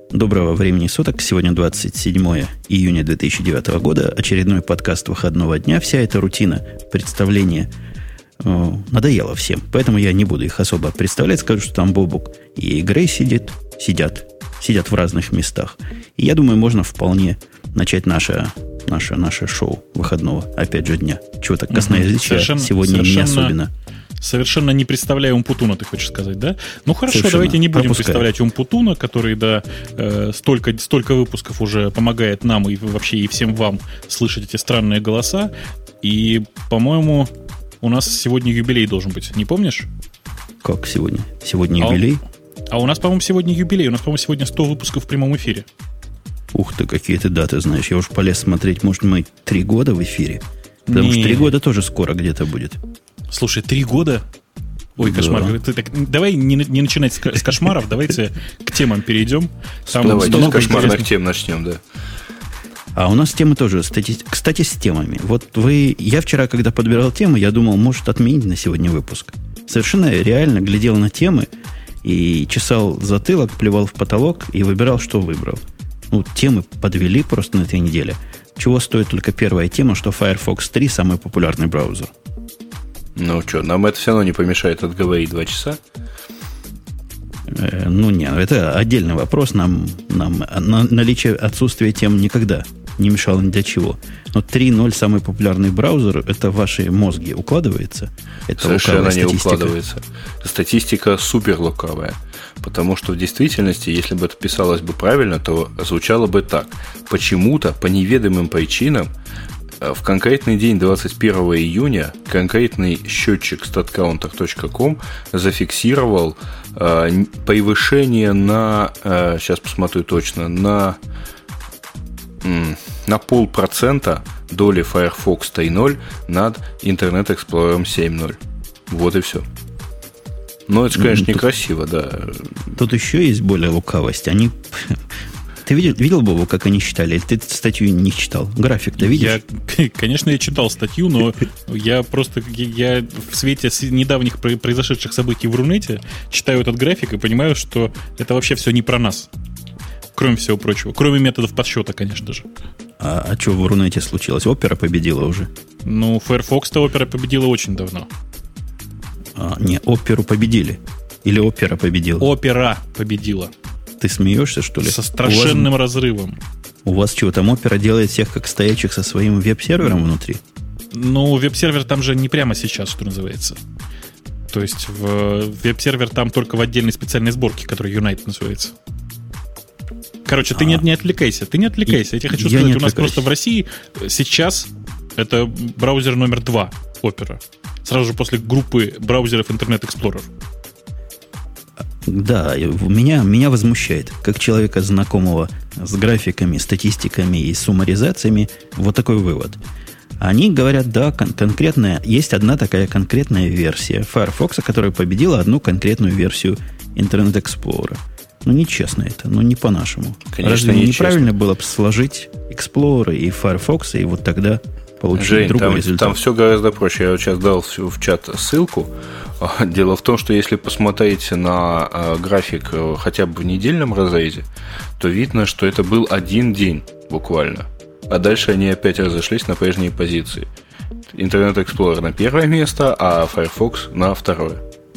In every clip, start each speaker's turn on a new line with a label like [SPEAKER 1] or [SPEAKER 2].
[SPEAKER 1] Доброго времени суток. Сегодня 27 июня 2009 года. Очередной подкаст выходного дня. Вся эта рутина представления надоела всем. Поэтому я не буду их особо представлять. Скажу, что там Бобук и Грей сидят в разных местах. И я думаю, можно вполне начать наше шоу выходного, опять же, дня. Чего-то косноязычия сегодня не особенно.
[SPEAKER 2] Совершенно не представляя Умпутуна, ты хочешь сказать, да? Ну хорошо, совершенно. Давайте не будем представлять Умпутуна, который, да, столько выпусков уже помогает нам и вообще и всем вам слышать эти странные голоса. И, по-моему, у нас сегодня юбилей должен быть, не помнишь?
[SPEAKER 1] Как сегодня? Сегодня юбилей?
[SPEAKER 2] А у нас, по-моему, сегодня юбилей. У нас, по-моему, сегодня 100 выпусков в прямом эфире.
[SPEAKER 1] Ух ты, какие ты даты знаешь. Я уж полез смотреть, может, мы 3 года в эфире? Потому что 3 года тоже скоро где-то будет.
[SPEAKER 2] Слушай, 3 года? Ой, кошмар. Давай не начинать с кошмаров, давайте к темам перейдем.
[SPEAKER 3] Давайте с кошмарных тем начнем, да.
[SPEAKER 1] А у нас темы тоже, кстати, с темами. Вот я вчера, когда подбирал темы, я думал, может отменить на сегодня выпуск. Совершенно реально глядел на темы и чесал затылок, плевал в потолок и выбирал, что выбрал. Ну, темы подвели просто на этой неделе. Чего стоит только первая тема, что Firefox 3 самый популярный браузер.
[SPEAKER 3] Ну что, нам это все равно не помешает отговорить 2 часа?
[SPEAKER 1] Это отдельный вопрос. Нам наличие отсутствия тем никогда не мешало ни для чего. Но 3.0 самый популярный браузер, это в ваши мозги укладывается? Это
[SPEAKER 3] совершенно не укладывается. Статистика супер лукавая. Потому что в действительности, если бы это писалось бы правильно, то звучало бы так. Почему-то, по неведомым причинам, в конкретный день 21 июня конкретный счетчик statcounter.com зафиксировал превышение на, сейчас посмотрю точно, на 0,5% доли Firefox 3.0 над Internet Explorer 7.0. Вот и все. Но это, конечно, некрасиво, да.
[SPEAKER 1] Тут еще есть более лукавость. Ты видел, Бобу, как они считали? Или ты статью не читал? График-то видишь?
[SPEAKER 2] Конечно, я читал статью, но я в свете недавних произошедших событий в Рунете читаю этот график и понимаю, что это вообще все не про нас. Кроме всего прочего. Кроме методов подсчета, конечно же.
[SPEAKER 1] А что в Рунете случилось? Опера победила уже?
[SPEAKER 2] Ну, Firefox-то Опера победила очень давно.
[SPEAKER 1] Оперу победили. Или Опера победила?
[SPEAKER 2] Опера победила.
[SPEAKER 1] Ты смеешься, что ли?
[SPEAKER 2] Со страшенным разрывом.
[SPEAKER 1] У вас что, там Опера делает всех как стоячих со своим веб-сервером внутри?
[SPEAKER 2] Ну, веб-сервер там же не прямо сейчас, что называется. То есть веб-сервер там только в отдельной специальной сборке, которая Unite называется. Короче, ты не отвлекайся. Я тебе хочу сказать, у нас просто в России сейчас это браузер номер 2 Opera. Сразу же после группы браузеров Internet Explorer.
[SPEAKER 1] Да, меня возмущает, как человека, знакомого с графиками, статистиками и суммаризациями, вот такой вывод. Они говорят, да, конкретная, есть одна такая конкретная версия Firefox, которая победила одну конкретную версию Internet Explorer. Ну, нечестно это, не по-нашему.
[SPEAKER 3] Конечно,
[SPEAKER 1] разве неправильно было бы сложить Explorer и Firefox, и вот тогда получить другой результат?
[SPEAKER 3] Там все гораздо проще. Я вот сейчас дал в чат ссылку. Дело в том, что если посмотреть на график хотя бы в недельном разрезе, то видно, что это был один день буквально. А дальше они опять разошлись на прежние позиции. Internet Explorer на первое место, а Firefox на второе.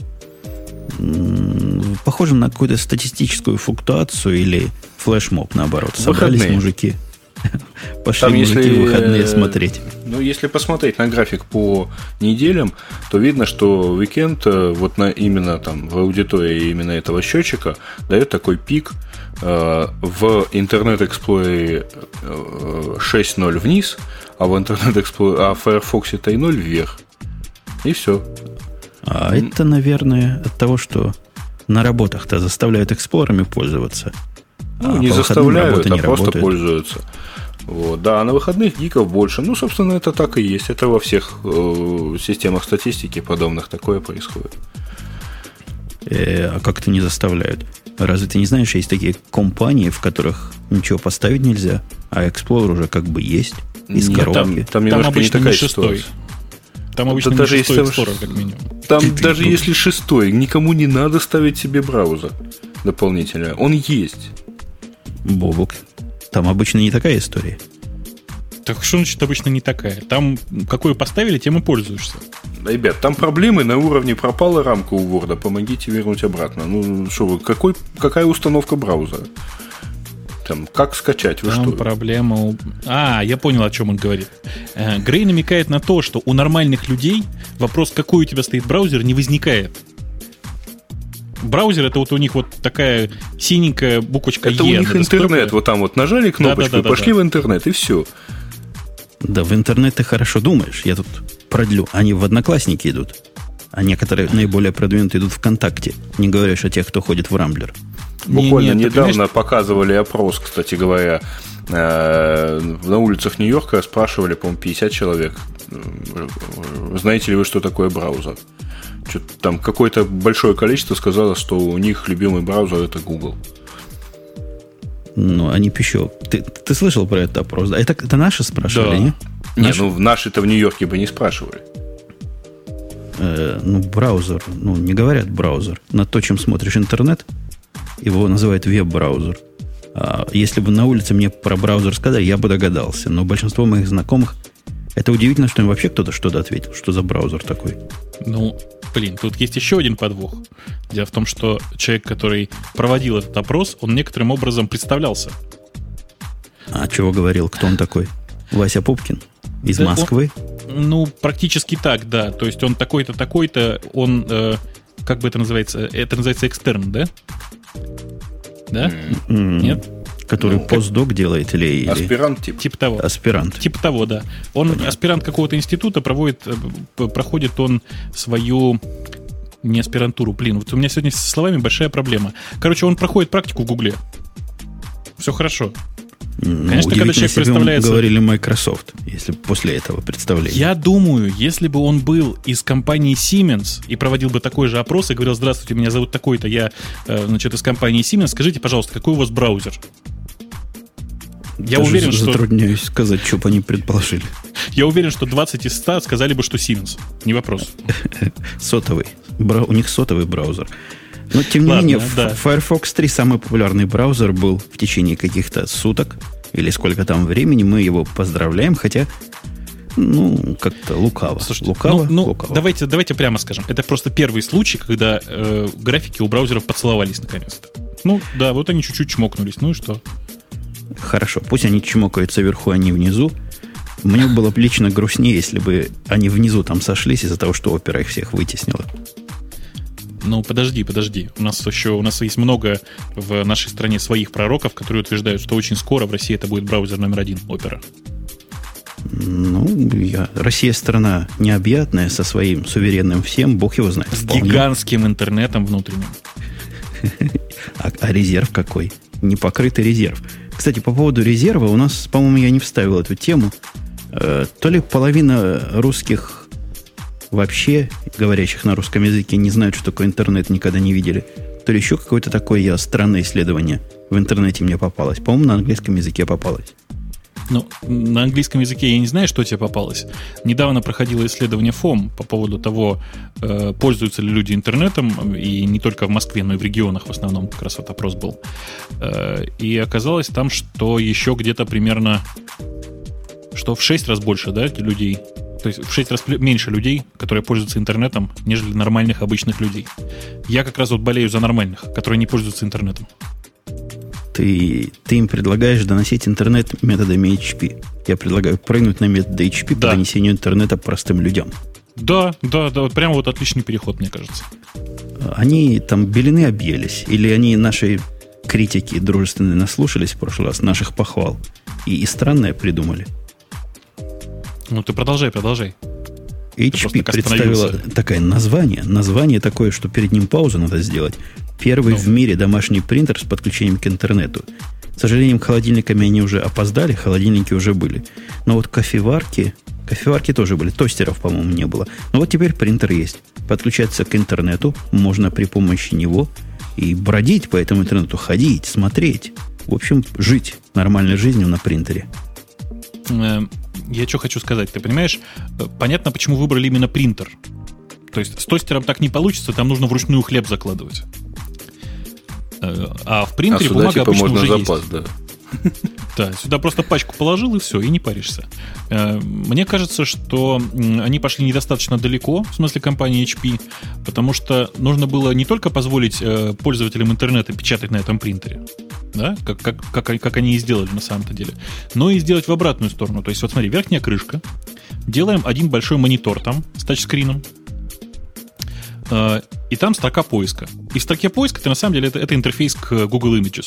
[SPEAKER 1] Похоже на какую-то статистическую флуктуацию или флешмоб, наоборот. Собрались
[SPEAKER 3] выходные
[SPEAKER 1] мужики. Пошли мужики в выходные смотреть.
[SPEAKER 3] Ну, если посмотреть на график по неделям, то видно, что уикенд вот именно там в аудитории именно этого счетчика дает такой пик в Internet Explorer 6.0 вниз, а в Internet Explorer, в Firefox 3.0 вверх. И все.
[SPEAKER 1] А это, наверное, от того, что на работах-то заставляют эксплорерами пользоваться.
[SPEAKER 3] Не заставляют, а просто пользуются. Вот. Да, а на выходных гиков больше. Ну, собственно, это так и есть. Это во всех системах статистики подобных такое происходит.
[SPEAKER 1] А как-то не заставляют? Разве ты не знаешь, есть такие компании, в которых ничего поставить нельзя, а Explorer уже как бы есть из коробки?
[SPEAKER 3] Там немножко не такая ситуация.
[SPEAKER 2] Там обычно не шестой Explorer, как минимум.
[SPEAKER 3] Там даже если шестой, никому не надо ставить себе браузер дополнительно. Он есть.
[SPEAKER 1] Бобок, там обычно не такая история.
[SPEAKER 2] Так что значит обычно не такая? Там какую поставили, тем и пользуешься.
[SPEAKER 3] Ребят, там проблемы на уровне пропала рамка у Word, помогите вернуть обратно. Ну, что вы, какая установка браузера? Там, как скачать? Вы
[SPEAKER 2] там
[SPEAKER 3] что?
[SPEAKER 2] Проблема... я понял, о чем он говорит. Грей намекает на то, что у нормальных людей вопрос, какой у тебя стоит браузер, не возникает. Браузер — это вот у них вот такая синенькая буквочка
[SPEAKER 3] Это
[SPEAKER 2] «Е».
[SPEAKER 3] у них интернет, вот там вот нажали кнопочку, пошли в интернет, и все.
[SPEAKER 1] Да, в интернет ты хорошо думаешь. Я тут продлю. Они в Одноклассники идут. А некоторые наиболее продвинутые идут ВКонтакте. Не говоришь о тех, кто ходит в Рамблер.
[SPEAKER 3] Буквально недавно показывали опрос, кстати говоря, на улицах Нью-Йорка спрашивали, по-моему, 50 человек. Знаете ли вы, что такое браузер? Что-то там какое-то большое количество сказало, что у них любимый браузер — это Google.
[SPEAKER 1] Ну, они еще... Ты слышал про этот опрос? Да? Это наши спрашивали,
[SPEAKER 2] да.
[SPEAKER 1] не?
[SPEAKER 3] Наши? Наши-то в Нью-Йорке бы не спрашивали.
[SPEAKER 1] Браузер. Не говорят браузер. На то, чем смотришь интернет, его называют веб-браузер. А если бы на улице мне про браузер сказали, я бы догадался. Но большинство моих знакомых... Это удивительно, что им вообще кто-то что-то ответил. Что за браузер такой?
[SPEAKER 2] Тут есть еще один подвох. Дело в том, что человек, который проводил этот опрос, он некоторым образом представлялся.
[SPEAKER 1] А чего говорил? Кто он такой? Вася Пупкин? Из Москвы?
[SPEAKER 2] Практически так, да. То есть он такой-то, такой-то, он, как бы это называется? Это называется экстерн, да? Да? Нет?
[SPEAKER 1] Который постдок делает или...
[SPEAKER 3] Аспирант
[SPEAKER 2] типа того.
[SPEAKER 1] Аспирант.
[SPEAKER 2] Типа того, да. Он аспирант какого-то института, проходит он свою... Не аспирантуру, вот у меня сегодня со словами большая проблема. Короче, он проходит практику в Гугле. Все хорошо. Конечно, когда человек представляется...
[SPEAKER 1] говорили Microsoft, если после этого представления.
[SPEAKER 2] Я думаю, если бы он был из компании Siemens и проводил бы такой же опрос и говорил: здравствуйте, меня зовут такой-то, я, из компании Siemens, скажите, пожалуйста, какой у вас браузер? Я уверен, что...
[SPEAKER 1] Затрудняюсь сказать, что бы они предположили.
[SPEAKER 2] Я уверен, что 20 из 100 сказали бы, что Siemens. Не вопрос.
[SPEAKER 1] Сотовый. У них сотовый браузер. Но, тем не менее, Firefox 3 самый популярный браузер был в течение каких-то суток. Или сколько там времени. Мы его поздравляем, хотя... как-то лукаво.
[SPEAKER 2] Слушайте,
[SPEAKER 1] лукаво.
[SPEAKER 2] Давайте прямо скажем. Это просто первый случай, когда графики у браузеров поцеловались наконец-то. Вот они чуть-чуть чмокнулись. Ну и что?
[SPEAKER 1] Хорошо, пусть они чмокаются вверху, а не внизу. Мне было бы лично грустнее, если бы они внизу там сошлись из-за того, что Opera их всех вытеснила.
[SPEAKER 2] Подожди. У нас есть много в нашей стране своих пророков, которые утверждают, что очень скоро в России это будет браузер номер 1 Opera.
[SPEAKER 1] Россия страна необъятная, со своим суверенным всем, бог его знает.
[SPEAKER 2] С гигантским интернетом внутренним.
[SPEAKER 1] А резерв какой? Непокрытый резерв. Кстати, по поводу резерва, у нас, по-моему, я не вставил эту тему. То ли половина русских вообще, говорящих на русском языке, не знают, что такое интернет, никогда не видели, то ли еще какое-то такое странное исследование в интернете мне попалось. По-моему, на английском языке попалось.
[SPEAKER 2] На английском языке я не знаю, что тебе попалось. Недавно проходило исследование ФОМ по поводу того, пользуются ли люди интернетом, и не только в Москве, но и в регионах в основном, как раз вот опрос был. И оказалось там, что еще где-то примерно, что в 6 раз больше, людей, то есть в 6 раз меньше людей, которые пользуются интернетом, нежели нормальных обычных людей. Я как раз болею за нормальных, которые не пользуются интернетом.
[SPEAKER 1] Ты им предлагаешь доносить интернет методами HP. Я предлагаю прыгнуть на методы HP по донесению интернета простым людям.
[SPEAKER 2] Да, прямо отличный переход, мне кажется.
[SPEAKER 1] Они там белины объелись, или они нашей критики дружественной наслушались в прошлый раз, наших похвал, и странное придумали.
[SPEAKER 2] Ты продолжай.
[SPEAKER 1] HP представила такое название такое, что перед ним паузу надо сделать. Первый в мире домашний принтер с подключением к интернету. К сожалению, холодильниками они уже опоздали, холодильники уже были. Но кофеварки тоже были, тостеров, по-моему, не было. Но теперь принтер есть. Подключаться к интернету можно при помощи него и бродить по этому интернету, ходить, смотреть. В общем, жить нормальной жизнью на принтере.
[SPEAKER 2] Я что хочу сказать, ты понимаешь, понятно, почему выбрали именно принтер. То есть с тостером так не получится, там нужно вручную хлеб закладывать. А в принтере бумага обычно
[SPEAKER 3] можно
[SPEAKER 2] уже
[SPEAKER 3] запас,
[SPEAKER 2] есть.
[SPEAKER 3] Да.
[SPEAKER 2] Да, сюда просто пачку положил, и все, и не паришься. Мне кажется, что они пошли недостаточно далеко, в смысле компании HP, потому что нужно было не только позволить пользователям интернета печатать на этом принтере, да, как они и сделали на самом-то деле, но и сделать в обратную сторону. То есть, вот смотри, верхняя крышка, делаем один большой монитор там с тачскрином, и там строка поиска. И в строке поиска ты на самом деле это интерфейс к Google Images.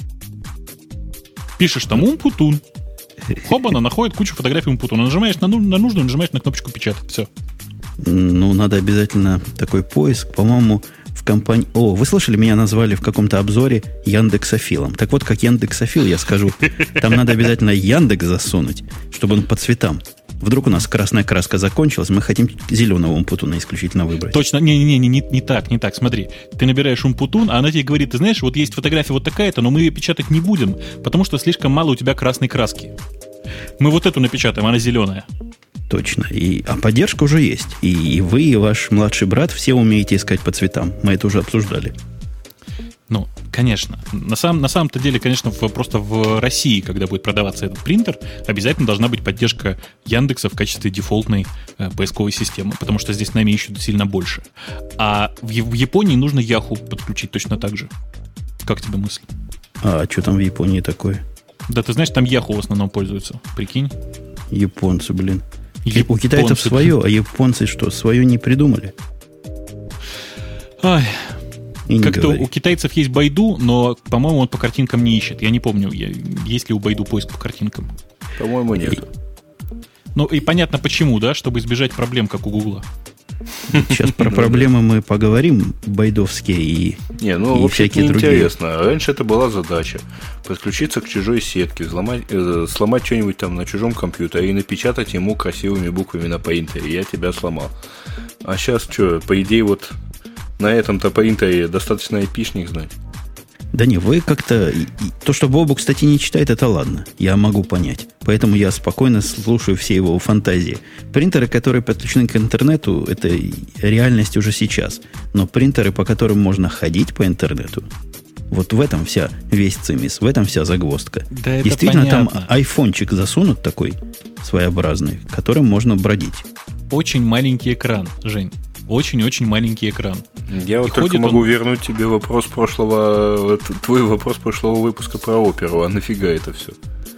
[SPEAKER 2] Пишешь там Умпутун. Хоба, она находит кучу фотографий Умпутуна. Нажимаешь на нужную, нажимаешь на кнопочку печатать. Все.
[SPEAKER 1] Ну, надо обязательно такой поиск. По-моему, в компании... О, вы слышали, меня назвали в каком-то обзоре Яндексофилом. Так вот, как Яндексофил, я скажу, там надо обязательно Яндекс засунуть, чтобы он по цветам. Вдруг у нас красная краска закончилась, мы хотим зеленого Умпутуна исключительно выбрать. Точно,
[SPEAKER 2] не так. Смотри, ты набираешь Умпутун, а она тебе говорит, ты знаешь, вот есть фотография вот такая-то, но мы ее печатать не будем, потому что слишком мало у тебя красной краски. Мы вот эту напечатаем, она зеленая.
[SPEAKER 1] Точно. А поддержка уже есть. И вы, и ваш младший брат все умеете искать по цветам. Мы это уже обсуждали.
[SPEAKER 2] Ну, конечно. На самом-то деле, конечно, просто в России, когда будет продаваться этот принтер, обязательно должна быть поддержка Яндекса в качестве дефолтной поисковой системы, потому что здесь нами ищут сильно больше. А в Японии нужно Yahoo подключить точно так же. Как тебе мысль?
[SPEAKER 1] А что там в Японии такое?
[SPEAKER 2] Да ты знаешь, там Yahoo в основном пользуются. Прикинь.
[SPEAKER 1] Японцы, блин. У китайцев свое, а японцы что, свое не придумали?
[SPEAKER 2] Ай... Как-то у китайцев есть Байду, но, по-моему, он по картинкам не ищет. Я не помню, есть ли у Байду поиск по картинкам.
[SPEAKER 3] По-моему, нет.
[SPEAKER 2] Ну, и понятно почему, да? Чтобы избежать проблем, как у Гугла.
[SPEAKER 1] Сейчас про проблемы мы поговорим, байдовские и всякие другие.
[SPEAKER 3] Интересно. Раньше это была задача подключиться к чужой сетке, сломать что-нибудь там на чужом компьютере и напечатать ему красивыми буквами на принтере. Я тебя сломал. А сейчас что, по идее, вот на этом-то принтере достаточно айпишник знать.
[SPEAKER 1] Да не, вы как-то... То, что Бобук, кстати, не читает, это ладно. Я могу понять. Поэтому я спокойно слушаю все его фантазии. Принтеры, которые подключены к интернету, это реальность уже сейчас. Но принтеры, по которым можно ходить по интернету, вот в этом весь цимис, в этом вся загвоздка.
[SPEAKER 2] Да,
[SPEAKER 1] действительно,
[SPEAKER 2] понятно.
[SPEAKER 1] Там айфончик засунут такой своеобразный, которым можно бродить.
[SPEAKER 2] Очень маленький экран, Жень. Очень-очень маленький экран.
[SPEAKER 3] Я вот только могу вернуть тебе твой вопрос прошлого выпуска про оперу. А нафига это все?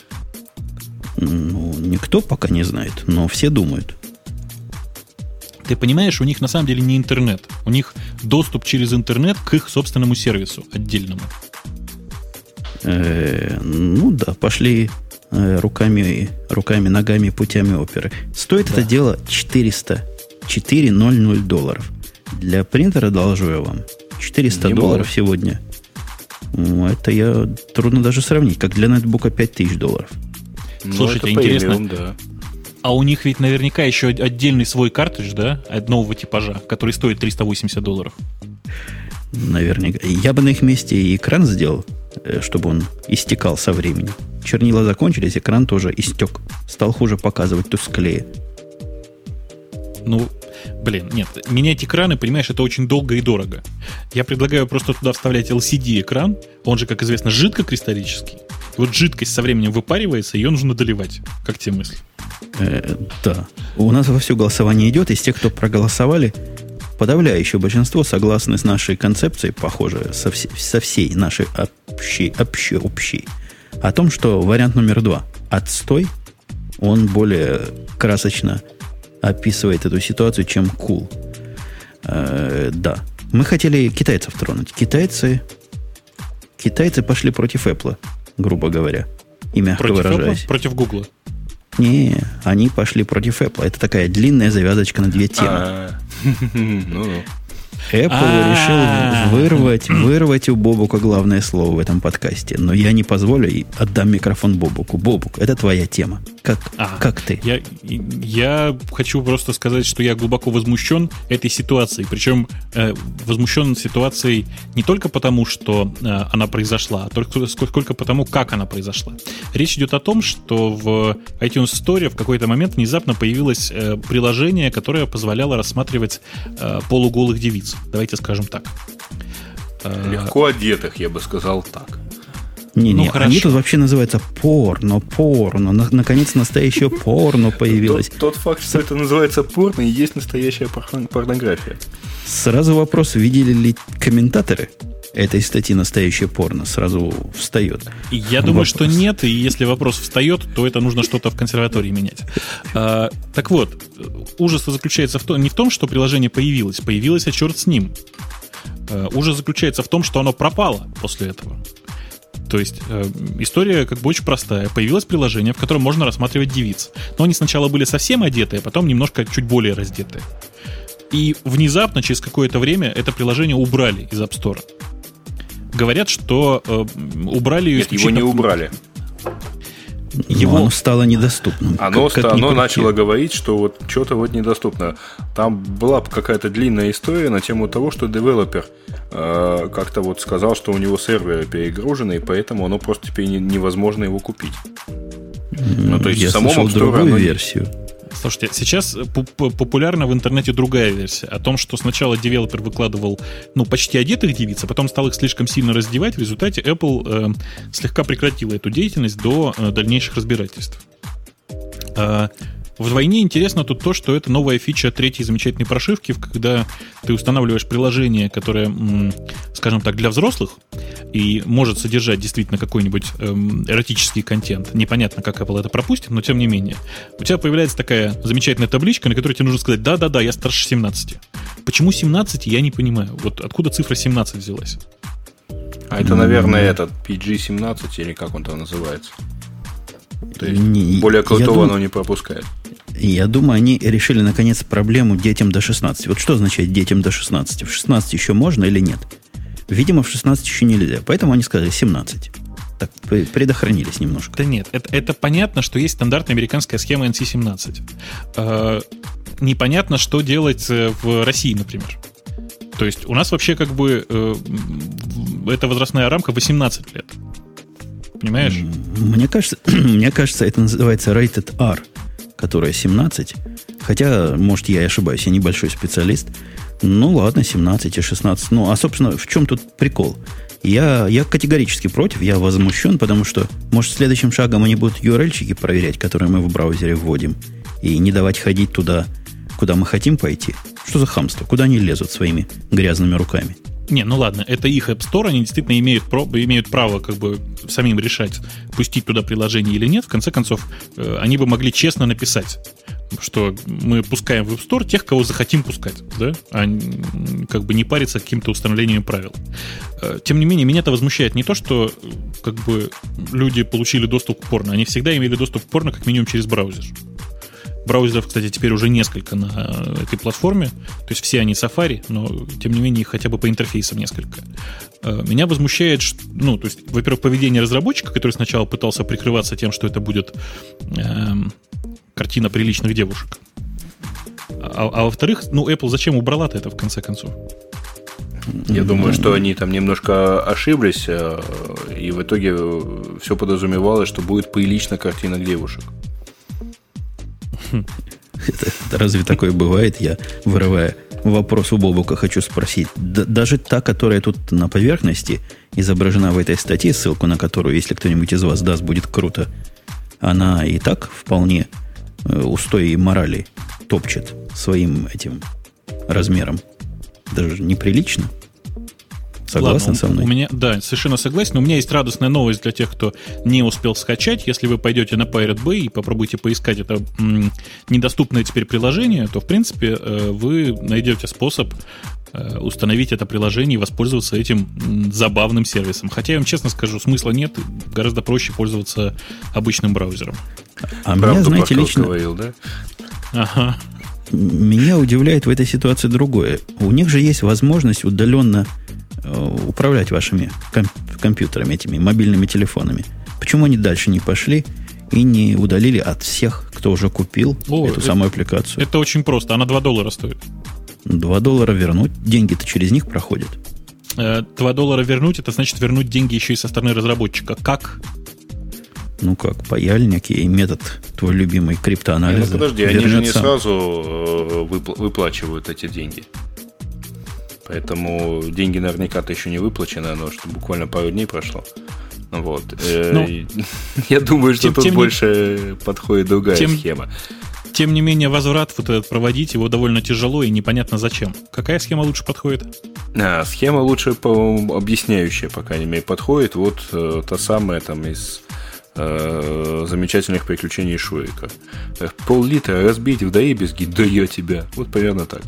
[SPEAKER 1] Ну, никто пока не знает, но все думают.
[SPEAKER 2] Ты понимаешь, у них на самом деле не интернет. У них доступ через интернет к их собственному сервису отдельному.
[SPEAKER 1] Ну да, пошли руками, ногами, путями оперы. Стоит это дело $400 Для принтера, доложу я вам, $400 сегодня. Это трудно даже сравнить, как для ноутбука $5000.
[SPEAKER 2] Слушайте, интересно, а у них ведь наверняка еще отдельный свой картридж, да, от нового типажа, который стоит $380.
[SPEAKER 1] Наверняка. Я бы на их месте и экран сделал, чтобы он истекал со временем. Чернила закончились, экран тоже истек. Стал хуже показывать, тусклее.
[SPEAKER 2] Ну, блин, нет, менять экраны, понимаешь, это очень долго и дорого. Я предлагаю просто туда вставлять LCD-экран, он же, как известно, жидкокристаллический. И вот жидкость со временем выпаривается, ее нужно доливать. Как тебе мысль?
[SPEAKER 1] Да. У нас вовсю голосование идет, из тех, кто проголосовали, подавляющее большинство согласны с нашей концепцией, похоже, со всей нашей общей, о том, что вариант номер 2 отстой, он более красочно описывает эту ситуацию, чем cool. Да. Мы хотели китайцев тронуть. Китайцы пошли против Apple, грубо говоря. И мягко выражаясь.
[SPEAKER 2] Apple? Против Google?
[SPEAKER 1] Не, они пошли против Apple. Это такая длинная завязочка на две темы. Apple решил вырвать у Бобука главное слово в этом подкасте. Но я не позволю и отдам микрофон Бобуку. Бобук, это твоя тема. Как ты?
[SPEAKER 2] Я хочу просто сказать, что я глубоко возмущен этой ситуацией. Причем возмущен ситуацией не только потому, что она произошла, а сколько потому, как она произошла. Речь идет о том, что в iTunes Store в какой-то момент внезапно появилось приложение, которое позволяло рассматривать полуголых девиц. Давайте скажем так.
[SPEAKER 3] Легко одетых, я бы сказал так.
[SPEAKER 1] Не-не, они тут вообще называются порно. Наконец настоящее порно появилось.
[SPEAKER 3] Тот факт, что это называется порно, и есть настоящая порнография.
[SPEAKER 1] Сразу вопрос, видели ли комментаторы этой статьи «Настоящее порно», сразу встает.
[SPEAKER 2] Я думаю, что нет, и если вопрос встает, то это нужно что-то в консерватории менять. Так вот, ужас заключается не в том, что приложение появилось, а черт с ним. Ужас заключается в том, что оно пропало после этого. То есть история как бы очень простая. Появилось приложение, в котором можно рассматривать девиц. Но они сначала были совсем одетые, а потом немножко чуть более раздетые. И внезапно, через какое-то время, это приложение убрали из App Store. Говорят, что убрали...
[SPEAKER 3] Нет, его не убрали.
[SPEAKER 1] Оно стало недоступным.
[SPEAKER 3] Оно начало говорить, что вот что-то вот недоступно. Там была какая-то длинная история на тему того, что девелопер как-то вот сказал, что у него серверы перегружены, и поэтому оно просто теперь невозможно его купить.
[SPEAKER 1] То есть я слышал другую версию.
[SPEAKER 2] Слушайте, сейчас популярна в интернете другая версия о том, что сначала девелопер выкладывал почти одетых девиц, а потом стал их слишком сильно раздевать. В результате Apple слегка прекратила эту деятельность до дальнейших разбирательств. Вдвойне интересно тут то, что это новая фича третьей замечательной прошивки, когда ты устанавливаешь приложение, которое, скажем так, для взрослых и может содержать действительно какой-нибудь эротический контент. Непонятно, как Apple это пропустит, но тем не менее. У тебя появляется такая замечательная табличка, на которой тебе нужно сказать: да-да-да, я старше 17. Почему 17, я не понимаю. Вот откуда цифра 17 взялась?
[SPEAKER 3] А это, наверное, этот PG-17 или как он там называется? То есть более крутого оно не пропускает.
[SPEAKER 1] Я думаю, они решили наконец проблему детям до 16. Вот что означает детям до 16? В 16 еще можно или нет? Видимо, в 16 еще нельзя. Поэтому они сказали 17. Так, предохранились немножко.
[SPEAKER 2] Да нет, это понятно, что есть стандартная американская схема NC-17. Непонятно, что делать в России, например. То есть у нас вообще как бы эта возрастная рамка 18 лет. Понимаешь?
[SPEAKER 1] Мне кажется, это называется Rated R, которая 17. Хотя, может, я и ошибаюсь, я небольшой специалист. Ну, ладно, 17 и 16. Ну, а, собственно, в чем тут прикол? Я категорически против, я возмущен, потому что, может, следующим шагом они будут URL-чики проверять, которые мы в браузере вводим, и не давать ходить туда, куда мы хотим пойти. Что за хамство? Куда они лезут своими грязными руками?
[SPEAKER 2] Не, ну ладно, это их App Store, они действительно имеют право как бы самим решать, пустить туда приложение или нет. В конце концов, они бы могли честно написать, что мы пускаем в App Store тех, кого захотим пускать, да? А как бы не париться каким-то установлением правил. Тем не менее, меня это возмущает не то, что как бы люди получили доступ к порно, они всегда имели доступ к порно как минимум через браузер. Браузеров, кстати, теперь уже несколько на этой платформе. То есть все они Safari, но, тем не менее, хотя бы по интерфейсам несколько. Меня возмущает, то есть, во-первых, поведение разработчика, который сначала пытался прикрываться тем, что это будет картина приличных девушек. А во-вторых, Apple зачем убрала-то это, в конце концов?
[SPEAKER 3] Я думаю, что они там немножко ошиблись, и в итоге все подразумевалось, что будет приличная картина девушек.
[SPEAKER 1] Это разве такое бывает? Я, вырывая вопрос у Бобука, хочу спросить. Даже та, которая тут на поверхности изображена в этой статье, ссылку на которую, если кто-нибудь из вас даст, будет круто, она и так вполне устои морали топчет своим этим размером. Даже неприлично. Согласны со мной?
[SPEAKER 2] Да, совершенно согласен. У меня есть радостная новость для тех, кто не успел скачать. Если вы пойдете на Pirate Bay и попробуете поискать это недоступное теперь приложение, то, в принципе, вы найдете способ установить это приложение и воспользоваться этим забавным сервисом. Хотя, я вам честно скажу, смысла нет. Гораздо проще пользоваться обычным браузером.
[SPEAKER 1] А меня, знаете, лично...
[SPEAKER 3] говорил, да?
[SPEAKER 2] Ага.
[SPEAKER 1] Меня удивляет в этой ситуации другое. У них же есть возможность удаленно управлять вашими компьютерами, этими мобильными телефонами. Почему они дальше не пошли и не удалили от всех, кто уже купил эту самую аппликацию?
[SPEAKER 2] Это очень просто. Она $2 стоит.
[SPEAKER 1] $2 вернуть. Деньги-то через них проходят.
[SPEAKER 2] $2 вернуть, это значит вернуть деньги еще и со стороны разработчика. Как?
[SPEAKER 1] Ну как, паяльник и метод твой любимый криптоанализа.
[SPEAKER 3] Подожди, они же не сразу выплачивают эти деньги. Поэтому деньги наверняка-то еще не выплачены, оно что буквально пару дней прошло. Вот. Я думаю, что тут больше подходит другая схема.
[SPEAKER 2] Тем не менее, возврат вот этот проводить его довольно тяжело и непонятно зачем. Какая схема лучше подходит?
[SPEAKER 3] Схема лучше, по-моему, объясняющая, по крайней мере, подходит. Вот та самая там из замечательных приключений Шурика. Пол-литра разбить в дребезги, да я тебя. Вот примерно так.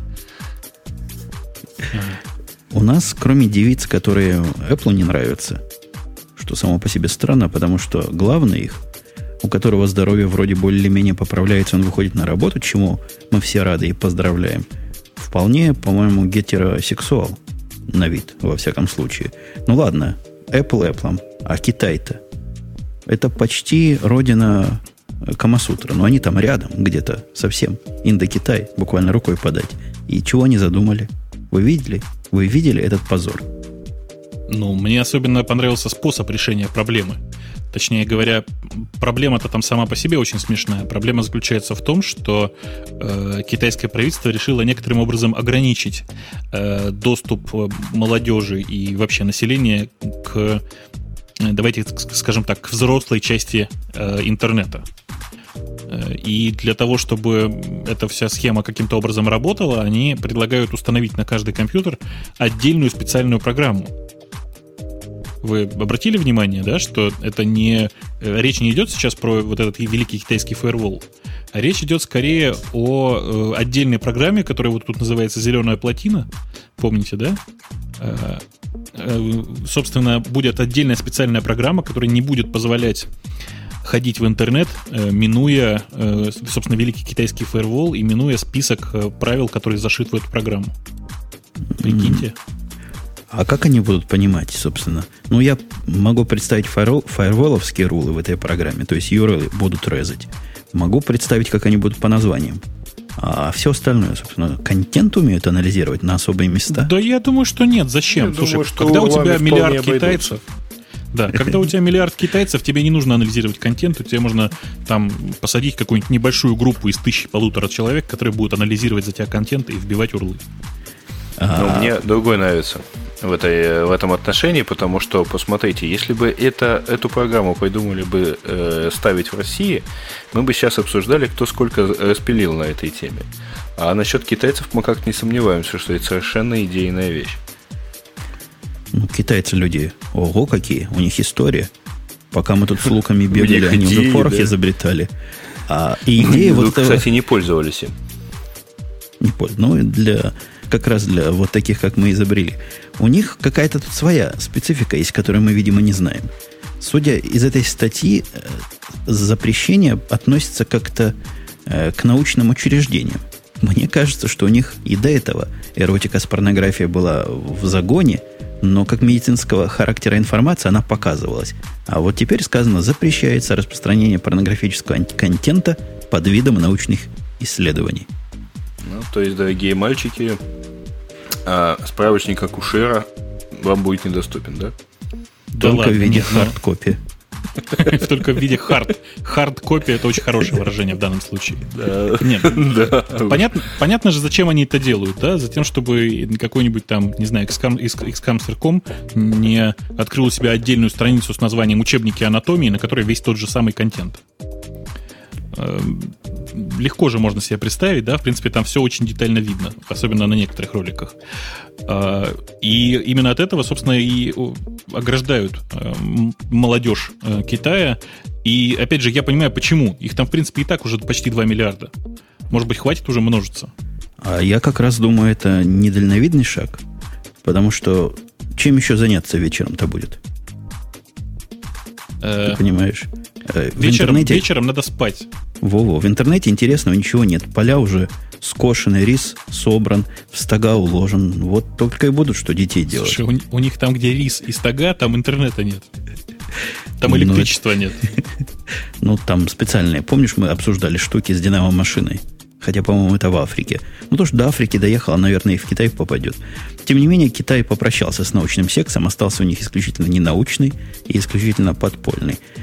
[SPEAKER 1] У нас, кроме девиц, которые Apple не нравятся, что само по себе странно, потому что главный их, у которого здоровье вроде более-менее поправляется, он выходит на работу, чему мы все рады и поздравляем, вполне, по-моему, гетеросексуал на вид, во всяком случае. Ну ладно, Apple, а Китай-то? Это почти родина Камасутра, но они там рядом где-то совсем. Индокитай, буквально рукой подать. И чего они задумали? Вы видели? Вы видели этот позор?
[SPEAKER 2] Ну, мне особенно понравился способ решения проблемы. Точнее говоря, проблема-то там сама по себе очень смешная. Проблема заключается в том, что китайское правительство решило некоторым образом ограничить доступ молодежи и вообще населения к, давайте скажем так, к взрослой части интернета. И для того, чтобы эта вся схема каким-то образом работала, они предлагают установить на каждый компьютер отдельную специальную программу. Вы обратили внимание, да, что это не... Речь не идет сейчас про вот этот великий китайский фаервол, а речь идет скорее о отдельной программе, которая вот тут называется «Зеленая плотина». Помните, да? Собственно, будет отдельная специальная программа, которая не будет позволять ходить в интернет, минуя, собственно, великий китайский фаервол и минуя список правил, которые зашит в эту программу. Прикиньте.
[SPEAKER 1] А как они будут понимать, собственно? Ну, я могу представить фаерволовские рулы в этой программе, то есть URL будут резать. Могу представить, как они будут по названиям. А все остальное, собственно, контент умеют анализировать на особые места?
[SPEAKER 2] Да я думаю, что нет. Зачем?
[SPEAKER 3] Я
[SPEAKER 2] Слушай,
[SPEAKER 3] думаю, что
[SPEAKER 2] когда у тебя миллиард
[SPEAKER 3] обойдутся.
[SPEAKER 2] китайцев... Да, когда у тебя миллиард китайцев, тебе не нужно анализировать контент, тебе можно там посадить какую-нибудь небольшую группу из 1500 человек, которые будут анализировать за тебя контент и вбивать урлы.
[SPEAKER 3] Но мне другой нравится в этом отношении, потому что, посмотрите, если бы эту программу придумали бы ставить в России, мы бы сейчас обсуждали, кто сколько распилил на этой теме. А насчет китайцев мы как-то не сомневаемся, что это совершенно идейная вещь.
[SPEAKER 1] Ну, китайцы люди, ого, какие, у них история. Пока мы тут с луками бегали, они уже порох изобретали. И идея вот этого...
[SPEAKER 3] Кстати, не пользовались им.
[SPEAKER 1] Ну, как раз для вот таких, как мы изобрели. У них какая-то тут своя специфика есть, которую мы, видимо, не знаем. Судя из этой статьи, запрещение относится как-то к научным учреждениям. Мне кажется, что у них и до этого эротика с порнографией была в загоне, но как медицинского характера информация она показывалась. А вот теперь сказано, запрещается распространение порнографического контента под видом научных исследований.
[SPEAKER 3] Ну, то есть, дорогие мальчики, справочник акушера вам будет недоступен, да?
[SPEAKER 1] Только в виде хард-копии.
[SPEAKER 2] Только в виде хард-копии. Это очень хорошее выражение в данном случае. Нет. Понятно же, зачем они это делают, да? Затем, чтобы какой-нибудь там, не знаю, Xcamster.com не открыл у себя отдельную страницу с названием «Учебники анатомии», на которой весь тот же самый контент. Легко же можно себе представить, да, в принципе, там все очень детально видно, особенно на некоторых роликах. И именно от этого, собственно, и ограждают молодежь Китая. И, опять же, я понимаю, почему. Их там, в принципе, и так уже почти 2 миллиарда. Может быть, хватит уже множиться?
[SPEAKER 1] А я как раз думаю, это недальновидный шаг, потому что чем еще заняться вечером-то будет? Ты понимаешь?
[SPEAKER 2] Вечером надо спать.
[SPEAKER 1] Во-во, в интернете интересного ничего нет. Поля уже скошены, рис собран, в стога уложен. Вот только и будут, что детей делать.
[SPEAKER 2] Слушай, у них там, где рис и стога, там интернета нет. Там электричества нет.
[SPEAKER 1] Ну, там специальные. Помнишь, мы обсуждали штуки с динамо-машиной? Хотя, по-моему, это в Африке. Ну, то, что до Африки доехала, наверное, и в Китай попадет. Тем не менее, Китай попрощался с научным сексом, остался у них исключительно ненаучный и исключительно подпольный.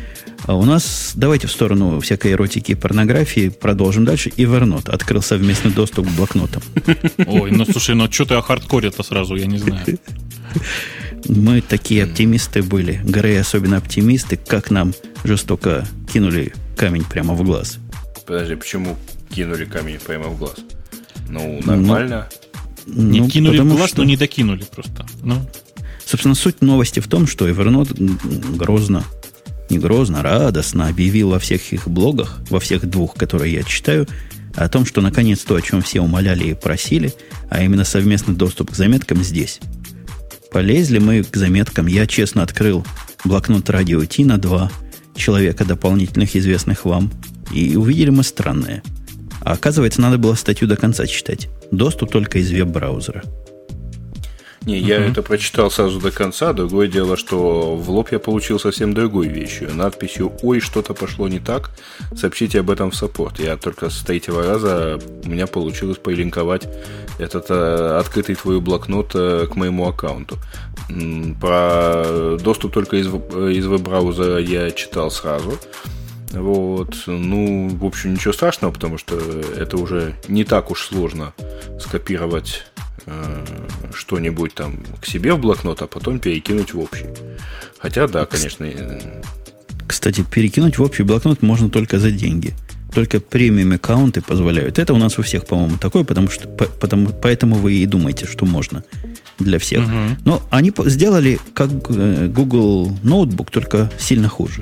[SPEAKER 1] А у нас, давайте в сторону всякой эротики и порнографии, продолжим дальше. Evernote открыл совместный доступ к блокнотам.
[SPEAKER 2] Ой, ну слушай, ну что ты о хардкоре-то сразу, я не знаю.
[SPEAKER 1] Мы такие оптимисты были. Грей особенно оптимисты, как нам жестоко кинули камень прямо в глаз.
[SPEAKER 3] Подожди, почему кинули камень прямо в глаз? Ну, нормально.
[SPEAKER 2] Не кинули в глаз, но не докинули просто.
[SPEAKER 1] Собственно, суть новости в том, что Evernote радостно объявил во всех их блогах, во всех двух, которые я читаю, о том, что наконец то, о чем все умоляли и просили, а именно совместный доступ к заметкам здесь. Полезли мы к заметкам. Я честно открыл блокнот Радио Ти на 2 человека дополнительных, известных вам, и увидели мы странное. А оказывается, надо было статью до конца читать. Доступ только из веб-браузера.
[SPEAKER 3] Не, я это прочитал сразу до конца. Другое дело, что в лоб я получил совсем другой вещью. Надписью «Ой, что-то пошло не так, сообщите об этом в саппорт». Я только с 3-го раза у меня получилось полинковать этот открытый твой блокнот к моему аккаунту. Про доступ только из веб-браузера я читал сразу. Вот. Ну, в общем, ничего страшного, потому что это уже не так уж сложно скопировать что-нибудь там к себе в блокнот, а потом перекинуть в общий. Хотя, да, конечно.
[SPEAKER 1] Кстати, перекинуть в общий блокнот можно только за деньги. Только премиум аккаунты позволяют. Это у нас у всех, по-моему, такое, поэтому вы и думаете, что можно для всех. Но они сделали как Google Notebook, только сильно хуже.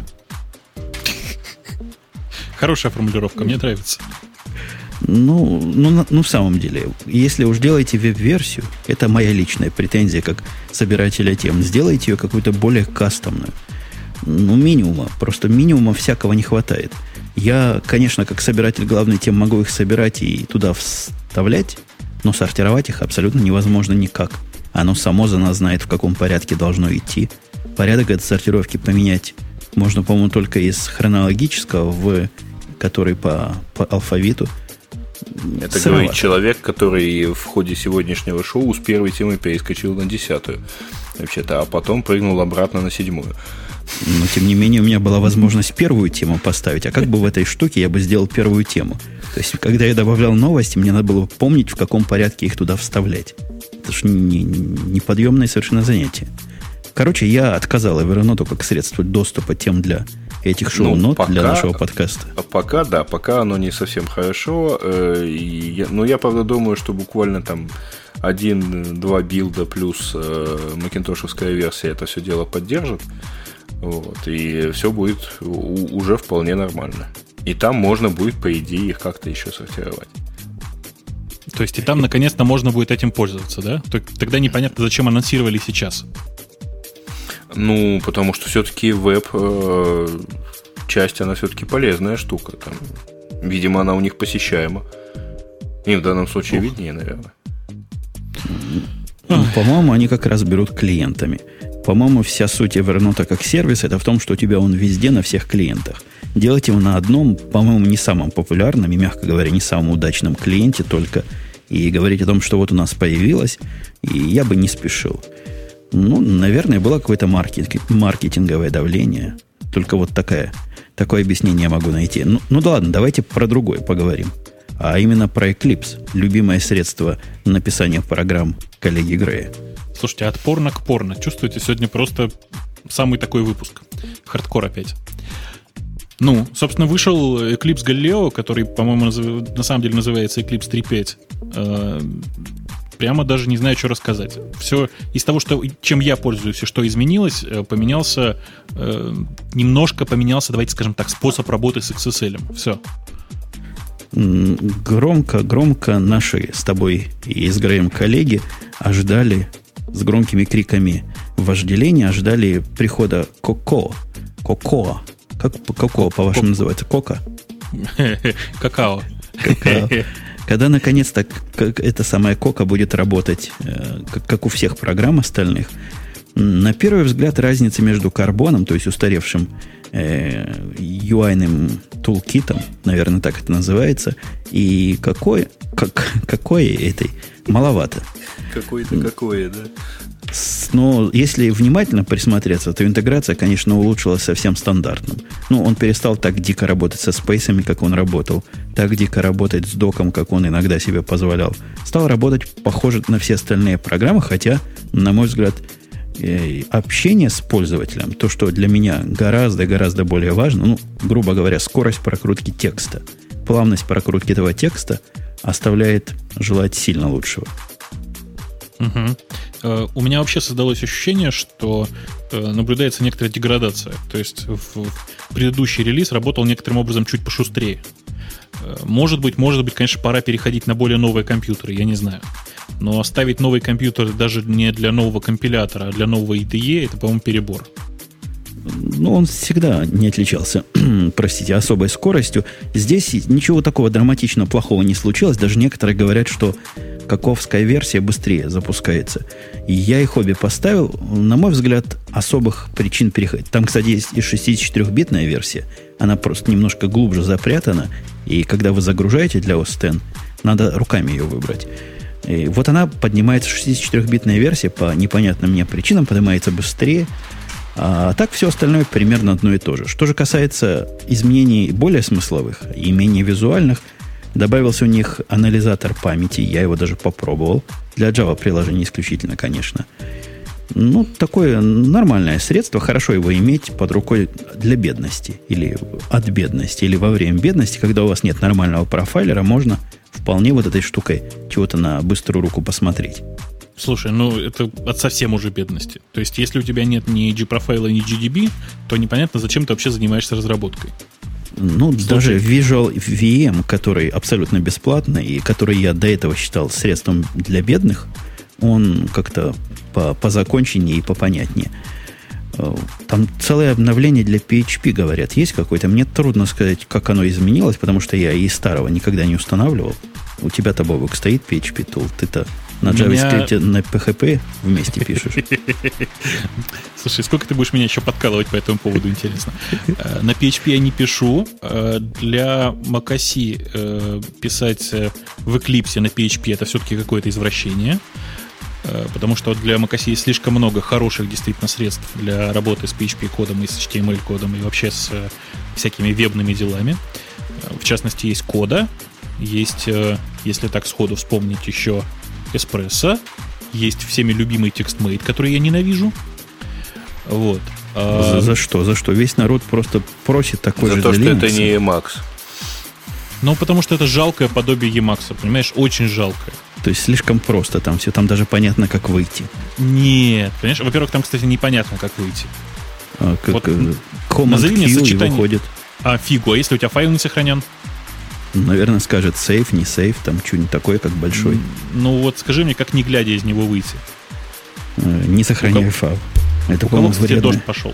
[SPEAKER 2] Хорошая формулировка, мне нравится.
[SPEAKER 1] Ну, в самом деле, если уж делаете веб-версию, это моя личная претензия как собирателя тем, сделайте ее какую-то более кастомную. Ну, минимума всякого не хватает. Я, конечно, как собиратель главной тем могу их собирать и туда вставлять, но сортировать их абсолютно невозможно никак. Оно само за нас знает, в каком порядке должно идти. Порядок этой сортировки поменять можно, по-моему, только из хронологического в который по алфавиту.
[SPEAKER 3] Это говорит человек, который в ходе сегодняшнего шоу с первой темы перескочил на 10-ю. Вообще-то, а потом прыгнул обратно на 7-ю.
[SPEAKER 1] Но, тем не менее, у меня была возможность первую тему поставить. А как бы в этой штуке я бы сделал первую тему? То есть, когда я добавлял новости, мне надо было помнить, в каком порядке их туда вставлять. Это же неподъемное совершенно занятие. Короче, я отказал Evernote как средство доступа тем для этих шоу-нот, для нашего подкаста.
[SPEAKER 3] Пока оно не совсем хорошо. Но я, правда, думаю, что буквально там 1-2 билда плюс макинтошевская версия это все дело поддержит. Вот, и все будет уже вполне нормально. И там можно будет, по идее, их как-то еще сортировать.
[SPEAKER 2] То есть и там наконец-то можно будет этим пользоваться, да? Тогда непонятно, зачем анонсировали сейчас.
[SPEAKER 3] Ну, потому что все-таки веб-часть, она все-таки полезная штука. Там, видимо, она у них посещаема. Им в данном случае виднее, наверное.
[SPEAKER 1] Ну, по-моему, они как раз берут клиентами. По-моему, вся суть Evernote как сервиса это в том, что у тебя он везде на всех клиентах. Делать его на одном, по-моему, не самом популярном и, мягко говоря, не самом удачном клиенте только. И говорить о том, что вот у нас появилось, и я бы не спешил. Ну, наверное, было какое-то маркетинговое давление. Только вот такое объяснение я могу найти. Ну да ладно, давайте про другое поговорим. А именно про Eclipse, любимое средство написания программ коллеги Грея.
[SPEAKER 2] Слушайте, от порно к порно. Чувствуете, сегодня просто самый такой выпуск. Хардкор опять. Ну, собственно, вышел Eclipse Galileo, который, по-моему, на самом деле называется Eclipse 3.5. Прямо даже не знаю, что рассказать. Все из того, чем я пользуюсь и что изменилось, немножко поменялся, давайте скажем так, способ работы с XSL. Все.
[SPEAKER 1] Громко наши с тобой и с Греем коллеги ожидали с громкими криками вожделения, ожидали прихода Cocoa. Как Cocoa, по-вашему, называется? Кока?
[SPEAKER 2] Какао.
[SPEAKER 1] Когда, наконец-то, эта самая Кока будет работать, как у всех программ остальных, на первый взгляд разница между карбоном, то есть устаревшим UI-ным тулкитом, наверное, так это называется, и какой этой маловато.
[SPEAKER 3] Какое-то какое, да?
[SPEAKER 1] Но если внимательно присмотреться, то интеграция, конечно, улучшилась совсем стандартным. Ну, он перестал так дико работать со спейсами, как он работал, так дико работать с доком, как он иногда себе позволял. Стал работать похоже на все остальные программы, хотя, на мой взгляд, общение с пользователем, то, что для меня гораздо более важно, ну, грубо говоря, скорость прокрутки текста, плавность прокрутки этого текста оставляет желать сильно лучшего.
[SPEAKER 2] Угу. У меня вообще создалось ощущение, что наблюдается некоторая деградация. То есть в предыдущий релиз работал некоторым образом чуть пошустрее. Может быть, конечно, пора переходить на более новые компьютеры, я не знаю. Но ставить новый компьютер даже не для нового компилятора, а для нового IDE, это, по-моему, перебор.
[SPEAKER 1] Ну, он всегда не отличался, простите, особой скоростью. Здесь ничего такого драматично плохого не случилось. Даже некоторые говорят, что каковская версия быстрее запускается. И я их обе поставил. На мой взгляд, особых причин переходить. Там, кстати, есть и 64-битная версия. Она просто немножко глубже запрятана. И когда вы загружаете для OS X, надо руками ее выбрать. И вот она поднимается, 64-битная версия, по непонятным мне причинам поднимается быстрее. А так все остальное примерно одно и то же. Что же касается изменений более смысловых и менее визуальных, добавился у них анализатор памяти. Я его даже попробовал. Для Java приложений исключительно, конечно. Ну, такое нормальное средство. Хорошо его иметь под рукой для бедности. Или от бедности. Или во время бедности, когда у вас нет нормального профайлера, можно вполне вот этой штукой чего-то на быструю руку посмотреть.
[SPEAKER 2] Слушай, ну это от совсем уже бедности. То есть, если у тебя нет ни G-профайла, ни GDB, то непонятно, зачем ты вообще занимаешься разработкой.
[SPEAKER 1] Ну, даже Visual VM, который абсолютно бесплатный, и который я до этого считал средством для бедных, он как-то по законченнее и попонятнее. Там целое обновление для PHP, говорят, есть какое-то. Мне трудно сказать, как оно изменилось, потому что я и старого никогда не устанавливал. У тебя-то, Бобок, стоит PHP Tool, ты-то на JavaScript, на PHP вместе пишешь.
[SPEAKER 2] Слушай, сколько ты будешь меня еще подкалывать по этому поводу, интересно. На PHP я не пишу. Для macOS писать в Eclipse на PHP это все-таки какое-то извращение. Потому что для macOS есть слишком много хороших действительно средств для работы с PHP-кодом и с HTML-кодом и вообще с всякими вебными делами. В частности, есть Кода, есть, если так сходу вспомнить, еще Espresso, есть всеми любимый TextMate, который я ненавижу. Вот.
[SPEAKER 1] За что? За что? Весь народ просто просит такой же
[SPEAKER 3] за то, что
[SPEAKER 1] Linux.
[SPEAKER 3] Это не Emacs.
[SPEAKER 2] Ну, потому что это жалкое подобие Emacs, понимаешь? Очень жалкое.
[SPEAKER 1] То есть слишком просто там все. Там даже понятно, как выйти.
[SPEAKER 2] Нет, понимаешь? Во-первых, там, кстати, непонятно, как выйти.
[SPEAKER 1] Вот, Command Q выходит.
[SPEAKER 2] Фигу. А если у тебя файл не сохранен?
[SPEAKER 1] Наверное, скажет сейф, не сейф, там что-нибудь такое, как большой.
[SPEAKER 2] Ну вот скажи мне, как не глядя из него выйти?
[SPEAKER 1] Не сохраняй файл. Это,
[SPEAKER 2] у кого, кстати, дождь пошел?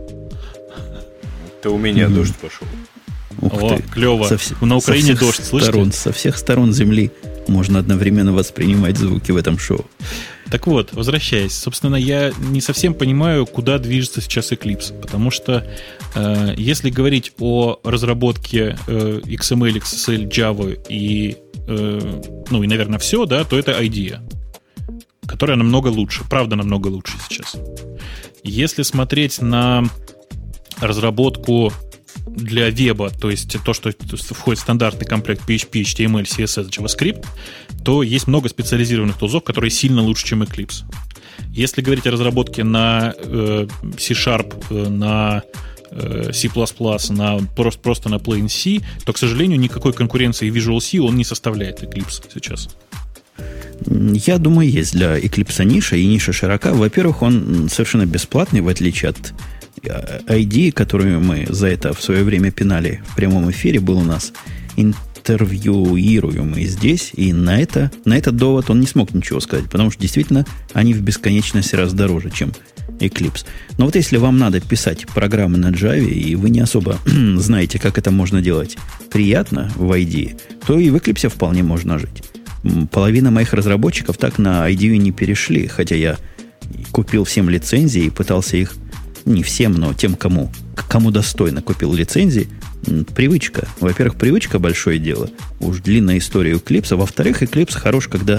[SPEAKER 3] Это у меня дождь пошел.
[SPEAKER 1] Ух ты.
[SPEAKER 2] Клево. На Украине дождь, слышите?
[SPEAKER 1] Со всех сторон земли можно одновременно воспринимать звуки в этом шоу.
[SPEAKER 2] Так вот, возвращаясь, собственно, я не совсем понимаю, куда движется сейчас Eclipse, потому что если говорить о разработке XML, XSL, Java и, ну и, наверное, все, да, то это IDEA, которая намного лучше, правда, намного лучше сейчас. Если смотреть на разработку для веба, то есть то, что входит в стандартный комплект PHP, HTML, CSS, JavaScript, то есть много специализированных тулзов, которые сильно лучше, чем Eclipse. Если говорить о разработке на C#, на C++, просто на Plain C, то, к сожалению, никакой конкуренции Visual C он не составляет Eclipse сейчас.
[SPEAKER 1] Я думаю, есть для Eclipse ниша, и ниша широка. Во-первых, он совершенно бесплатный, в отличие от ID, которую мы за это в свое время пинали в прямом эфире, был у нас интервьюируемый здесь, и на этот довод он не смог ничего сказать, потому что действительно они в бесконечность раз дороже, чем Eclipse. Но вот если вам надо писать программы на Java, и вы не особо знаете, как это можно делать приятно в IDE, то и в Eclipse вполне можно жить. Половина моих разработчиков так на IDE не перешли, хотя я купил всем лицензии и пытался их, не всем, но тем, кому достойно купил лицензии. Привычка. Во-первых, привычка — большое дело. Уж длинная история Eclipse. Во-вторых, Eclipse хорош, когда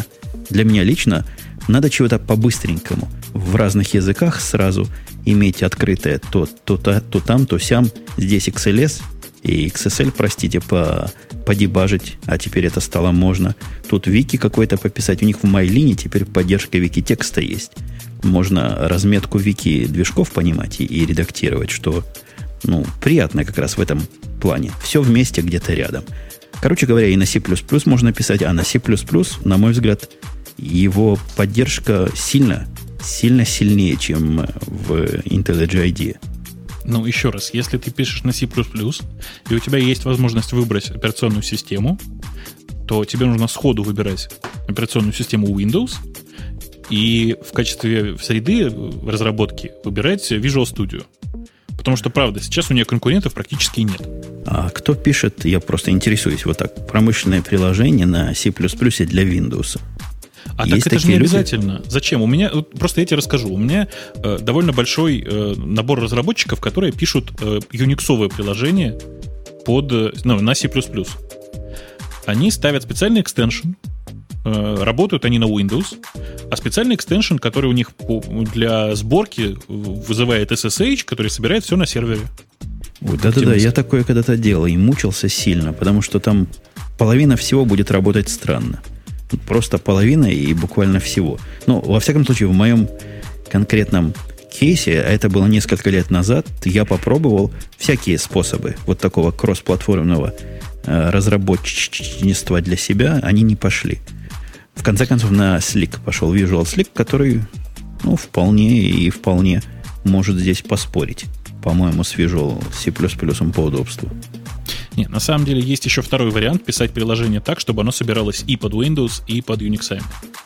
[SPEAKER 1] Для меня лично надо чего-то по-быстренькому. В разных языках сразу иметь открытое то там, то сям. Здесь XLS и XSL, простите, подебажить. А теперь это стало можно. Тут вики какой-то пописать. У них в MyLin теперь поддержка вики-текста есть. Можно разметку вики-движков понимать и редактировать, что приятно как раз в этом плане. Все вместе где-то рядом. Короче говоря, и на C++ можно писать, а на C++, на мой взгляд, его поддержка сильно сильнее, чем в IntelliJ IDEA.
[SPEAKER 2] Еще раз, если ты пишешь на C++, и у тебя есть возможность выбрать операционную систему, то тебе нужно сходу выбирать операционную систему Windows и в качестве среды разработки выбирать Visual Studio. Потому что, правда, сейчас у нее конкурентов практически нет.
[SPEAKER 1] А кто пишет, я просто интересуюсь, вот так, промышленное приложение на C++ для Windows?
[SPEAKER 2] А есть так это же не обязательно. Зачем? У меня, просто я тебе расскажу, у меня довольно большой набор разработчиков, которые пишут юниксовые приложения на C++. Они ставят специальный экстеншн, работают они на Windows, а специальный экстеншн, который у них для сборки вызывает SSH, который собирает все на сервере.
[SPEAKER 1] Да-да-да, я такое когда-то делал и мучился сильно, потому что там половина всего будет работать странно. Просто половина и буквально всего. Во всяком случае, в моем конкретном кейсе, а это было несколько лет назад, я попробовал всякие способы вот такого кроссплатформенного разработчества для себя, они не пошли. В конце концов, на Slick пошел Visual Slick, который, вполне может здесь поспорить, по-моему, с Visual C++ по удобству.
[SPEAKER 2] Нет, на самом деле есть еще второй вариант писать приложение так, чтобы оно собиралось и под Windows, и под Unix.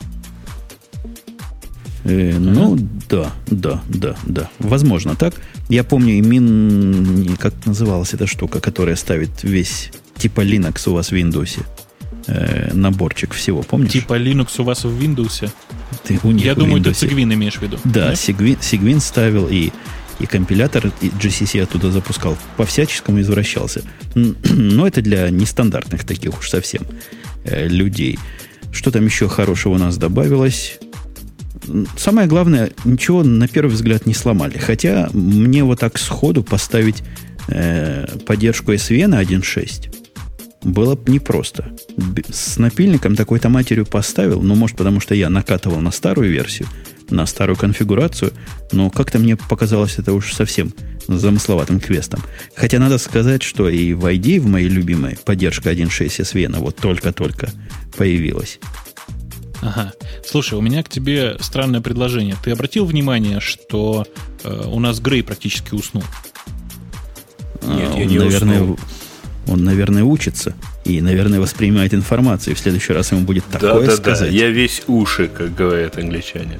[SPEAKER 1] Да. Возможно так. Я помню, как называлась эта штука, которая ставит весь типа Linux у вас в Windows. Наборчик всего, помнишь?
[SPEAKER 2] Типа Linux у вас в Windows?
[SPEAKER 1] Я
[SPEAKER 2] думаю, ты Cygwin имеешь в виду.
[SPEAKER 1] Да, Cygwin ставил и компилятор, и GCC оттуда запускал. По-всяческому извращался. Но это для нестандартных таких уж совсем людей. Что там еще хорошего у нас добавилось? Самое главное, ничего на первый взгляд не сломали. Хотя мне вот так сходу поставить поддержку SVN 1.6 было бы непросто. С напильником такой-то матерью поставил, может, потому что я накатывал на старую версию, на старую конфигурацию, но как-то мне показалось это уж совсем замысловатым квестом. Хотя надо сказать, что и в IDE, в моей любимой, поддержка 1.6 SVN вот только-только появилась.
[SPEAKER 2] Ага. Слушай, у меня к тебе странное предложение. Ты обратил внимание, что у нас Грей практически уснул?
[SPEAKER 3] Нет, я не уснул.
[SPEAKER 1] Он, наверное, учится и, наверное, воспринимает информацию. И в следующий раз ему будет такое сказать.
[SPEAKER 3] Да, я весь уши, как говорят англичане.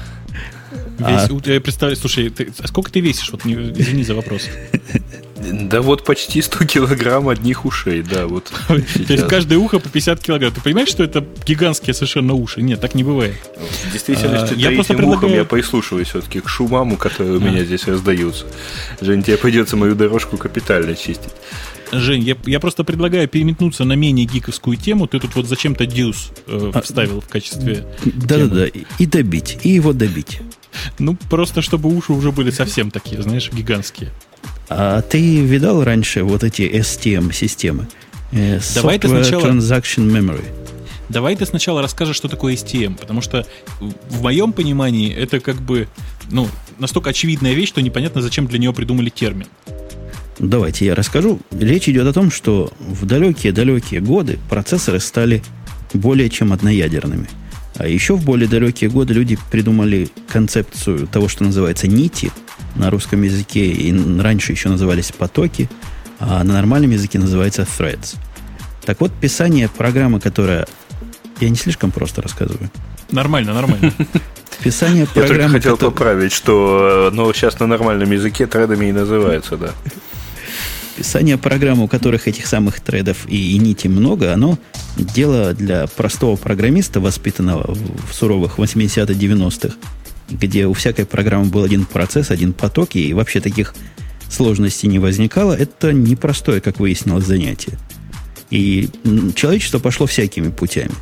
[SPEAKER 2] Я представляю, слушай, сколько ты весишь? Извини за вопрос.
[SPEAKER 3] Да вот почти 100 килограмм одних ушей, да. Вот.
[SPEAKER 2] То есть каждое ухо по 50 килограмм. Ты понимаешь, что это гигантские совершенно уши? Нет, так не бывает.
[SPEAKER 3] В действительности, третьим ухом я прислушиваюсь все-таки к шумам, которые у меня здесь раздаются. Жень, тебе придется мою дорожку капитально чистить.
[SPEAKER 2] Жень, я просто предлагаю переметнуться на менее гиковскую тему. Ты тут вот зачем-то Deuce вставил в качестве
[SPEAKER 1] Да-да-да, и добить, и его добить.
[SPEAKER 2] Просто чтобы уши уже были совсем такие, знаешь, гигантские.
[SPEAKER 1] А ты видал раньше вот эти STM-системы?
[SPEAKER 2] Давай ты сначала...
[SPEAKER 1] Transaction Memory.
[SPEAKER 2] Давай ты сначала расскажешь, что такое STM, потому что в моем понимании это как бы, настолько очевидная вещь, что непонятно, зачем для нее придумали термин.
[SPEAKER 1] Давайте я расскажу. Речь идет о том, что в далекие-далекие годы процессоры стали более чем одноядерными. А еще в более далекие годы люди придумали концепцию того, что называется нити на русском языке, и раньше еще назывались потоки, а на нормальном языке называется threads. Так вот, писание программы, которая... Я не слишком просто рассказываю.
[SPEAKER 2] Нормально.
[SPEAKER 1] Писание программы...
[SPEAKER 3] Я только хотел поправить, что сейчас на нормальном языке тредами и называется, да.
[SPEAKER 1] Писание программ, у которых этих самых тредов и нити много, оно дело для простого программиста, воспитанного в суровых 80-90-х, где у всякой программы был один процесс, один поток, и вообще таких сложностей не возникало. Это непростое, как выяснилось, занятие. И человечество пошло всякими путями.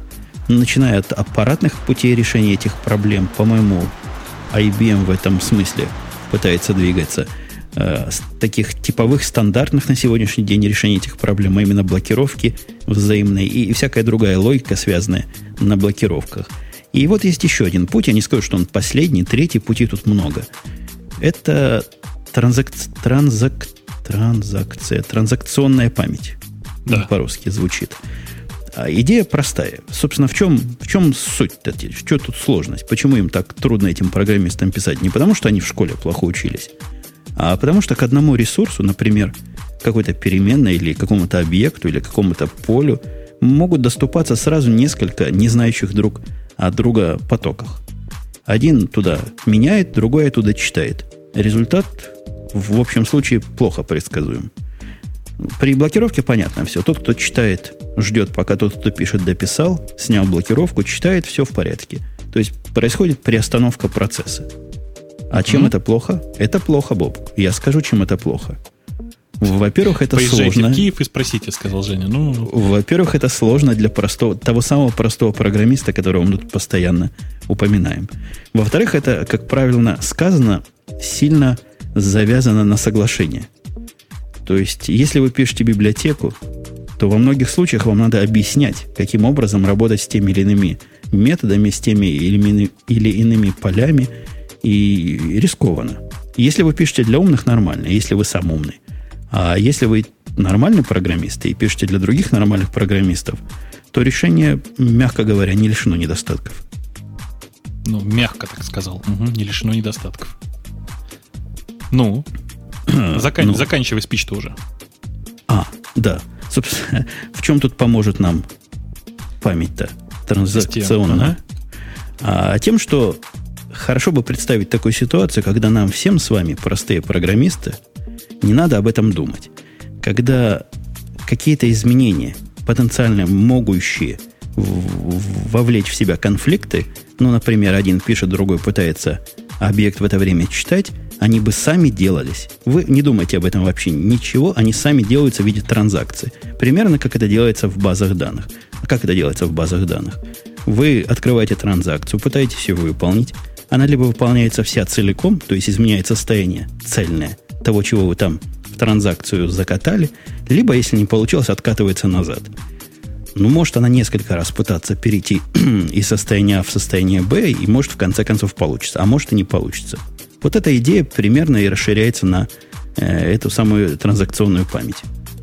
[SPEAKER 1] начиная от аппаратных путей решения этих проблем, по-моему, IBM в этом смысле пытается двигаться, с таких типовых, стандартных на сегодняшний день решений этих проблем, а именно блокировки взаимные и всякая другая логика, связанная на блокировках. И вот есть еще один путь, я не скажу, что он последний, третий, путей тут много. Это транзакционная память. Да. По-русски звучит. Идея простая. Собственно, в чем суть-то? Что тут сложность? Почему им так трудно, этим программистам, писать? Не потому, что они в школе плохо учились, а потому что к одному ресурсу, например, какой-то переменной или какому-то объекту или какому-то полю могут доступаться сразу несколько не знающих друг от друга потоках. Один туда меняет, другой оттуда читает. Результат в общем случае плохо предсказуем. При блокировке понятно все. Тот, кто читает, ждет, пока тот, кто пишет, дописал, снял блокировку, читает, все в порядке. То есть происходит приостановка процесса. А чем это плохо? Это плохо, Боб. Я скажу, чем это плохо. Во-первых, это
[SPEAKER 2] поезжайте
[SPEAKER 1] сложно.
[SPEAKER 2] В Киев и спросите, сказал Женя.
[SPEAKER 1] Во-первых, это сложно для того самого простого программиста, которого мы тут постоянно упоминаем. Во-вторых, это, как правильно сказано, сильно завязано на соглашение. То есть, если вы пишете библиотеку, то во многих случаях вам надо объяснять, каким образом работать с теми или иными методами, с теми или иными полями, и рискованно. Если вы пишете для умных, нормально, если вы сам умный. А если вы нормальный программист и пишете для других нормальных программистов, то решение, мягко говоря, не лишено недостатков.
[SPEAKER 2] Ну, мягко так сказал. Не лишено недостатков. Заканчивай спич-то уже.
[SPEAKER 1] Да. Собственно, в чем тут поможет нам память-то транзакционная? Тем, что хорошо бы представить такую ситуацию, когда нам всем с вами, простые программисты, не надо об этом думать. Когда какие-то изменения, потенциально могущие вовлечь в себя конфликты, например, один пишет, другой пытается объект в это время читать, они бы сами делались. Вы не думайте об этом вообще ничего, они сами делаются в виде транзакций. Примерно как это делается в базах данных. Как это делается в базах данных? Вы открываете транзакцию, пытаетесь ее выполнить, она либо выполняется вся целиком, то есть изменяет состояние цельное того, чего вы там в транзакцию закатали, либо, если не получилось, откатывается назад. Может она несколько раз пытаться перейти из состояния А в состояние Б, и может в конце концов получится, а может и не получится. Вот эта идея примерно и расширяется на эту самую транзакционную память.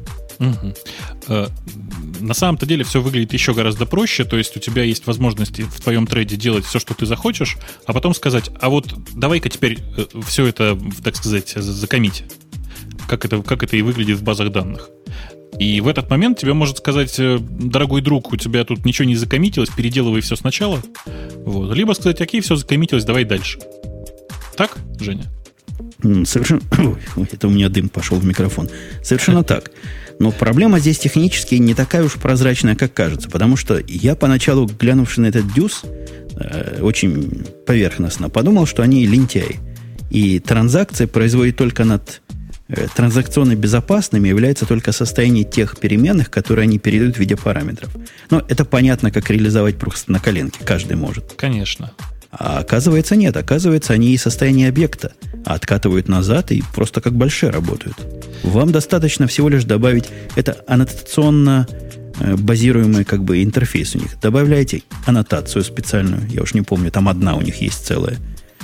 [SPEAKER 2] На самом-то деле все выглядит еще гораздо проще. То есть у тебя есть возможность в твоем трейде делать все, что ты захочешь, а потом сказать, а вот давай-ка теперь все это, так сказать, закоммить. Как это и выглядит в базах данных. И в этот момент тебе может сказать, дорогой друг, у тебя тут ничего не закоммитилось, переделывай все сначала. Вот. Либо сказать, окей, все закоммитилось, давай дальше. Так, Женя?
[SPEAKER 1] Совершенно... Ой, это у меня дым пошел в микрофон. Совершенно так. Но проблема здесь технически не такая уж прозрачная, как кажется. Потому что я поначалу, глянувши на этот дюз, очень поверхностно, подумал, что они лентяи. И транзакции производят только над транзакционно безопасными, является только состояние тех переменных, которые они передают в виде параметров. Но это понятно, как реализовать просто на коленке. Каждый может.
[SPEAKER 2] Конечно.
[SPEAKER 1] А оказывается, нет. Оказывается, они и состояние объекта откатывают назад и просто как большие работают. Вам достаточно всего лишь добавить... Это аннотационно базируемый интерфейс у них. Добавляете аннотацию специальную. Я уж не помню, там одна у них есть целая.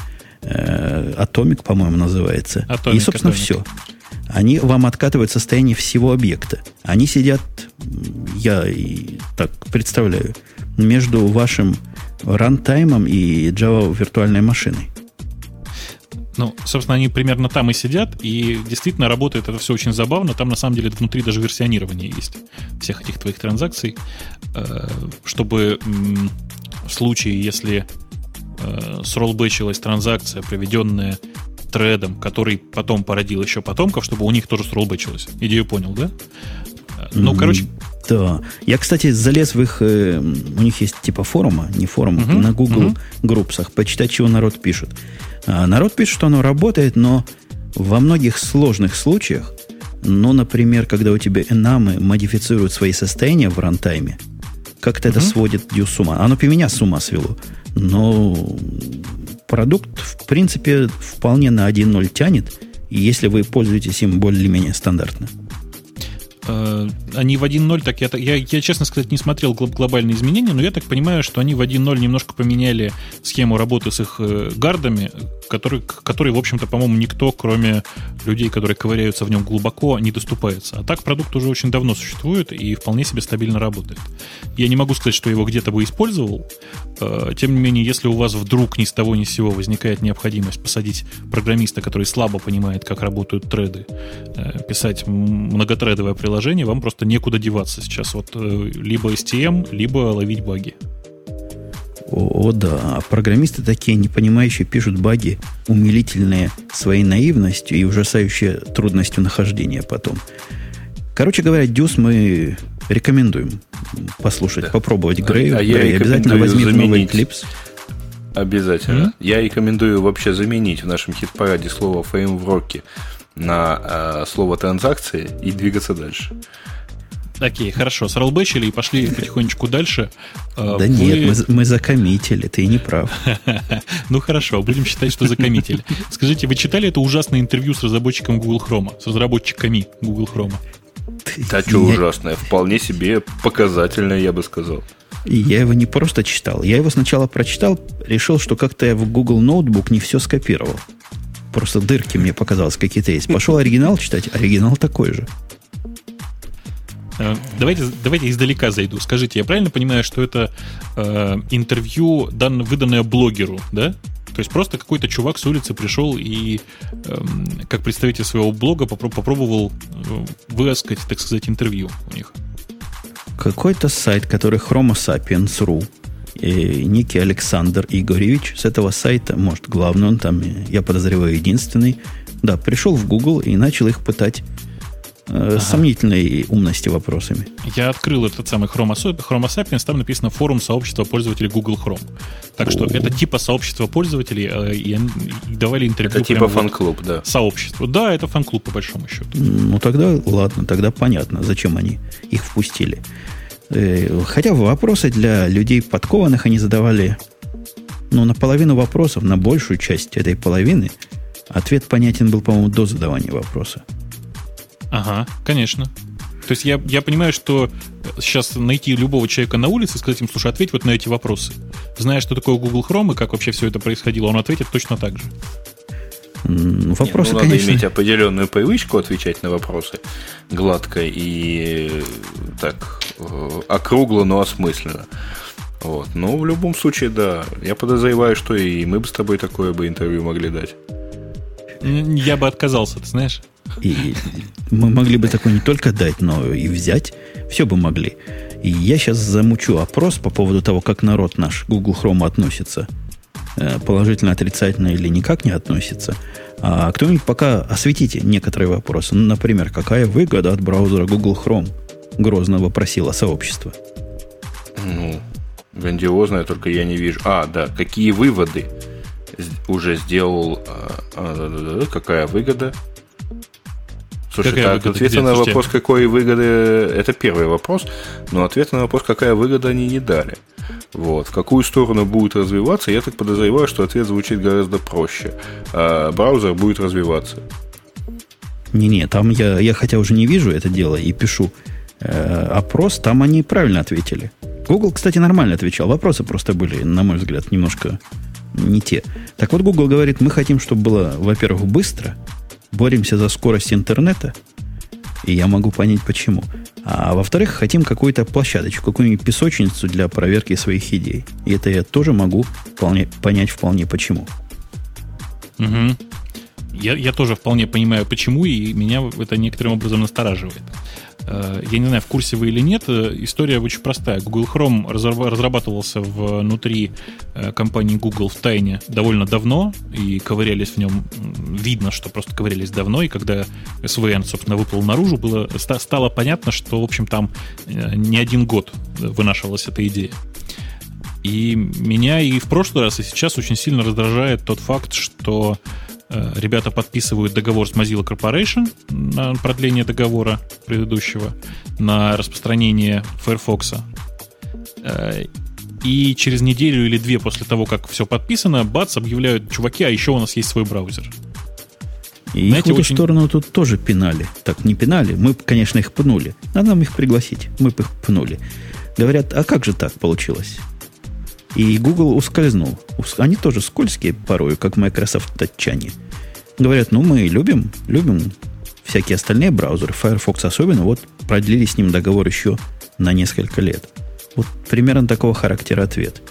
[SPEAKER 1] Atomic, по-моему, называется. И, собственно, все. Они вам откатывают состояние всего объекта. Они сидят, я так представляю, между вашим рантаймом и Java виртуальной машиной.
[SPEAKER 2] Собственно, они примерно там и сидят, и действительно работает это все очень забавно. Там, на самом деле, внутри даже версионирование есть всех этих твоих транзакций, чтобы в случае, если сроллбэчилась транзакция, проведенная тредом, который потом породил еще потомков, чтобы у них тоже сроллбэчилось. Идею понял, да? Короче...
[SPEAKER 1] Да. Я, кстати, залез в их... у них есть типа форума, не форума, на Google группсах, почитать, чего народ пишет. Народ пишет, что оно работает, но во многих сложных случаях, например, когда у тебя энамы модифицируют свои состояния в рантайме, Как-то это сводит Дюс с ума. Оно меня с ума свело. Но продукт, в принципе, вполне на 1.0 тянет, если вы пользуетесь им более-менее стандартно.
[SPEAKER 2] Они в 1.0, так я, честно сказать, не смотрел глобальные изменения, но я так понимаю, что они в 1.0 немножко поменяли схему работы с их гардами, которые, в общем-то, по-моему, никто, кроме людей, которые ковыряются в нем глубоко, не доступается. А так продукт уже очень давно существует и вполне себе стабильно работает. Я не могу сказать, что его где-то бы использовал. Тем не менее, если у вас вдруг ни с того ни с сего возникает необходимость посадить программиста, который слабо понимает, как работают треды, писать многотредовое приложение, вам просто некуда деваться сейчас. Вот либо STM, либо ловить баги.
[SPEAKER 1] О, да. А программисты такие, не понимающие, пишут баги, умилительные своей наивностью и ужасающие трудностью нахождения потом. Короче говоря, Дюс мы рекомендуем послушать, попробовать Грей. Грей обязательно возьмет новый клипс.
[SPEAKER 3] Обязательно. Я рекомендую вообще заменить в нашем хит-параде слово «фреймворки» на слово «транзакции» и двигаться дальше.
[SPEAKER 2] Окей, хорошо. Сролбэчили и пошли потихонечку дальше.
[SPEAKER 1] Да нет, мы закоммитили, ты не прав.
[SPEAKER 2] Ну хорошо, будем считать, что закоммитили. Скажите, вы читали это ужасное интервью с разработчиком Google Chrome, с разработчиками Google Chrome?
[SPEAKER 3] Да что ужасное, вполне себе показательное, я бы сказал.
[SPEAKER 1] И я его не просто читал. Я его сначала прочитал, решил, что как-то я в Google Ноутбук не все скопировал. Просто дырки мне показалось какие-то есть. Пошел оригинал читать, оригинал такой же.
[SPEAKER 2] Давайте издалека зайду. Скажите, я правильно понимаю, что это интервью, выданное блогеру, да? То есть просто какой-то чувак с улицы пришел и, как представитель своего блога, попробовал высказать, так сказать, интервью у них.
[SPEAKER 1] Какой-то сайт, который Homo Sapiens.ru, и некий Александр Игоревич с этого сайта, может, главный он там, я подозреваю, единственный, да, пришел в Google и начал их пытать сомнительной умности вопросами.
[SPEAKER 2] Я открыл этот самый Homo Sapiens, там написано «Форум сообщества пользователей Google Chrome». Так что это типа сообщества пользователей, и давали интервью.
[SPEAKER 3] Это типа фан-клуб, да.
[SPEAKER 2] Сообществу. Да, это фан-клуб по большому счету.
[SPEAKER 1] Ну тогда ладно, тогда понятно, зачем они их впустили. Хотя вопросы для людей подкованных они задавали, на половину вопросов, на большую часть этой половины ответ понятен был, по-моему, до задавания вопроса.
[SPEAKER 2] Ага, конечно. То есть я понимаю, что сейчас найти любого человека на улице и сказать им: слушай, ответь вот на эти вопросы. Зная, что такое Google Chrome и как вообще все это происходило, он ответит точно так же.
[SPEAKER 1] Вопросы,
[SPEAKER 3] надо
[SPEAKER 1] конечно,
[SPEAKER 3] иметь определенную привычку отвечать на вопросы гладко и так округло, но осмысленно. Вот. Но в любом случае, да, я подозреваю, что и мы бы с тобой такое бы интервью могли дать.
[SPEAKER 2] Я бы отказался, ты знаешь.
[SPEAKER 1] И мы могли бы такое не только дать, но и взять. Все бы могли. И я сейчас замучу опрос по поводу того, как народ наш Google Chrome относится. Положительно, отрицательно или никак не относится. А кто-нибудь пока осветите некоторые вопросы. Например, какая выгода от браузера Google Chrome? Грозно вопросило сообщество.
[SPEAKER 3] Грандиозное, только я не вижу. Да, какие выводы уже сделал... Какая выгода? Слушай, ответа на вопрос, какой выгоды, это первый вопрос, но ответа на вопрос, какая выгода, они не дали. Вот. В какую сторону будет развиваться, я так подозреваю, что ответ звучит гораздо проще. Браузер будет развиваться.
[SPEAKER 1] Не-не, там я хотя уже не вижу это дело и пишу опрос, там они правильно ответили. Google, кстати, нормально отвечал. Вопросы просто были, на мой взгляд, немножко не те. Так вот, Google говорит, мы хотим, чтобы было, во-первых, быстро, боремся за скорость интернета, и я могу понять, почему. А во-вторых, хотим какую-то площадочку, какую-нибудь песочницу для проверки своих идей. И это я тоже могу понять вполне, почему.
[SPEAKER 2] Угу. Я тоже вполне понимаю, почему, и меня это некоторым образом настораживает. Я не знаю, в курсе вы или нет, история очень простая. Google Chrome разрабатывался внутри компании Google в тайне довольно давно, и ковырялись в нем, видно, что просто ковырялись давно, и когда SVN, собственно, выплыл наружу, стало понятно, что, в общем, там не один год вынашивалась эта идея. И меня и в прошлый раз, и сейчас очень сильно раздражает тот факт, что ребята подписывают договор с Mozilla Corporation на продление договора предыдущего, на распространение Firefox. И через неделю или две после того, как все подписано, бац, объявляют: чуваки, а еще у нас есть свой браузер.
[SPEAKER 1] И знаете, их в эту сторону тут тоже пинали. Так, не пинали, мы, конечно, их пнули. Надо нам их пригласить, мы бы их пнули. Говорят, а как же так получилось? И Google ускользнул. Они тоже скользкие порою, как Microsoft-тачане. Говорят, мы любим всякие остальные браузеры, Firefox особенно, вот продлили с ним договор еще на несколько лет. Вот примерно такого характера ответ.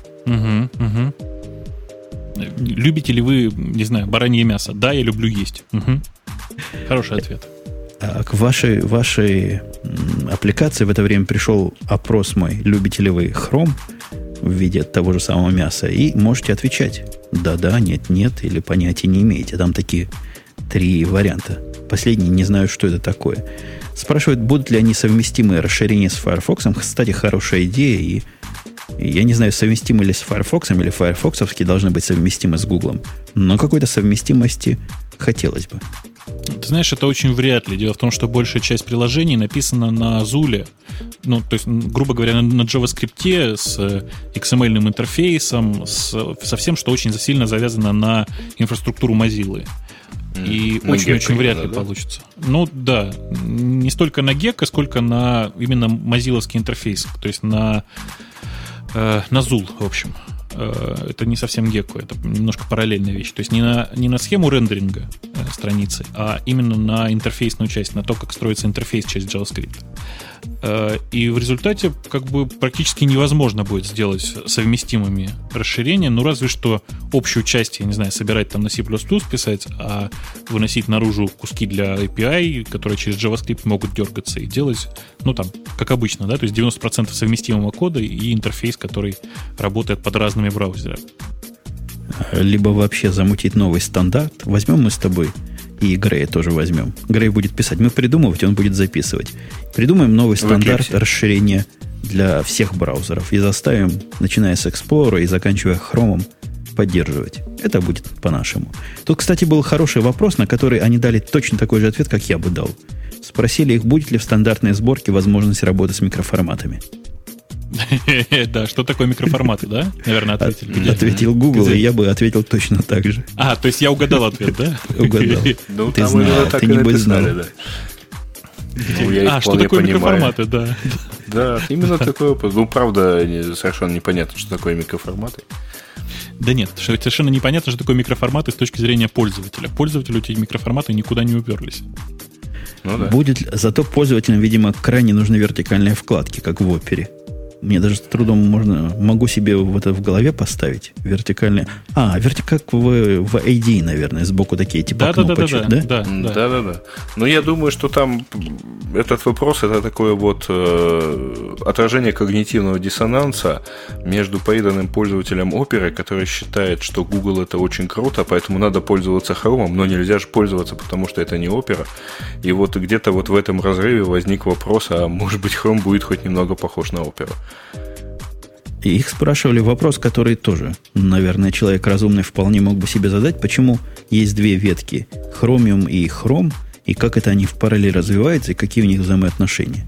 [SPEAKER 2] Любите ли вы, не знаю, баранье мясо? Да, я люблю есть. Хороший ответ.
[SPEAKER 1] А к вашей аппликации в это время пришел опрос мой: любите ли вы Chrome в виде того же самого мяса? И можете отвечать: да, нет, или понятия не имеете. Там такие 3 варианта. Последний не знаю, что это такое. Спрашивают, будут ли они совместимы расширения с Firefox. Кстати, хорошая идея. И я не знаю, совместимы ли с Firefox, или файрфоксовские должны быть совместимы с Google. Но какой-то совместимости хотелось бы.
[SPEAKER 2] Ты знаешь, это очень вряд ли. Дело в том, что большая часть приложений написана на Zule. То есть, грубо говоря, на JavaScript с XML-ным интерфейсом, со всем, что очень сильно завязано на инфраструктуру Mozilla. И очень-очень вряд ли получится. Да, не столько на Gecko, сколько на именно мозилловский интерфейс. То есть на Zul, в общем. Это не совсем Gecko, это немножко параллельная вещь. То есть не на схему рендеринга страницы, а именно на интерфейсную часть, на то, как строится интерфейс через JavaScript. И в результате практически невозможно будет сделать совместимыми расширения, разве что общую часть, я не знаю, собирать там на C++ писать, а выносить наружу куски для API, которые через JavaScript могут дергаться, и делать, как обычно, да, то есть 90% совместимого кода и интерфейс, который работает под разными браузерами.
[SPEAKER 1] Либо вообще замутить новый стандарт. Возьмем мы с тобой, и Грея тоже возьмем. Грей будет писать. Мы придумывать, он будет записывать. Придумаем новый стандарт расширения для всех браузеров и заставим, начиная с Explorer и заканчивая Chrome, поддерживать. Это будет по-нашему. Тут, кстати, был хороший вопрос, на который они дали точно такой же ответ, как я бы дал. Спросили их, будет ли в стандартной сборке возможность работы с микроформатами.
[SPEAKER 2] Да, что такое микроформаты, да? Наверное, ответили.
[SPEAKER 1] Ответил Google, и я бы ответил точно так же.
[SPEAKER 2] То есть я угадал ответ, да?
[SPEAKER 1] Угадал. Ты знал, ты небось знал.
[SPEAKER 2] Что такое микроформаты, да.
[SPEAKER 3] Да, именно такой опыт. Правда, совершенно непонятно, что такое микроформаты.
[SPEAKER 2] Да нет, совершенно непонятно, что такое микроформаты с точки зрения пользователя. Пользователю эти микроформаты никуда не уперлись.
[SPEAKER 1] Будет, зато пользователям, видимо, крайне нужны вертикальные вкладки, как в Опере. Мне даже с трудом могу себе в голове поставить вертикальные. Как в AD, наверное, сбоку такие типа кнопочек, да?
[SPEAKER 3] Да. Но я думаю, что там этот вопрос, это такое отражение когнитивного диссонанса между преданным пользователем Opera, который считает, что Google это очень круто, поэтому надо пользоваться Chrome, но нельзя же пользоваться, потому что это не Opera. И где-то в этом разрыве возник вопрос, а может быть Chrome будет хоть немного похож на Opera.
[SPEAKER 1] И их спрашивали вопрос, который тоже, наверное, человек разумный вполне мог бы себе задать, почему есть 2 ветки, Chromium и Chrome, и как это они в параллель развиваются, и какие у них взаимоотношения.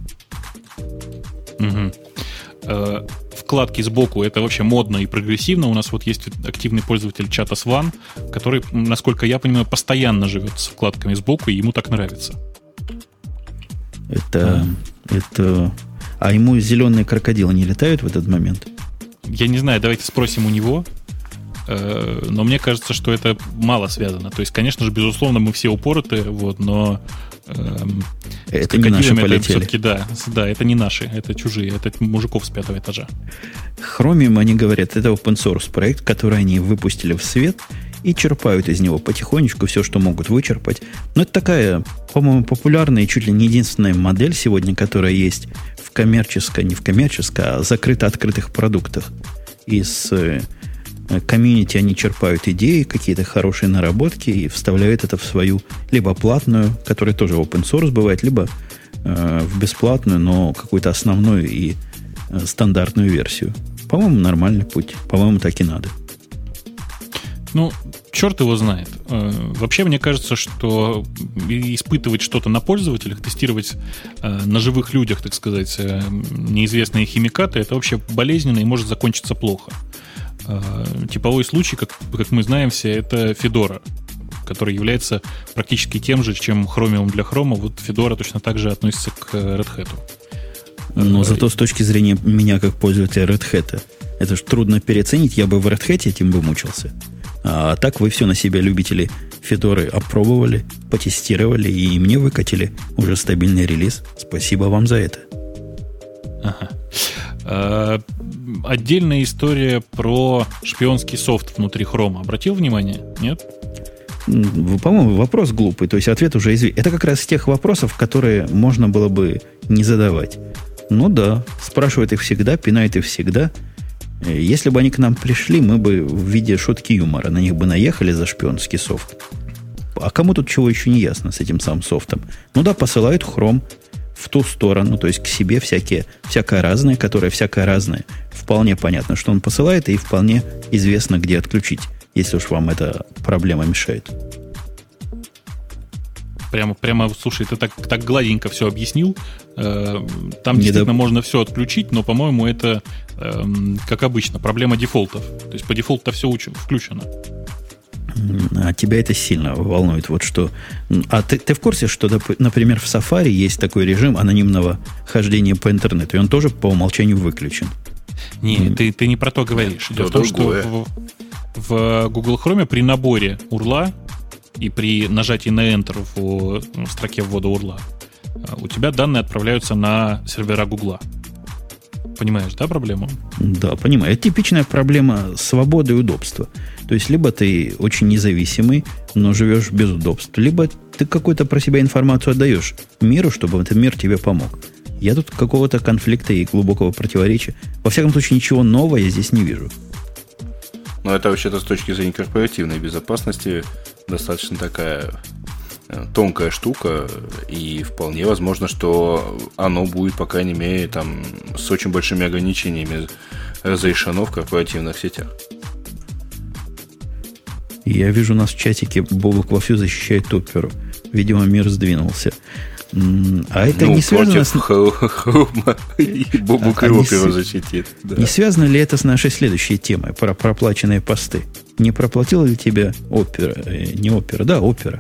[SPEAKER 2] Вкладки сбоку — это вообще модно и прогрессивно. У нас есть активный пользователь чата Swan, который, насколько я понимаю, постоянно живет с вкладками сбоку, и ему так нравится. А
[SPEAKER 1] ему зеленые крокодилы не летают в этот момент?
[SPEAKER 2] Я не знаю, давайте спросим у него. Но мне кажется, что это мало связано. То есть, конечно же, безусловно, мы все упороты, но
[SPEAKER 1] это не наши полетели.
[SPEAKER 2] Все-таки, да, это не наши, это чужие, это мужиков с 5-го этажа.
[SPEAKER 1] Chromium, они говорят, это open source проект, который они выпустили в свет и черпают из него потихонечку все, что могут вычерпать. Но это такая, по-моему, популярная и чуть ли не единственная модель сегодня, которая есть в не в коммерческой, а закрыто-открытых продуктах. Из комьюнити они черпают идеи, какие-то хорошие наработки и вставляют это в свою либо платную, которая тоже open source бывает, либо в бесплатную, но какую-то основную и стандартную версию. По-моему, нормальный путь. По-моему, так и надо.
[SPEAKER 2] черт его знает. Вообще, мне кажется, что испытывать что-то на пользователях, тестировать на живых людях, так сказать, неизвестные химикаты, это вообще болезненно и может закончиться плохо. Типовой случай, как мы знаем все, это Fedora, который является практически тем же, чем Chromium для Chrome. Вот Fedora точно так же относится к Red Hat.
[SPEAKER 1] Но зато с точки зрения меня, как пользователя Red Hat, это же трудно переоценить. Я бы в Red Hat этим бы мучился. А так вы все на себя, любители Fedora, опробовали, потестировали и мне выкатили уже стабильный релиз. Спасибо вам за это.
[SPEAKER 2] Ага. Отдельная история про шпионский софт внутри Chrome. Обратил внимание? Нет?
[SPEAKER 1] По-моему, вопрос глупый. То есть ответ уже известен. Это как раз из тех вопросов, которые можно было бы не задавать. Ну да, спрашивают их всегда, пинают их всегда. Если бы они к нам пришли, мы бы в виде шутки юмора на них бы наехали за шпионский софт. А кому тут чего еще не ясно с этим самым софтом? Ну да, посылают Chrome в ту сторону, то есть к себе всякое разное, которое всякое разное. Вполне понятно, что он посылает, и вполне известно, где отключить, если уж вам эта проблема мешает.
[SPEAKER 2] Прямо, слушай, ты так гладенько все объяснил. Там действительно можно все отключить, но, по-моему, это, как обычно, проблема дефолтов. То есть по дефолту все включено.
[SPEAKER 1] А тебя это сильно волнует. Вот что. А ты в курсе, что, например, в Safari есть такой режим анонимного хождения по интернету, и он тоже по умолчанию выключен?
[SPEAKER 2] Не, ты не про то говоришь. Дело в том, что в Google Chrome при наборе URL и при нажатии на Enter в строке ввода URL у тебя данные отправляются на сервера Гугла. Понимаешь, да, проблему?
[SPEAKER 1] Да, понимаю. Это типичная проблема свободы и удобства. То есть, либо ты очень независимый, но живешь без удобств, либо ты какую-то про себя информацию отдаешь миру, чтобы этот мир тебе помог. Я тут какого-то конфликта и глубокого противоречия. Во всяком случае, ничего нового я здесь не вижу.
[SPEAKER 3] Но это вообще-то с точки зрения корпоративной безопасности достаточно такая тонкая штука, и вполне возможно, что оно будет, по крайней мере, там, с очень большими ограничениями разрешено в корпоративных сетях.
[SPEAKER 1] Я вижу, у нас в чатике Бобук вовсю защищает Оперу. Видимо, мир сдвинулся. А это не связано с...
[SPEAKER 3] Хрома и Бобук и Оперу защитит. Да.
[SPEAKER 1] Не связано ли это с нашей следующей темой про проплаченные посты? Не проплатила ли тебя Опера? Не Опера, да, Опера.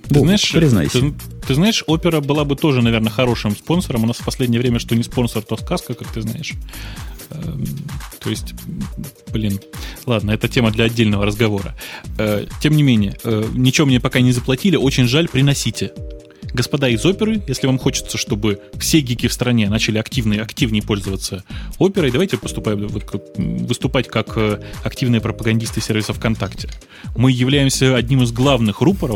[SPEAKER 2] Ты знаешь, Опера была бы тоже, наверное, хорошим спонсором. У нас в последнее время, что не спонсор, то сказка, как ты знаешь. То есть, ладно, это тема для отдельного разговора. Тем не менее, ничего мне пока не заплатили. Очень жаль, приносите. Господа из Оперы, если вам хочется, чтобы все гики в стране начали активнее пользоваться Оперой, давайте выступать как активные пропагандисты сервиса ВКонтакте. Мы являемся одним из главных рупоров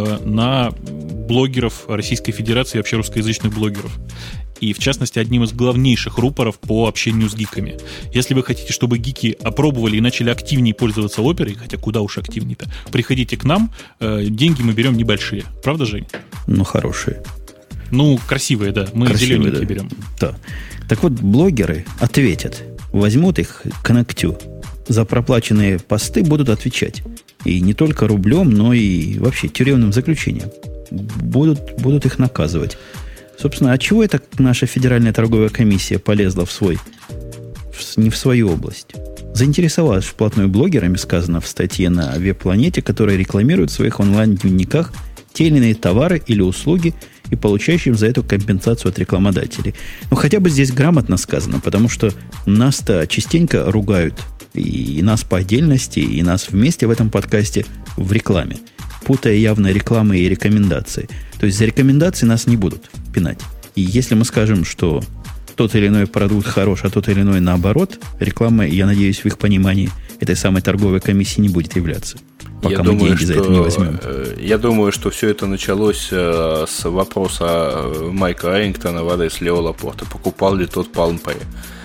[SPEAKER 2] на блогеров Российской Федерации и вообще русскоязычных блогеров. И, в частности, одним из главнейших рупоров по общению с гиками. Если вы хотите, чтобы гики опробовали и начали активнее пользоваться Оперой, хотя куда уж активнее-то, приходите к нам, деньги мы берем небольшие. Правда, Жень?
[SPEAKER 1] Ну, хорошие.
[SPEAKER 2] Ну, красивые, да. Мы зелененькие берем.
[SPEAKER 1] Да. Так вот, блогеры ответят. Возьмут их к ногтю. За проплаченные посты будут отвечать. И не только рублем, но и вообще тюремным заключением. Будут их наказывать. Собственно, от чего это наша Федеральная торговая комиссия полезла не в свою область? Заинтересовалась вплотную блогерами, сказано в статье на Веб-планете, которые рекламируют в своих онлайн-дневниках те или иные товары или услуги и получающим за это компенсацию от рекламодателей. Ну, хотя бы здесь грамотно сказано, потому что нас-то частенько ругают, и нас по отдельности, и нас вместе в этом подкасте в рекламе, путая явно рекламы и рекомендации. То есть за рекомендации нас не будут пинать. И если мы скажем, что тот или иной продукт хорош, а тот или иной наоборот, реклама, я надеюсь, в их понимании этой самой торговой комиссии не будет являться. Пока мы деньги за это не возьмем.
[SPEAKER 3] Я думаю, что все это началось с вопроса Майка Арингтона в адрес Лео Лапорта. Покупал ли тот Palm Pre?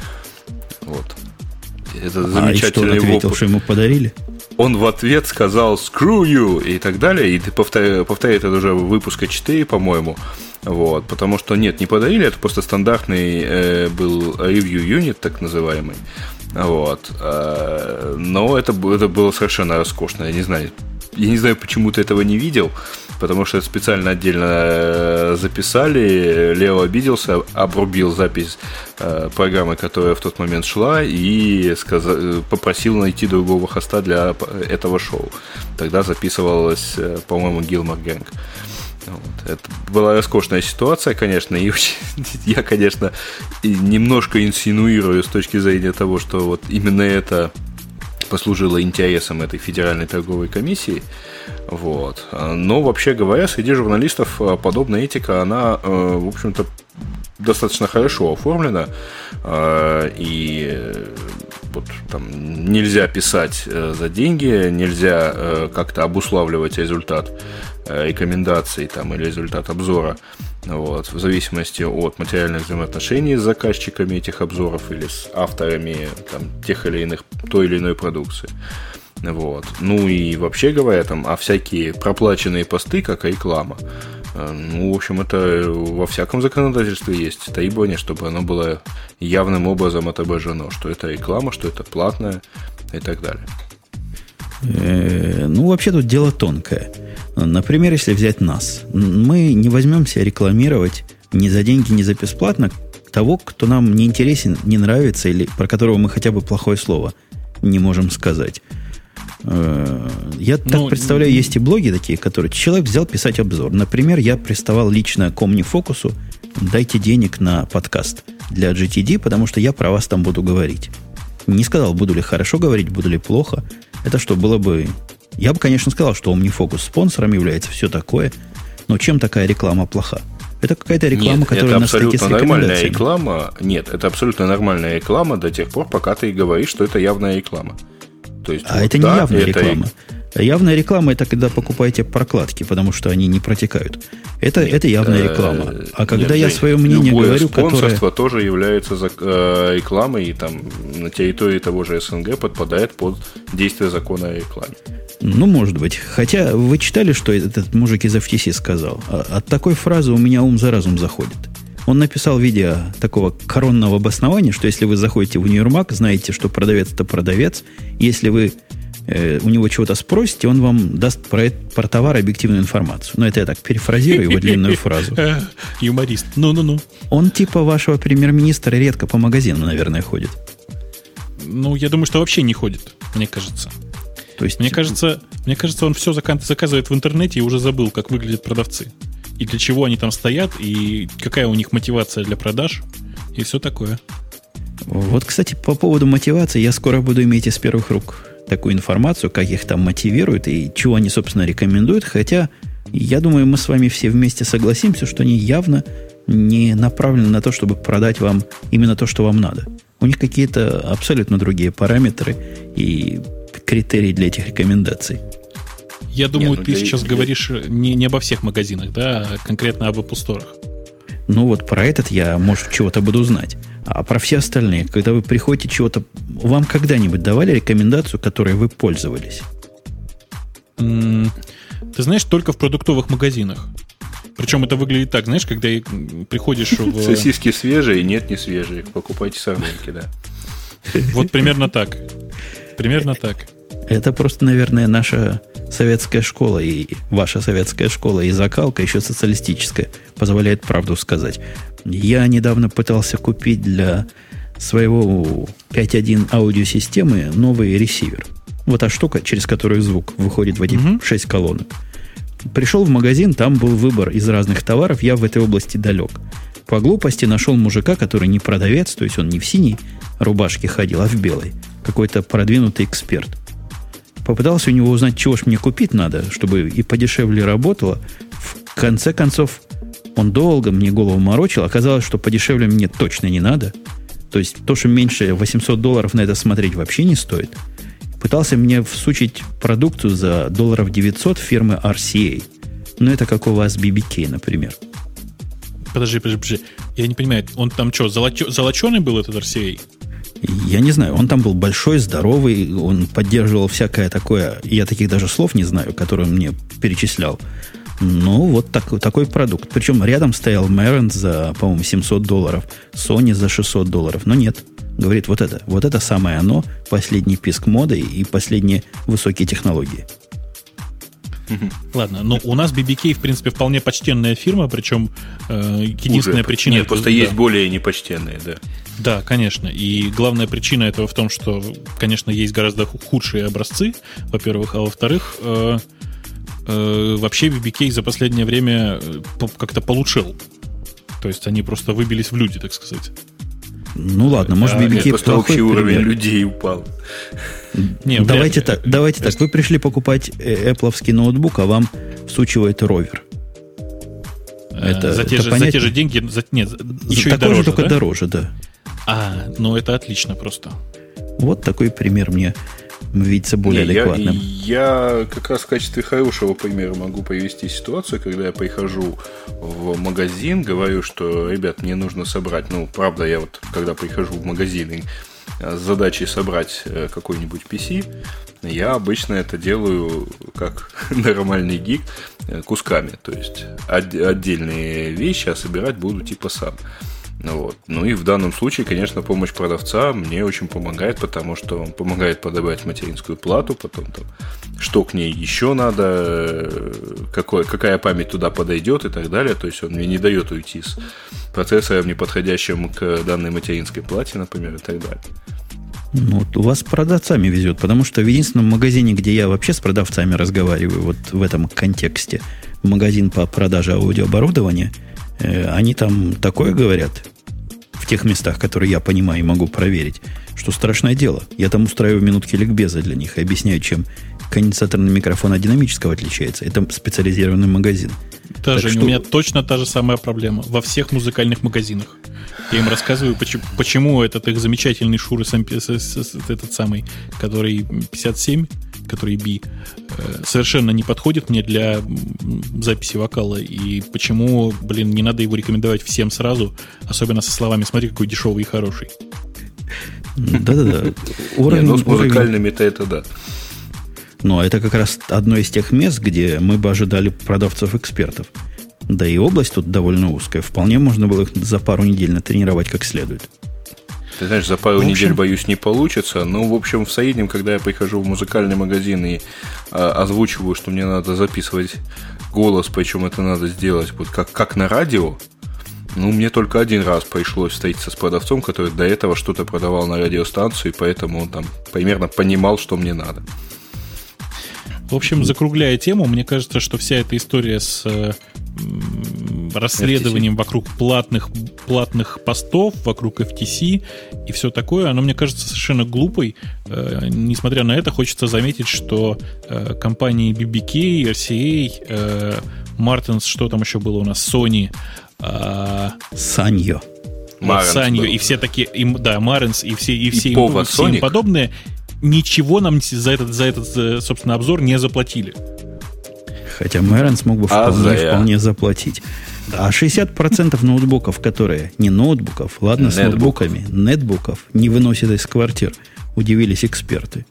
[SPEAKER 3] Вот. Это замечательный
[SPEAKER 1] и что он ответил, что ему подарили?
[SPEAKER 3] Он в ответ сказал «screw you» и так далее. И ты повторяет это уже выпуска 4, по-моему. Вот, потому что нет, не подарили, это просто стандартный был review unit, так называемый. Вот. Но это было совершенно роскошно. Я не знаю, я не знаю, почему ты этого не видел, потому что это специально отдельно записали. Лео обиделся, обрубил запись программы, которая в тот момент шла, и попросил найти другого хоста для этого шоу. Тогда записывалась, по-моему, Гилмор Гэнг. Вот. Это была роскошная ситуация, конечно, и я, конечно, немножко инсинуирую с точки зрения того, что вот именно это послужило интересом этой Федеральной торговой комиссии. Вот. Но, вообще говоря, среди журналистов подобная этика, она, в общем-то, достаточно хорошо оформлена. И вот, там, нельзя писать за деньги, нельзя как-то обуславливать результат рекомендаций там, или результат обзора, вот, в зависимости от материальных взаимоотношений с заказчиками этих обзоров или с авторами там, тех или иных, той или иной продукции. Вот. Ну и вообще говоря, там, а всякие проплаченные посты, как реклама, ну, в общем, это во всяком законодательстве есть требование, чтобы оно было явным образом отображено, что это реклама, что это платное и так далее.
[SPEAKER 1] Ну, вообще тут дело тонкое. Например, если взять нас, мы не возьмемся рекламировать ни за деньги, ни за бесплатно того, кто нам не интересен, не нравится, или про которого мы хотя бы плохое слово не можем сказать. Я так представляю, есть и блоги такие, которые человек взял писать обзор. Например, я приставал лично к OmniFocus: дайте денег на подкаст для GTD, потому что я про вас там буду говорить. Не сказал, буду ли хорошо говорить, буду ли плохо. Это что, было бы... Я бы, конечно, сказал, что OmniFocus спонсором является, все такое, но чем такая реклама плоха? Это какая-то реклама, которая на стыке с рекомендациями.
[SPEAKER 3] Реклама. Нет, это абсолютно нормальная реклама до тех пор, пока ты говоришь, что это явная реклама. То есть,
[SPEAKER 1] вот, это не явная реклама. Явная реклама – это когда покупаете прокладки, потому что они не протекают. Это явная реклама. А когда я свое мнение говорю, которое...
[SPEAKER 3] спонсорство тоже является рекламой, и там на территории того же СНГ подпадает под действие закона о рекламе.
[SPEAKER 1] Ну, может быть. Хотя вы читали, что этот мужик из FTC сказал? От такой фразы у меня ум за разум заходит. Он написал в виде такого коронного обоснования, что если вы заходите в универмаг, знаете, что продавец – это продавец. Если вы у него чего-то спросите, он вам даст про товар объективную информацию. Но это я так перефразирую его длинную фразу.
[SPEAKER 2] Юморист. Ну.
[SPEAKER 1] Он типа вашего премьер-министра редко по магазину, наверное, ходит.
[SPEAKER 2] Ну, я думаю, что вообще не ходит, мне кажется. То есть, мне кажется, он все заказывает в интернете и уже забыл, как выглядят продавцы. И для чего они там стоят, и какая у них мотивация для продаж, и все такое.
[SPEAKER 1] Вот, кстати, по поводу мотивации, я скоро буду иметь из первых рук такую информацию, как их там мотивируют и чего они, собственно, рекомендуют. Хотя, я думаю, мы с вами все вместе согласимся, что они явно не направлены на то, чтобы продать вам именно то, что вам надо. У них какие-то абсолютно другие параметры и критерии для этих рекомендаций.
[SPEAKER 2] Я думаю, ты сейчас говоришь не обо всех магазинах, да, а конкретно об Apple Store.
[SPEAKER 1] Ну вот про этот я, может, чего-то буду знать. А про все остальные, когда вы приходите чего-то... Вам когда-нибудь давали рекомендацию, которой вы пользовались?
[SPEAKER 2] Ты знаешь, только в продуктовых магазинах. Причем это выглядит так, знаешь, когда приходишь в...
[SPEAKER 3] Сосиски свежие, нет, не свежие. Покупайте сардинки, да.
[SPEAKER 2] Вот примерно так. Примерно так.
[SPEAKER 1] Это просто, наверное, наша советская школа и ваша советская школа и закалка еще социалистическая позволяет правду сказать. Я недавно пытался купить для своего 5.1 аудиосистемы новый ресивер. Вот та штука, через которую звук выходит в эти 6 колонок. Пришел в магазин, там был выбор из разных товаров, я в этой области далек. По глупости нашел мужика, который не продавец, то есть он не в синей рубашке ходил, а в белой. Какой-то продвинутый эксперт. Попытался у него узнать, чего ж мне купить надо, чтобы и подешевле работало. В конце концов, он долго мне голову морочил. Оказалось, что подешевле мне точно не надо. То есть то, что меньше $800 на это смотреть вообще не стоит. Пытался мне всучить продукцию за $900 фирмы RCA. Но это как у вас BBK, например.
[SPEAKER 2] Подожди. Я не понимаю, он там что, золоченый был этот RCA?
[SPEAKER 1] Я не знаю, он там был большой, здоровый, он поддерживал всякое такое, я таких даже слов не знаю, которые он мне перечислял. Ну, вот такой продукт. Причем рядом стоял Marantz за, по-моему, $700, Sony за $600. Но нет, говорит, вот это самое оно, последний писк моды и последние высокие технологии.
[SPEAKER 2] Ладно, но у нас BBK, в принципе, вполне почтенная фирма, причем единственная причина...
[SPEAKER 3] Нет, просто есть более непочтенные, да.
[SPEAKER 2] Да, конечно. И главная причина этого в том, что, конечно, есть гораздо худшие образцы, во-первых, а во-вторых, вообще BBK за последнее время как-то получил. То есть они просто выбились в люди, так сказать.
[SPEAKER 1] Ну ладно, может, BBK
[SPEAKER 3] просто общий уровень людей упал.
[SPEAKER 1] Не, давайте так. Вы пришли покупать Apple-овский ноутбук, а вам всучивает ровер.
[SPEAKER 2] За те же деньги, еще и
[SPEAKER 1] дороже, только
[SPEAKER 2] да?
[SPEAKER 1] дороже, да.
[SPEAKER 2] Ну это отлично просто.
[SPEAKER 1] Вот такой пример мне видится более адекватным.
[SPEAKER 3] Я как раз в качестве хорошего примера могу привести ситуацию, когда я прихожу в магазин, говорю, что, ребят, мне нужно собрать, правда, я вот когда прихожу в магазин с задачей собрать какой-нибудь PC, я обычно это делаю как нормальный гик кусками, то есть отдельные вещи, а собирать буду типа сам. Вот. Ну и в данном случае, конечно, помощь продавца мне очень помогает, потому что он помогает подобрать материнскую плату, потом там, что к ней еще надо, какая память туда подойдет и так далее. То есть он мне не дает уйти с процессором, не подходящим к данной материнской плате, например, и так далее.
[SPEAKER 1] Ну, у вас с продавцами везет, потому что в единственном магазине, где я вообще с продавцами разговариваю, вот в этом контексте, магазин по продаже аудиооборудования, они там такое говорят в тех местах, которые я понимаю и могу проверить, что страшное дело. Я там устраиваю минутки ликбеза для них и объясняю, чем конденсаторный микрофон от динамического отличается. Это специализированный магазин.
[SPEAKER 2] У меня точно та же самая проблема во всех музыкальных магазинах. Я им рассказываю, почему этот их замечательный Shure этот самый, который 57, который B, совершенно не подходит мне для записи вокала. И почему, не надо его рекомендовать всем сразу, особенно со словами «смотри, какой дешевый и хороший».
[SPEAKER 1] Да-да-да.
[SPEAKER 3] С музыкальными-то это да.
[SPEAKER 1] Но это как раз одно из тех мест, где мы бы ожидали продавцов-экспертов. Да и область тут довольно узкая. Вполне можно было их за пару недель натренировать как следует.
[SPEAKER 3] Ты знаешь, за пару недель, боюсь, не получится. Но, в общем, в среднем, когда я прихожу в музыкальный магазин и озвучиваю, что мне надо записывать голос, причем это надо сделать вот как на радио, мне только один раз пришлось встретиться с продавцом, который до этого что-то продавал на радиостанцию, и поэтому он там примерно понимал, что мне надо.
[SPEAKER 2] В общем, закругляя тему, мне кажется, что вся эта история с расследованием вокруг платных постов, вокруг FTC и все такое, оно, мне кажется, совершенно глупой. Несмотря на это, хочется заметить, что компании BBK, RCA, Martins, что там еще было у нас, Sony,
[SPEAKER 1] Sanyo
[SPEAKER 2] и все такие, Marantz и все им подобные, ничего нам за этот, собственно, обзор не заплатили.
[SPEAKER 1] Хотя Marantz мог бы вполне заплатить. А 60% ноутбуков, которые не ноутбуков, ладно, с ноутбуками, нетбуков, не выносят из квартир, удивились эксперты.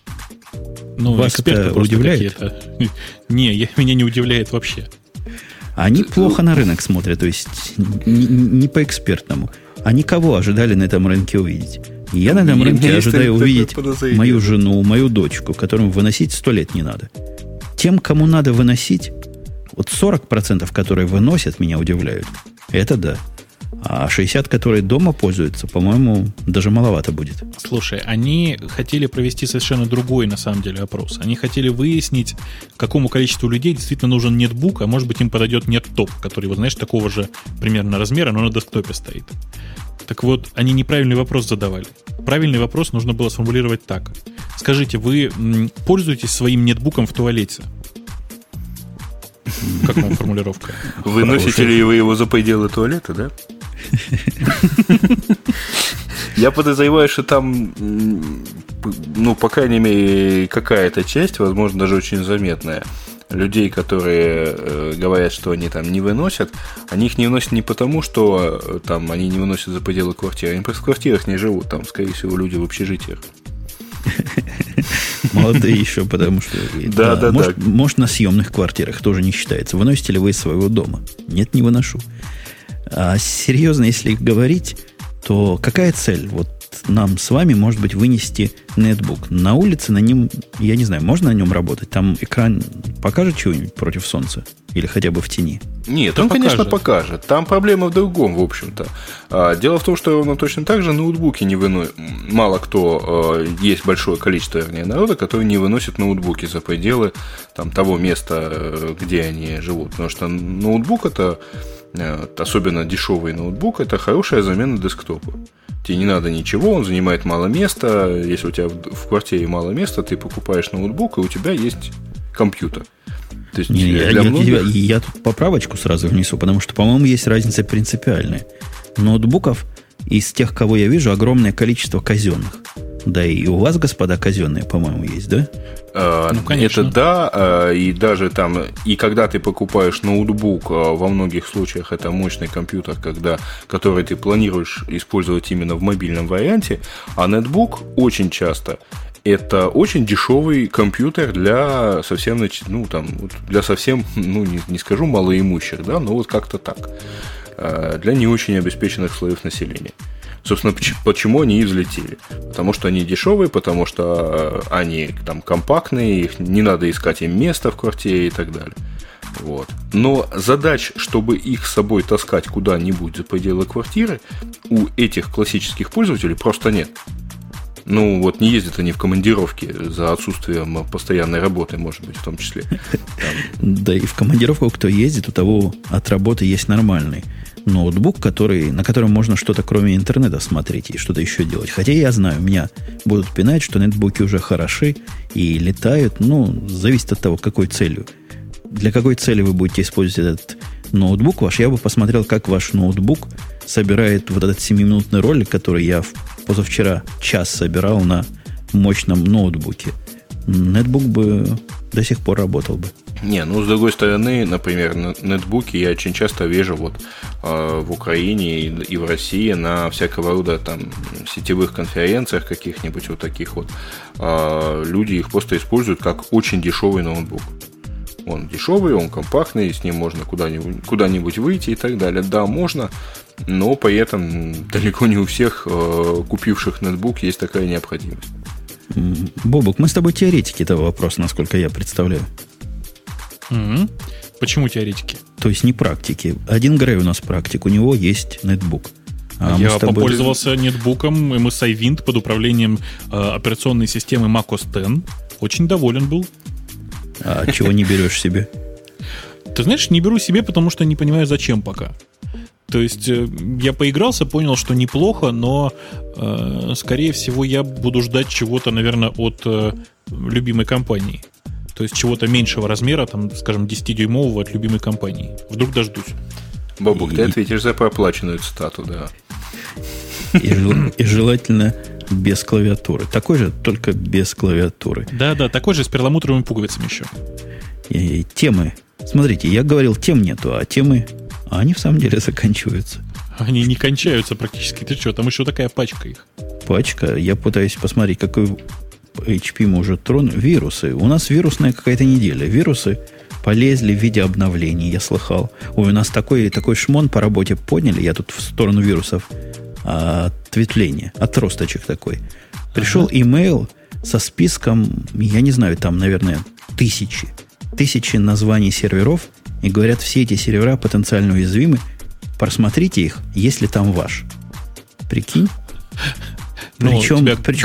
[SPEAKER 1] Вас
[SPEAKER 2] эксперты
[SPEAKER 1] это удивляет?
[SPEAKER 2] Не, меня не удивляет вообще.
[SPEAKER 1] Они плохо на рынок смотрят, то есть не по-экспертному. Они кого ожидали на этом рынке увидеть? Я на этом рынке ожидаю увидеть мою жену, мою дочку, которым выносить 100 лет не надо. Тем, кому надо выносить, вот 40%, которые выносят, меня удивляют. Это да. А 60%, которые дома пользуются, по-моему, даже маловато будет.
[SPEAKER 2] Слушай, они хотели провести совершенно другой, на самом деле, опрос. Они хотели выяснить, какому количеству людей действительно нужен нетбук, а может быть им подойдет неттоп, который, вот знаешь, такого же примерно размера, но на десктопе стоит. Так вот, они неправильный вопрос задавали. Правильный вопрос нужно было сформулировать так. Скажите, вы пользуетесь своим нетбуком в туалете? Как вам формулировка?
[SPEAKER 3] Выносите ли вы его за пределы туалета, да? Я подозреваю, что там, по крайней мере, какая-то часть, возможно, даже очень заметная, людей, которые говорят, что они там не выносят, они их не выносят не потому, что там они не выносят за пределы квартиры, они просто в квартирах не живут, там, скорее всего, люди в общежитиях.
[SPEAKER 1] Молодые еще, потому что... Да. Может, на съемных квартирах тоже не считается. Выносите ли вы из своего дома? Нет, не выношу. А серьезно, если говорить, то какая цель? Вот нам с вами, может быть, вынести нетбук. На улице на нем, я не знаю, можно на нем работать? Там экран покажет чего-нибудь против солнца? Или хотя бы в тени?
[SPEAKER 3] Нет, он, конечно, покажет. Там проблема в другом, в общем-то. Дело в том, что ровно точно так же ноутбуки не выносят. Мало кто, есть большое количество, вернее, народа, который не выносит ноутбуки за пределы там, того места, где они живут. Потому что ноутбук это, особенно дешевый ноутбук, это хорошая замена десктопа. Тебе не надо ничего, он занимает мало места. Если у тебя в квартире мало места, ты покупаешь ноутбук, и у тебя есть компьютер. То есть
[SPEAKER 1] я тут поправочку сразу внесу, потому что, по-моему, есть разница принципиальная. Ноутбуков из тех, кого я вижу, огромное количество казенных. Да, и у вас, господа, казенные, по-моему, есть, да?
[SPEAKER 2] Ну, конечно.
[SPEAKER 3] Это да, и даже там, и когда ты покупаешь ноутбук, во многих случаях это мощный компьютер, который ты планируешь использовать именно в мобильном варианте, а нетбук очень часто это очень дешевый компьютер для совсем, для совсем, не скажу малоимущих, да, но вот как-то так, для не очень обеспеченных слоев населения. Собственно, почему они и взлетели? Потому что они дешевые, потому что они там компактные, их не надо искать им место в квартире и так далее. Вот. Но задач, чтобы их с собой таскать куда-нибудь за пределы квартиры, у этих классических пользователей просто нет. Ну, вот не ездят они в командировки за отсутствием постоянной работы, может быть, в том числе.
[SPEAKER 1] Да и в командировку, кто ездит, у того от работы есть нормальный ноутбук, на котором можно что-то кроме интернета смотреть и что-то еще делать. Хотя я знаю, меня будут пинать, что нетбуки уже хороши и летают. Зависит от того, какой целью. Для какой цели вы будете использовать этот ноутбук ваш, я бы посмотрел, как ваш ноутбук собирает вот этот 7-минутный ролик, который я позавчера час собирал на мощном ноутбуке. Нетбук бы до сих пор работал бы.
[SPEAKER 3] С другой стороны, например, нетбуки я очень часто вижу в Украине и в России на всякого рода там сетевых конференциях каких-нибудь вот таких вот. Люди их просто используют как очень дешевый ноутбук. Он дешевый, он компактный, с ним можно куда-нибудь выйти и так далее. Да, можно, но при этом далеко не у всех купивших нетбук есть такая необходимость.
[SPEAKER 1] Бобук, мы с тобой теоретики этого вопроса, насколько я представляю.
[SPEAKER 2] Почему теоретики?
[SPEAKER 1] То есть не практики. Один Грей у нас практик, у него есть нетбук.
[SPEAKER 2] Я попользовался нетбуком MSI Wind под управлением операционной системы macOS X. Очень доволен был.
[SPEAKER 1] А чего не берешь себе?
[SPEAKER 2] Ты знаешь, не беру себе, потому что не понимаю, зачем пока. То есть я поигрался, понял, что неплохо, но, скорее всего, я буду ждать чего-то, наверное, от любимой компании. То есть чего-то меньшего размера, там, скажем, 10-дюймового от любимой компании. Вдруг дождусь.
[SPEAKER 3] Бобук, ты ответишь за проплаченную цитату, да.
[SPEAKER 1] И желательно без клавиатуры. Такой же, только без клавиатуры.
[SPEAKER 2] Да, такой же с перламутровыми пуговицами еще.
[SPEAKER 1] И темы. Смотрите, я говорил, тем нету, а темы, они в самом деле заканчиваются.
[SPEAKER 2] Они не кончаются практически. Ты что, там еще такая пачка их.
[SPEAKER 1] Пачка? Я пытаюсь посмотреть, какой HP может тронуть. Вирусы. У нас вирусная какая-то неделя. Вирусы полезли в виде обновлений, я слыхал. У нас такой шмон по работе подняли. Я тут в сторону вирусов ответвление, отросточек такой. Пришел имейл со списком, я не знаю, там, наверное, тысячи названий серверов, и говорят, все эти сервера потенциально уязвимы. Просмотрите их, если там ваш. Прикинь? Причем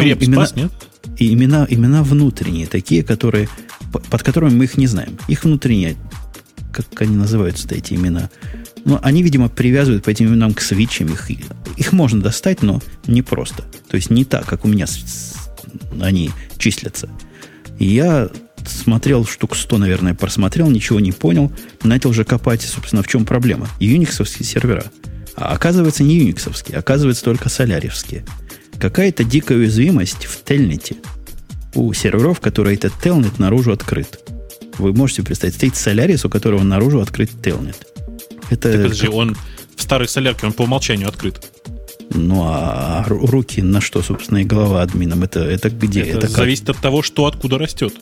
[SPEAKER 1] имена внутренние, такие, под которыми мы их не знаем. Их внутренние, как они называются-то, эти имена? Они, видимо, привязывают по этим именам к свитчам. Их можно достать, но не просто. То есть не так, как у меня они числятся. И я смотрел, штук 100, наверное, просмотрел, ничего не понял. Начал же копать, собственно, в чем проблема. Юниксовские сервера. А оказывается, не юниксовские, оказывается, только соляриевские. Какая-то дикая уязвимость в телнете у серверов, которые этот телнет наружу открыт. Вы можете представить, стоит Solaris, у которого наружу открыт телнет.
[SPEAKER 2] Подожди, он в старой солярке, он по умолчанию открыт.
[SPEAKER 1] А руки на что, собственно, и голова админом? Это где?
[SPEAKER 2] Это зависит от того, что откуда растет.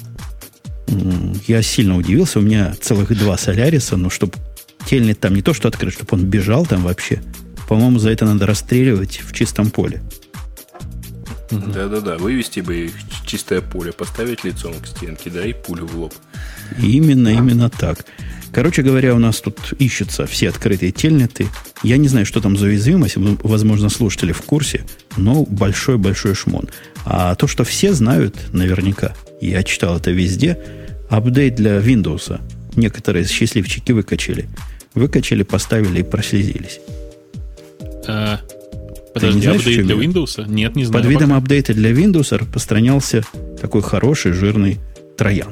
[SPEAKER 1] Я сильно удивился. У меня целых 2 Соляриса, но чтобы телнет там не то, что открыт, чтобы он бежал там вообще. По-моему, за это надо расстреливать в чистом поле.
[SPEAKER 3] Да-да-да, вывести бы их в чистое поле, поставить лицом к стенке, да, и пулю в лоб.
[SPEAKER 1] Именно так. Короче говоря, у нас тут ищутся все открытые тельнеты. Я не знаю, что там за уязвимость. Возможно, слушатели в курсе, но большой-большой шмон. А то, что все знают, наверняка, я читал это везде, апдейт для Windows. Некоторые счастливчики выкачали, поставили и прослезились.
[SPEAKER 2] Подожди,
[SPEAKER 1] знаешь,
[SPEAKER 2] апдейт для Windows? Нет, не знаю.
[SPEAKER 1] Под видом апдейта для Windows распространялся такой хороший, жирный троян.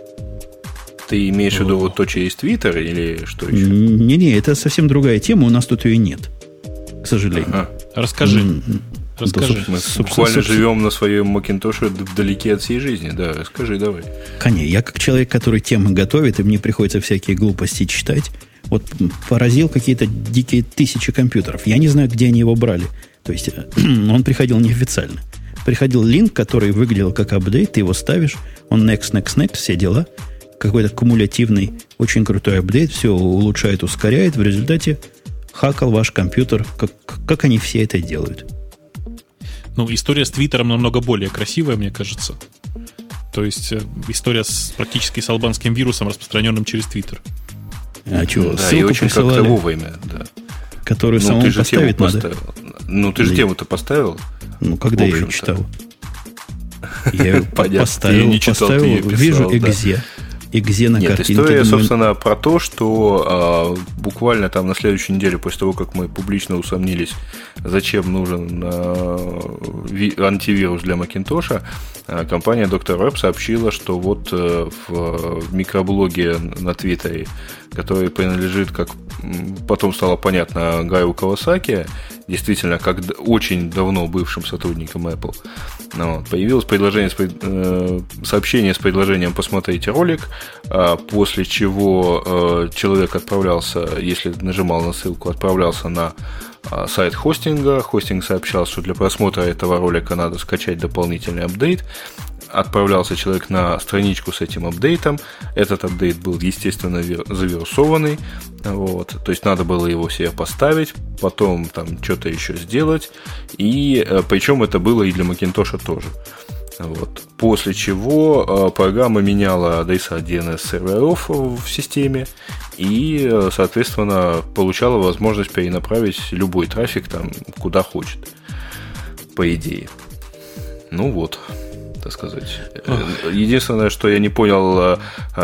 [SPEAKER 3] Ты имеешь в виду вот то, через Твиттер или что еще?
[SPEAKER 1] Не-не, это совсем другая тема, у нас тут ее нет, к сожалению.
[SPEAKER 3] Ага.
[SPEAKER 2] Расскажи.
[SPEAKER 3] Мы буквально живем на своем Macintosh вдалеке от всей жизни. Да, расскажи, давай.
[SPEAKER 1] Конечно, я как человек, который темы готовит, и мне приходится всякие глупости читать, вот поразил какие-то дикие тысячи компьютеров. Я не знаю, где они его брали. То есть он приходил неофициально. Приходил линк, который выглядел как апдейт, ты его ставишь, он next, все дела. Какой-то кумулятивный, очень крутой апдейт, все улучшает, ускоряет. В результате хакал ваш компьютер, как они все это делают.
[SPEAKER 2] Ну, история с Твиттером намного более красивая, мне кажется. То есть история практически с албанским вирусом, распространенным через Твиттер.
[SPEAKER 1] А чего?
[SPEAKER 3] Да,
[SPEAKER 1] ссылку
[SPEAKER 3] и очень
[SPEAKER 1] присылали,
[SPEAKER 3] как-то вовремя, да.
[SPEAKER 1] Которую самому поставить надо.
[SPEAKER 3] Ты же тему-то поставил?
[SPEAKER 1] Ну, когда я ее читал? Я ее поставил, вижу экзе на
[SPEAKER 3] Нет,
[SPEAKER 1] картинке.
[SPEAKER 3] История, собственно, про то, что буквально там на следующей неделе, после того, как мы публично усомнились, зачем нужен антивирус для Macintosh, компания Dr. Web сообщила, что вот в микроблоге на Твиттере, который принадлежит, как потом стало понятно, Гаю Кавасаки, действительно, как очень давно бывшим сотрудником Apple, появилось сообщение с предложением «посмотрите ролик», после чего человек отправлялся, если нажимал на ссылку, отправлялся на сайт хостинга. Хостинг сообщал, что для просмотра этого ролика надо скачать дополнительный апдейт. Отправлялся человек на страничку с этим апдейтом. Этот апдейт был, естественно, завирусованный. Вот. То есть надо было его себе поставить, потом там что-то еще сделать. И причем это было и для Macintosh тоже. Вот. После чего программа меняла адреса DNS-серверов в системе и, соответственно, получала возможность перенаправить любой трафик там, куда хочет, по идее. Ну вот, так сказать. Единственное, что я не понял,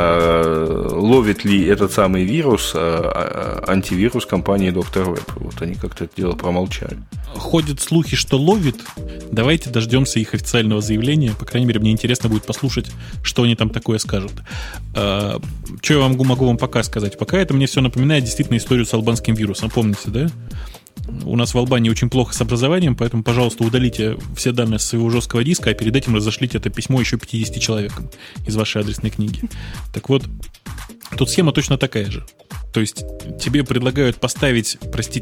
[SPEAKER 3] ловит ли этот самый вирус антивирус компании Dr. Web. Вот они как-то это дело промолчали.
[SPEAKER 2] Ходят слухи, что ловит. Давайте дождемся их официального заявления. По крайней мере, мне интересно будет послушать, что они там такое скажут. Что я могу вам пока сказать? Пока это мне все напоминает действительно историю с албанским вирусом. Помните, да? У нас в Албании очень плохо с образованием, поэтому, пожалуйста, удалите все данные с своего жесткого диска, а перед этим разошлите это письмо еще 50 человекам из вашей адресной книги. Так вот, тут схема точно такая же. То есть тебе предлагают поставить,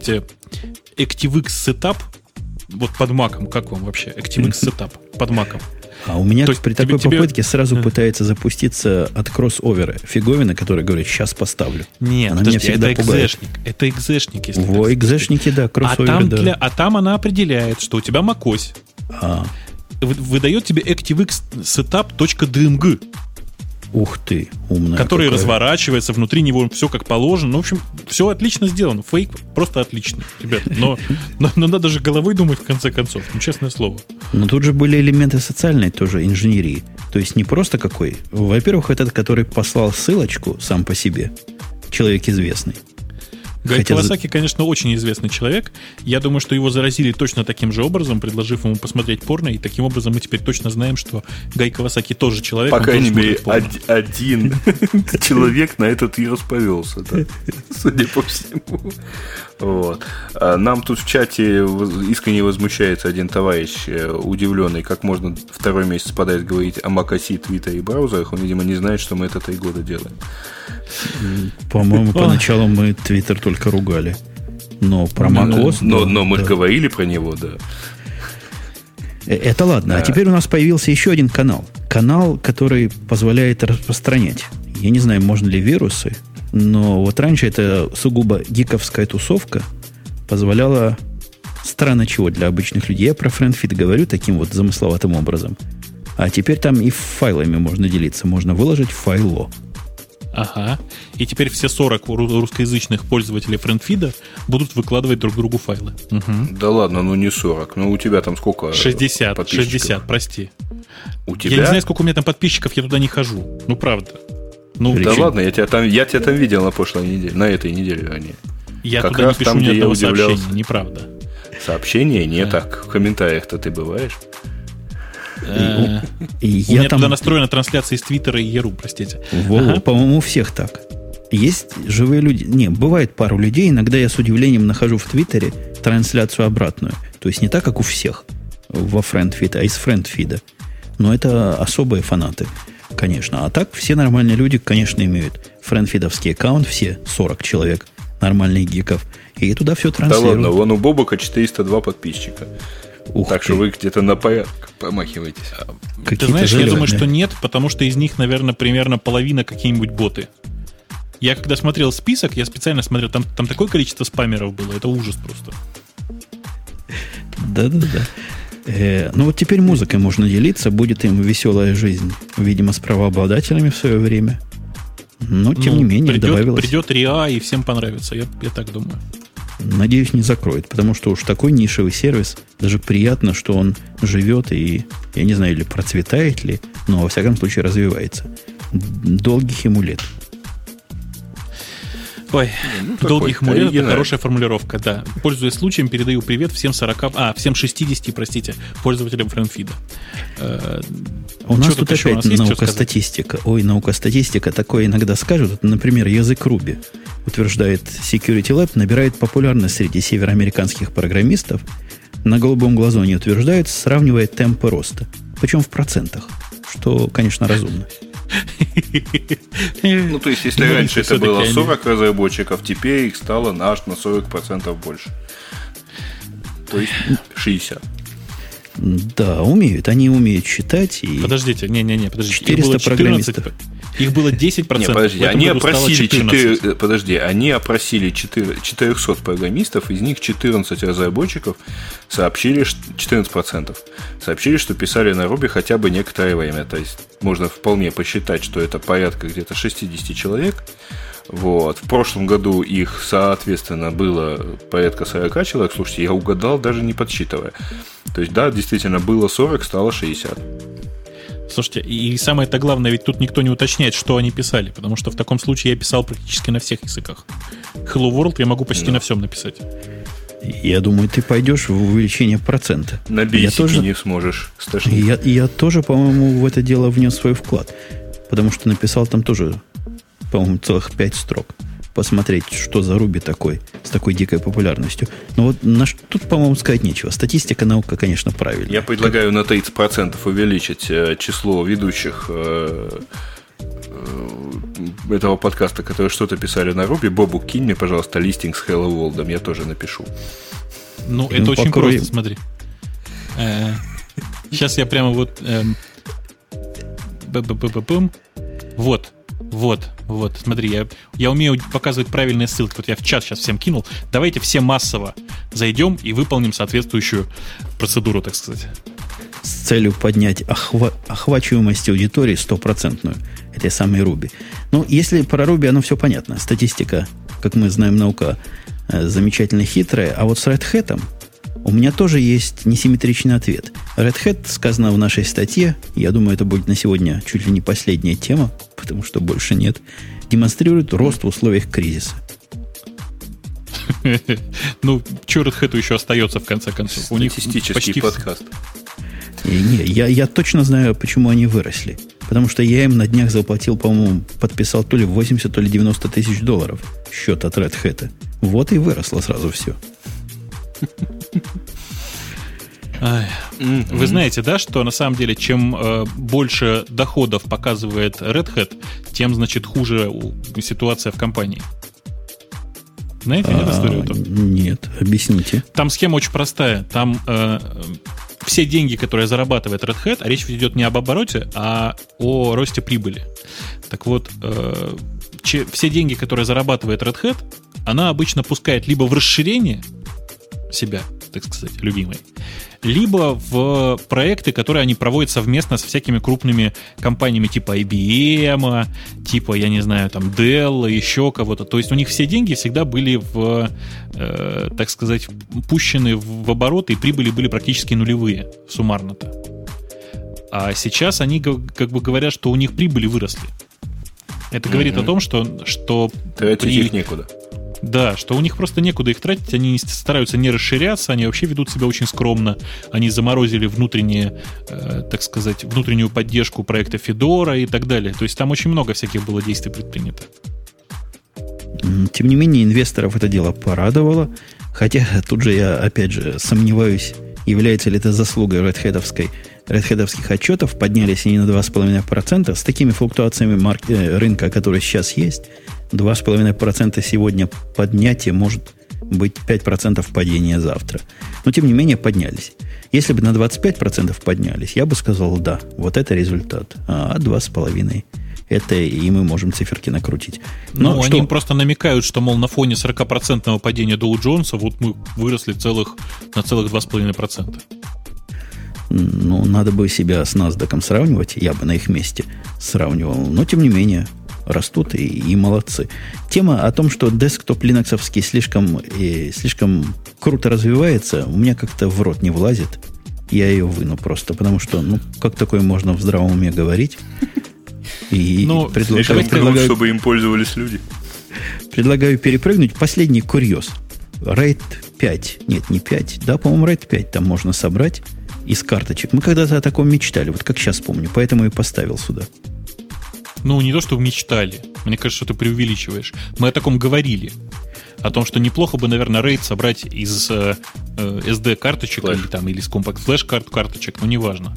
[SPEAKER 2] ActiveX Setup вот под маком. Как вам вообще ActiveX Setup под маком?
[SPEAKER 1] А у меня при такой попытке сразу пытается запуститься от кроссовера фиговина, которая говорит, сейчас поставлю.
[SPEAKER 2] Нет,
[SPEAKER 1] она
[SPEAKER 2] подожди,
[SPEAKER 1] меня всегда
[SPEAKER 2] это
[SPEAKER 1] пугает.
[SPEAKER 2] Это экзешник, если
[SPEAKER 1] Во, экзешники, да, кроссовер, да.
[SPEAKER 2] А там она определяет, что у тебя macOS выдает тебе ActiveX Setup.dmg.
[SPEAKER 1] Ух ты, умная.
[SPEAKER 2] Который разворачивается, внутри него все как положено. Ну, в общем, все отлично сделано. Фейк просто отлично, ребят. Но надо же головой думать в конце концов. Ну, честное слово.
[SPEAKER 1] Но тут же были элементы социальной тоже инженерии. То есть не просто какой. Во-первых, этот, который послал ссылочку сам по себе. Человек известный.
[SPEAKER 2] Гай Кавасаки, конечно, очень известный человек. Я думаю, что его заразили точно таким же образом, предложив ему посмотреть порно. И таким образом мы теперь точно знаем, что Гай Кавасаки тоже человек.
[SPEAKER 3] По крайней мере, один человек на этот вирус повелся, да? Судя по всему. Вот. Нам тут в чате искренне возмущается один товарищ, удивленный, как можно второй месяц подряд говорить о macOS, Твиттере и браузерах. Он, видимо, не знает, что мы это 3 года делаем.
[SPEAKER 1] По-моему, поначалу мы Твиттер только ругали. Но про macOS...
[SPEAKER 3] Но мы же говорили про него, да.
[SPEAKER 1] Это ладно. А теперь у нас появился еще один канал. Канал, который позволяет распространять. Я не знаю, можно ли вирусы, но вот раньше это сугубо гиковская тусовка позволяла Странно чего для обычных людей. Я про FriendFeed говорю таким вот замысловатым образом. А теперь там и файлами можно делиться. Можно выложить файло.
[SPEAKER 2] Ага. И теперь все 40 русскоязычных пользователей FriendFeed будут выкладывать друг другу файлы. Угу.
[SPEAKER 3] Да ладно, ну не 40. Ну у тебя там сколько
[SPEAKER 2] 60, прости.
[SPEAKER 3] У тебя?
[SPEAKER 2] Я не знаю, сколько у меня там подписчиков, я туда не хожу. Ну, правда. Ну,
[SPEAKER 3] да ладно, я тебя там видел на прошлой неделе. На этой неделе они.
[SPEAKER 2] Я как туда не пишу ни одного сообщения, неправда.
[SPEAKER 3] Сообщения? Нет, так в комментариях-то ты бываешь.
[SPEAKER 2] У меня туда настроена трансляция из Твиттера и Яру, простите.
[SPEAKER 1] По-моему, у всех так. Есть живые люди. Не, бывает пару людей. Иногда я с удивлением нахожу в Твиттере трансляцию обратную. То есть не так, как у всех во FriendFeed, а из FriendFeed. Но это особые фанаты, конечно. А так все нормальные люди, конечно, имеют FriendFeed-овский аккаунт. Все 40 человек нормальных гиков. И туда все транслируют.
[SPEAKER 3] Да ладно, вон у Бобука 402 подписчика. Так что вы где-то на порядок помахиваетесь.
[SPEAKER 2] Ты знаешь, я думаю, что нет, потому что из них, наверное, примерно половина какие-нибудь боты. Я когда смотрел список, я специально смотрел, там такое количество спамеров было, это ужас просто.
[SPEAKER 1] Да. Ну вот теперь музыкой можно делиться, будет им веселая жизнь, видимо, с правообладателями в свое время. Но, тем не менее, добавилось.
[SPEAKER 2] Придет РИА, и всем понравится, я так думаю.
[SPEAKER 1] Надеюсь, не закроет, потому что уж такой нишевый сервис, даже приятно, что он живет и, я не знаю, или процветает ли, но, во всяком случае, развивается. Долгих ему лет.
[SPEAKER 2] Ой, долгих ему лет, это хорошая формулировка, да. Пользуясь случаем, передаю привет всем 60, пользователям FriendFeed.
[SPEAKER 1] У нас тут опять наука-статистика. Ой, наука-статистика. Такое иногда скажут. Например, язык Ruby, утверждает Security Lab, набирает популярность среди североамериканских программистов. На голубом глазу они утверждают, сравнивая темпы роста. Причем в процентах, что, конечно, разумно.
[SPEAKER 3] Ну, то есть, если раньше это было 40 разработчиков, теперь их стало на 40% больше. То есть 60.
[SPEAKER 1] Да, умеют. Они умеют считать. И
[SPEAKER 2] подождите, подождите.
[SPEAKER 1] 400 программистов.
[SPEAKER 2] Их было 10%.
[SPEAKER 3] Не, подожди, они опросили 400 программистов, из них 14 разработчиков сообщили, 14% сообщили, что писали на Ruby хотя бы некоторое время. То есть можно вполне посчитать, что это порядка где-то 60 человек. Вот. В прошлом году их, соответственно, было порядка 40 человек. Слушайте, я угадал, даже не подсчитывая. То есть, да, действительно, было 40, стало 60.
[SPEAKER 2] Слушайте, и самое-то главное, ведь тут никто не уточняет, что они писали, потому что в таком случае я писал практически на всех языках. Hello World я могу почти на всем написать.
[SPEAKER 1] Я думаю, ты пойдешь в увеличение процента.
[SPEAKER 3] На бейсике не сможешь.
[SPEAKER 1] Я тоже, по-моему, в это дело внес свой вклад. Потому что написал там тоже, по-моему, целых 5 строк. Посмотреть, что за Ruby такой, с такой дикой популярностью. Но вот тут, по-моему, сказать нечего. Статистика, наука, конечно, правильная.
[SPEAKER 3] Я предлагаю на 30% увеличить число ведущих этого подкаста, которые что-то писали на Ruby. Бобу, кинь мне, пожалуйста, листинг с Hello World, я тоже напишу.
[SPEAKER 2] Ну, это очень просто, смотри. Сейчас я прямо вот... Вот, смотри, я умею показывать правильные ссылки. Вот я в чат сейчас всем кинул. Давайте все массово зайдем и выполним соответствующую процедуру, так сказать.
[SPEAKER 1] С целью поднять охвачиваемость аудитории 100%, этой самой Ruby. Ну, если про Ruby, оно все понятно. Статистика, как мы знаем, наука замечательно хитрая. А вот с Red Hat у меня тоже есть несимметричный ответ. Red Hat, сказано в нашей статье, я думаю, это будет на сегодня чуть ли не последняя тема, потому что больше нет, демонстрирует рост в условиях кризиса.
[SPEAKER 2] Ну, что Red Hat еще остается, в конце концов? У них
[SPEAKER 3] статистический подкаст.
[SPEAKER 1] Не, я точно знаю, почему они выросли. Потому что я им на днях заплатил, по-моему, подписал то ли 80, то ли 90 тысяч долларов счет от Red Hat. Вот и выросло сразу все.
[SPEAKER 2] Вы знаете, да, что на самом деле, чем больше доходов показывает Red Hat, тем, значит, хуже ситуация в компании. Знаете, нет историю?
[SPEAKER 1] Нет, объясните.
[SPEAKER 2] Там схема очень простая. Там все деньги, которые зарабатывает Red Hat, а речь идет не об обороте, а о росте прибыли. Так вот, все деньги, которые зарабатывает Red Hat, она обычно пускает либо в расширение себя, так сказать, любимые, либо в проекты, которые они проводят совместно со всякими крупными компаниями типа IBM, типа, я не знаю, там Dell, еще кого-то. То есть у них все деньги всегда были так сказать, пущены в оборот, и прибыли были практически нулевые суммарно-то. А сейчас они как бы говорят, что у них прибыли выросли. Это говорит о том, что
[SPEAKER 3] тратить их некуда.
[SPEAKER 2] Да, что у них просто некуда их тратить, они стараются не расширяться, они вообще ведут себя очень скромно, они заморозили так сказать, внутреннюю поддержку проекта Fedora и так далее. То есть там очень много всяких было действий предпринято.
[SPEAKER 1] Тем не менее, инвесторов это дело порадовало, хотя тут же я, опять же, сомневаюсь, является ли это заслугой редхедовских отчетов. Поднялись они на 2,5%. С такими флуктуациями рынка, которые сейчас есть, 2,5% сегодня поднятие может быть 5% падения завтра. Но, тем не менее, поднялись. Если бы на 25% поднялись, я бы сказал, да, вот это результат. А 2,5% это и мы можем циферки накрутить.
[SPEAKER 2] Но они просто намекают, что, мол, на фоне 40% падения Доу Джонса вот мы выросли на целых 2,5%.
[SPEAKER 1] Ну, надо бы себя с NASDAQ сравнивать, я бы на их месте сравнивал. Но, тем не менее, растут и молодцы. Тема о том, что десктоп линоксовский слишком круто развивается, у меня как-то в рот не влазит. Я ее выну просто, потому что, как такое можно в здравом уме говорить? И
[SPEAKER 3] предлагаю, чтобы им пользовались люди.
[SPEAKER 1] Предлагаю перепрыгнуть. Последний курьез. RAID 5. Нет, не 5. Да, по-моему, RAID 5 там можно собрать из карточек. Мы когда-то о таком мечтали, вот как сейчас помню. Поэтому и поставил сюда.
[SPEAKER 2] Не то, что мечтали. Мне кажется, что ты преувеличиваешь. Мы о таком говорили. О том, что неплохо бы, наверное, RAID собрать из SD-карточек или из Compact Flash карточек, но неважно.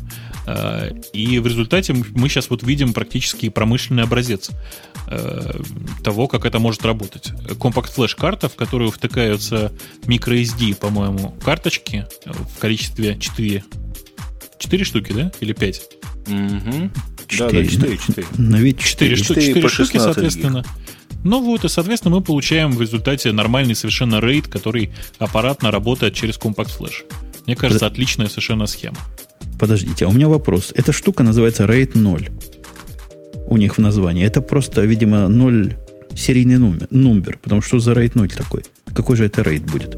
[SPEAKER 2] И в результате мы сейчас вот видим практически промышленный образец того, как это может работать. Compact Flash карта, в которую втыкаются microSD, по-моему, карточки в количестве 4 штуки, да? Или 5?
[SPEAKER 3] Угу.
[SPEAKER 1] 4.
[SPEAKER 3] 4.
[SPEAKER 1] На вид
[SPEAKER 2] 4 штуки, соответственно. И, соответственно, мы получаем в результате нормальный совершенно RAID, который аппаратно работает через Compact Flash. Мне кажется, отличная совершенно схема.
[SPEAKER 1] Подождите, а у меня вопрос. Эта штука называется RAID 0. У них в названии. Это просто, видимо, 0 серийный номер. Потому что за RAID 0 такой? Какой же это RAID будет?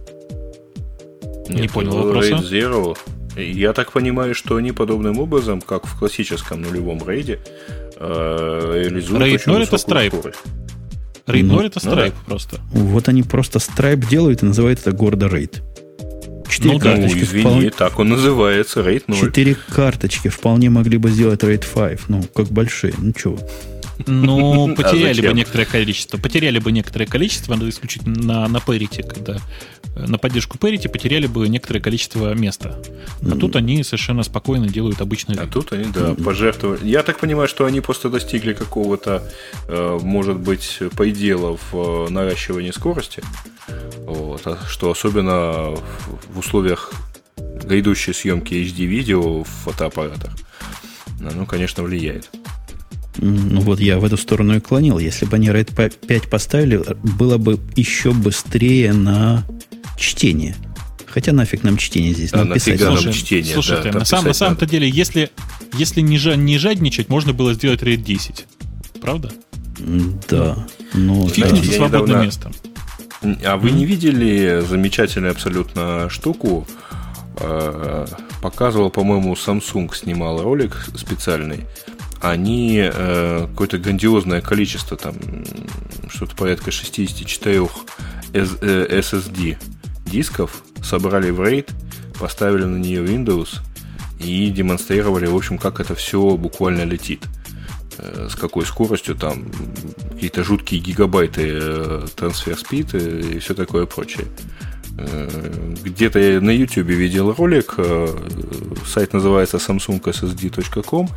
[SPEAKER 2] Не понял вопроса.
[SPEAKER 3] RAID Zero. Я так понимаю, что они подобным образом, как в классическом нулевом RAID, реализуют
[SPEAKER 2] RAID
[SPEAKER 3] очень
[SPEAKER 2] 0
[SPEAKER 3] высокую
[SPEAKER 2] это Stripe.
[SPEAKER 3] скорость.
[SPEAKER 2] RAID 0 это Stripe просто.
[SPEAKER 1] Вот они просто Stripe делают и называют это гордо RAID. 4 карточки
[SPEAKER 3] извини, так он называется, RAID 0.
[SPEAKER 1] 4 карточки вполне могли бы сделать RAID 5. Как большие. Чего?
[SPEAKER 2] Потеряли бы некоторое количество, надо исключительно на parity, когда на поддержку parity потеряли бы некоторое количество места. А тут они совершенно спокойно делают обычный RAID.
[SPEAKER 3] А тут они, пожертвовали. Я так понимаю, что они просто достигли какого-то, может быть, предела в наращивании скорости. Что особенно в условиях грядущей съемки HD-видео в фотоаппаратах, конечно, влияет.
[SPEAKER 1] Я в эту сторону и клонил. Если бы они RAID 5 поставили, было бы еще быстрее на чтение. Хотя нафиг нам чтение здесь. Надо писать.
[SPEAKER 2] Слушайте, на самом-то деле, если не жадничать, можно было сделать RAID 10. Правда?
[SPEAKER 1] Да.
[SPEAKER 2] Фигнуть свободным местом.
[SPEAKER 3] А вы не видели замечательную абсолютно штуку? Показывал, по-моему, Samsung снимал ролик специальный. Они какое-то грандиозное количество, там что-то порядка 64 SSD дисков собрали в RAID, поставили на нее Windows и демонстрировали, в общем, как это все буквально летит. С какой скоростью там какие-то жуткие гигабайты трансфер-спид и все такое прочее. Где-то я на YouTube видел ролик, сайт называется samsungssd.com,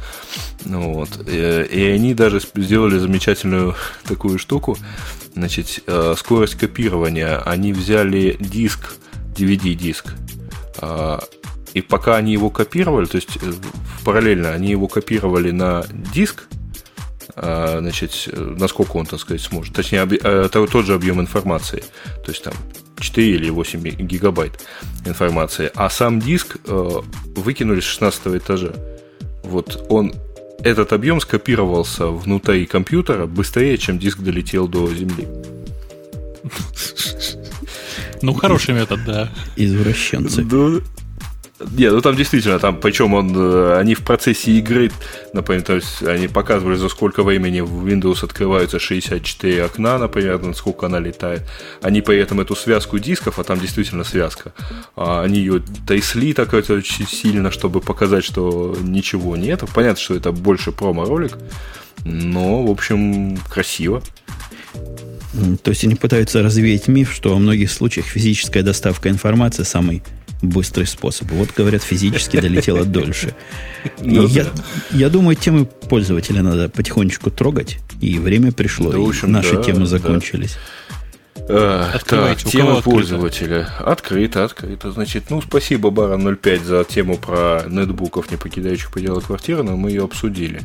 [SPEAKER 3] и они даже сделали замечательную такую штуку. Значит, скорость копирования. Они взяли диск, DVD-диск, и пока они его копировали, то есть параллельно они его копировали на диск, насколько он, так сказать, сможет. Точнее, тот же объем информации. То есть там 4 или 8 гигабайт информации, а сам диск выкинули с 16 этажа. Вот этот объем скопировался внутри компьютера быстрее, чем диск долетел до земли.
[SPEAKER 2] Ну, хороший метод, да.
[SPEAKER 1] Извращенцы.
[SPEAKER 3] Нет, там действительно, причем они в процессе игры, например, то есть они показывали, за сколько времени в Windows открываются 64 окна, например, насколько она летает. Они при этом эту связку дисков, а там действительно связка, они ее трясли так очень сильно, чтобы показать, что ничего нет. Понятно, что это больше промо-ролик, но, в общем, красиво.
[SPEAKER 1] То есть они пытаются развеять миф, что во многих случаях физическая доставка информации самый быстрый способ. Вот, говорят, физически долетело дольше. Я думаю, темы пользователя надо потихонечку трогать, и время пришло, и наши темы закончились.
[SPEAKER 3] Так, тема пользователя. Открыто. Значит, спасибо, Баран 05, за тему про нетбуков, не покидающих пределы квартиры, но мы ее обсудили.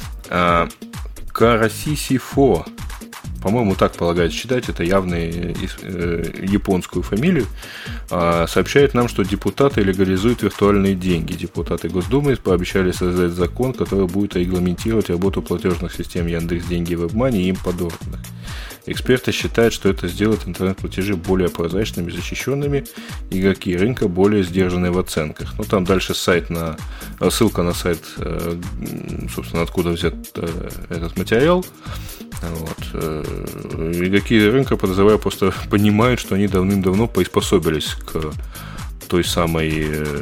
[SPEAKER 3] Карасисифо, по-моему, так полагается читать, это явно японскую фамилию, сообщает нам, что депутаты легализуют виртуальные деньги. Депутаты Госдумы пообещали создать закон, который будет регламентировать работу платежных систем Яндекс.Деньги и WebMoney и им подобных. Эксперты считают, что это сделает интернет-платежи более прозрачными, защищенными, игроки рынка более сдержанные в оценках. Там дальше ссылка на сайт, собственно, откуда взят этот материал. Игроки рынка, подозреваю, просто понимают, что они давным-давно приспособились к той самой,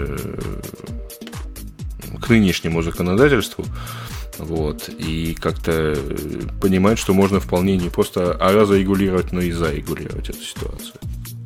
[SPEAKER 3] к нынешнему законодательству. И как-то понимают, что можно вполне не просто разрегулировать, но и зарегулировать эту ситуацию.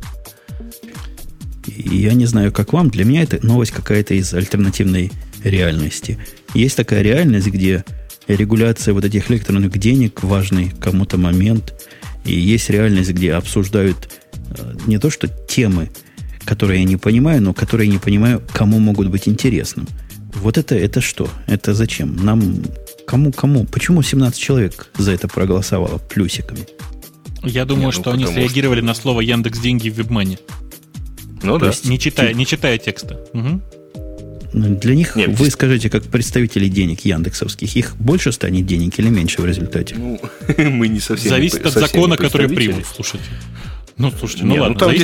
[SPEAKER 1] Я не знаю, как вам, для меня это новость какая-то из альтернативной реальности. Есть такая реальность, где регуляция вот этих электронных денег важный кому-то момент, и есть реальность, где обсуждают не то что темы, которые я не понимаю, но которые я не понимаю, кому могут быть интересным. Вот это что? Это зачем? Нам кому? Почему 17 человек за это проголосовало плюсиками?
[SPEAKER 2] Я думаю, что они среагировали на слово Яндекс.Деньги в WebMoney.
[SPEAKER 3] Ну да.
[SPEAKER 2] Не читая текста. Угу.
[SPEAKER 1] Для них, вы скажите, как представители денег яндексовских, их больше станет денег или меньше в результате?
[SPEAKER 3] Мы не совсем.
[SPEAKER 2] Зависит от закона, который примут. Слушайте. Ладно.
[SPEAKER 3] Там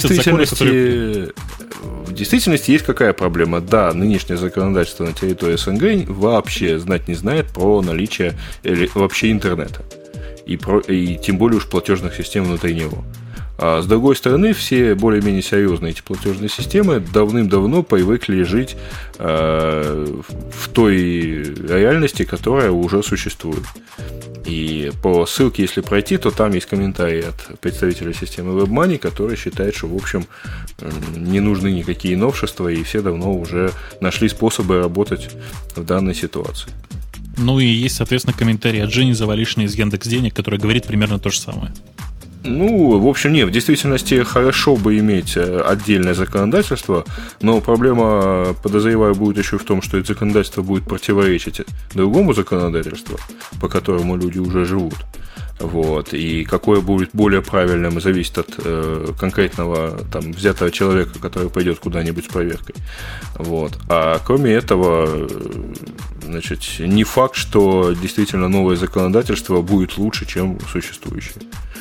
[SPEAKER 3] в действительности есть какая проблема? Да, нынешнее законодательство на территории СНГ вообще знать не знает про наличие вообще интернета. И тем более уж платежных систем внутри него. А с другой стороны, все более-менее серьезные эти платежные системы давным-давно привыкли жить в той реальности, которая уже существует. И по ссылке, если пройти, то там есть комментарий от представителя системы WebMoney, который считает, что, в общем, не нужны никакие новшества, и все давно уже нашли способы работать в данной ситуации.
[SPEAKER 2] И есть, соответственно, комментарий от Жени Завалишиной из Яндекс.Денег, который говорит примерно то же самое.
[SPEAKER 3] В общем, нет, в действительности хорошо бы иметь отдельное законодательство, но проблема, подозреваю, будет еще в том, что это законодательство будет противоречить другому законодательству, по которому люди уже живут. И какое будет более правильным, зависит от конкретного взятого человека, который пойдет куда-нибудь с проверкой. А кроме этого, не факт, что действительно новое законодательство будет лучше, чем существующее.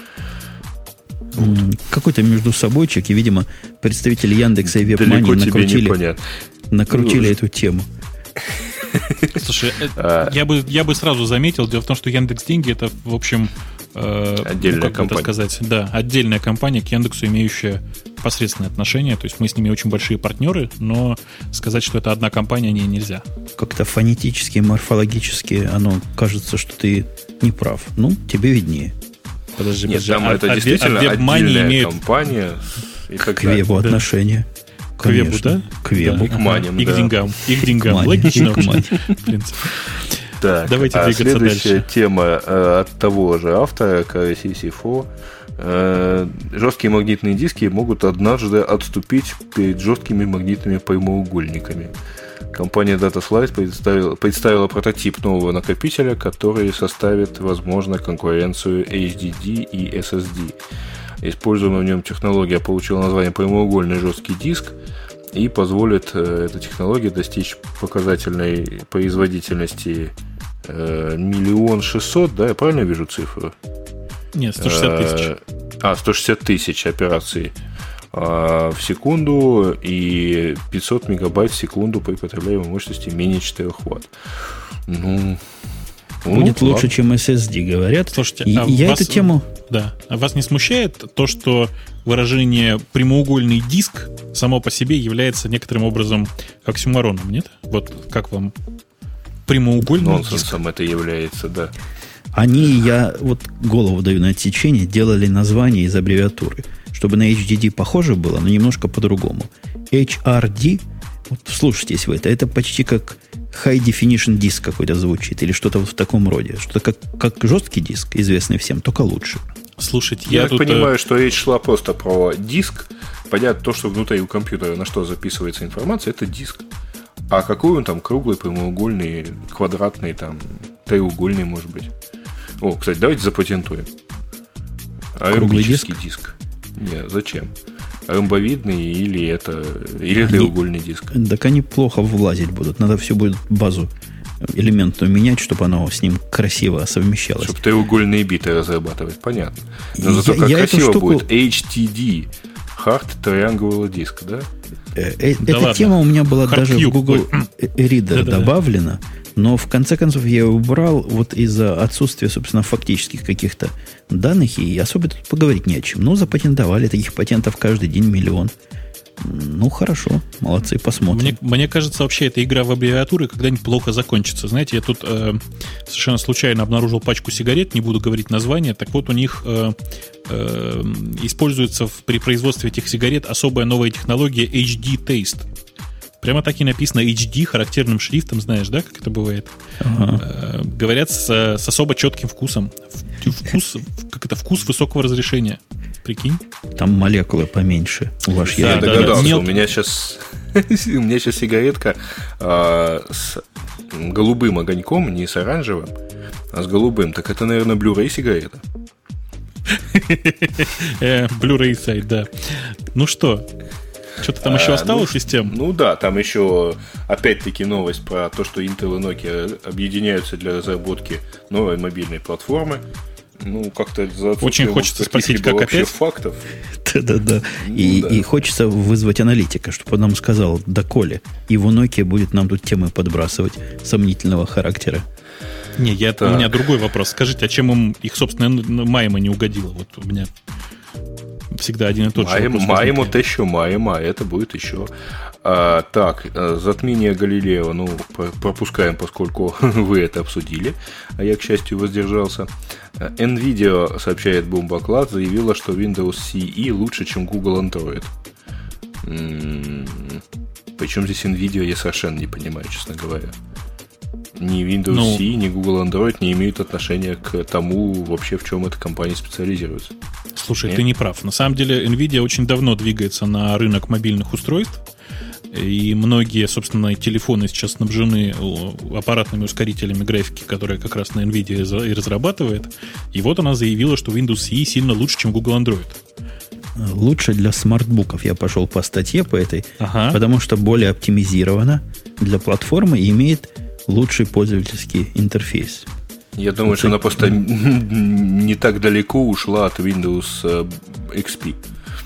[SPEAKER 1] Какой-то междусобойчик, и, видимо, представители Яндекса и WebMoney накрутили эту тему.
[SPEAKER 2] Слушай, я бы сразу заметил, дело в том, что Яндекс.Деньги это, в общем,
[SPEAKER 3] отдельная компания.
[SPEAKER 2] Отдельная компания к Яндексу, имеющая посредственное отношение. То есть мы с ними очень большие партнеры, но сказать, что это одна компания, нельзя.
[SPEAKER 1] Как-то фонетически, морфологически оно кажется, что ты не прав. Тебе виднее.
[SPEAKER 2] Подожди.
[SPEAKER 3] Это действительно отдельная компания.
[SPEAKER 1] К вебу отношения.
[SPEAKER 2] К вебу, да?
[SPEAKER 1] К вебу.
[SPEAKER 3] И к маням,
[SPEAKER 2] и к деньгам. Логично. В принципе.
[SPEAKER 3] Так,
[SPEAKER 2] давайте двигаться дальше.
[SPEAKER 3] Следующая тема от того же автора, KCC4. Жесткие магнитные диски могут однажды отступить перед жесткими магнитными прямоугольниками. Компания DataSlide представила прототип нового накопителя, который составит, возможно, конкуренцию HDD и SSD. используемая в нем технология получила название прямоугольный жесткий диск и позволит эта технология достичь показательной производительности 1 600 000, да, я правильно вижу цифру?
[SPEAKER 2] Нет, 160 тысяч.
[SPEAKER 3] 160 тысяч операций в секунду и 500 мегабайт в секунду при потребляемой мощности менее 4 Вт.
[SPEAKER 1] Будет лучше, чем SSD, говорят.
[SPEAKER 2] Слушайте,
[SPEAKER 1] я эту тему...
[SPEAKER 2] Да. А вас не смущает то, что выражение «прямоугольный диск» само по себе является некоторым образом оксюмороном, нет? Вот как вам прямоугольный диск?
[SPEAKER 3] Нонсенсом это является, да.
[SPEAKER 1] Я вот голову даю на отсечение, делали название из аббревиатуры, чтобы на HDD похоже было, но немножко по-другому. HRD, вот вслушайтесь в это почти как High Definition диск какой-то звучит, или что-то вот в таком роде. Что-то как жесткий диск, известный всем, только лучше.
[SPEAKER 2] Слушайте,
[SPEAKER 3] я так понимаю, что речь шла просто про диск. Понятно, то, что внутри у компьютера, на что записывается информация, это диск. А какой он там круглый, прямоугольный, квадратный, там, треугольный, может быть. О, кстати, давайте запатентуем. Ромбический диск. Нет, зачем? Ромбовидный или треугольный диск?
[SPEAKER 1] Так они плохо влазить будут. Надо всю будет базу элементную менять, чтобы оно с ним красиво совмещалось.
[SPEAKER 3] Чтобы треугольные биты разрабатывать, понятно. Но зато как красиво будет HTD. Hard Triangular Disk, да?
[SPEAKER 1] Эта тема у меня была даже в Google Reader добавлена, но в конце концов я ее убрал вот из-за отсутствия, собственно, фактических каких-то данных, и особо тут поговорить не о чем. Ну, запатентовали, таких патентов каждый день миллион. Ну, хорошо, молодцы, посмотрим.
[SPEAKER 2] Мне кажется, вообще эта игра в аббревиатуры когда-нибудь плохо закончится. Знаете, я тут совершенно случайно обнаружил пачку сигарет, не буду говорить название. Так вот, у них используется при производстве этих сигарет особая новая технология HD Taste. Прямо так и написано HD характерным шрифтом, знаешь, да, как это бывает? Ага. Говорят, с особо четким вкусом. Вкус высокого разрешения. Прикинь?
[SPEAKER 1] Там молекулы поменьше.
[SPEAKER 3] Я догадался. У меня сейчас сигаретка с голубым огоньком, не с оранжевым, а с голубым. Так это, наверное, Blu-ray сигарета.
[SPEAKER 2] Blu-ray сайт, да. Ну что? Что-то там еще осталось из тем?
[SPEAKER 3] Ну да, там еще опять-таки новость про то, что Intel и Nokia объединяются для разработки новой мобильной платформы. Ну, как-то
[SPEAKER 2] очень хочется спросить, как опять
[SPEAKER 3] фактов.
[SPEAKER 1] Да. И хочется вызвать аналитика, чтобы он нам сказал, доколе его Nokia будет нам тут темы подбрасывать сомнительного характера.
[SPEAKER 2] У меня другой вопрос. Скажите, а чем их, собственно, Маема не угодило? Вот у меня всегда один и тот же вопрос.
[SPEAKER 3] Маемо те, що маємо, а это будет еще. Так, затмение Галилео, пропускаем, поскольку вы это обсудили, а я, к счастью, воздержался. NVIDIA, сообщает Bloomberg, заявила, что Windows CE лучше, чем Google Android. Причем здесь NVIDIA, я совершенно не понимаю, честно говоря. Ни Windows CE, ни Google Android не имеют отношения к тому, вообще в чем эта компания специализируется.
[SPEAKER 2] Слушай, ты не прав. На самом деле NVIDIA очень давно двигается на рынок мобильных устройств. И многие, собственно, телефоны сейчас снабжены аппаратными ускорителями графики, которые как раз на NVIDIA и разрабатывает. И вот она заявила, что Windows CE сильно лучше, чем Google Android.
[SPEAKER 1] Лучше для смартбуков. Я пошел по статье по этой, потому что более оптимизирована для платформы и имеет лучший пользовательский интерфейс.
[SPEAKER 3] Я думаю, что она просто не так далеко ушла от Windows XP.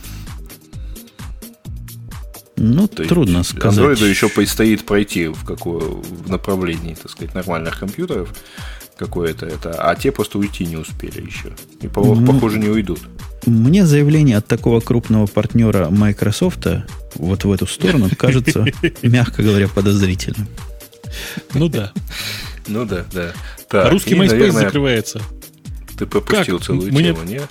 [SPEAKER 1] Трудно сказать.
[SPEAKER 3] Android еще предстоит пройти в направлении, так сказать, нормальных компьютеров какое-то это, а те просто уйти не успели еще. И, похоже, не уйдут.
[SPEAKER 1] Мне заявление от такого крупного партнера Microsoft вот в эту сторону кажется, мягко говоря, подозрительным.
[SPEAKER 2] Ну да.
[SPEAKER 3] Да.
[SPEAKER 2] Так, русский MySpace закрывается.
[SPEAKER 3] Ты пропустил целую тему, нет?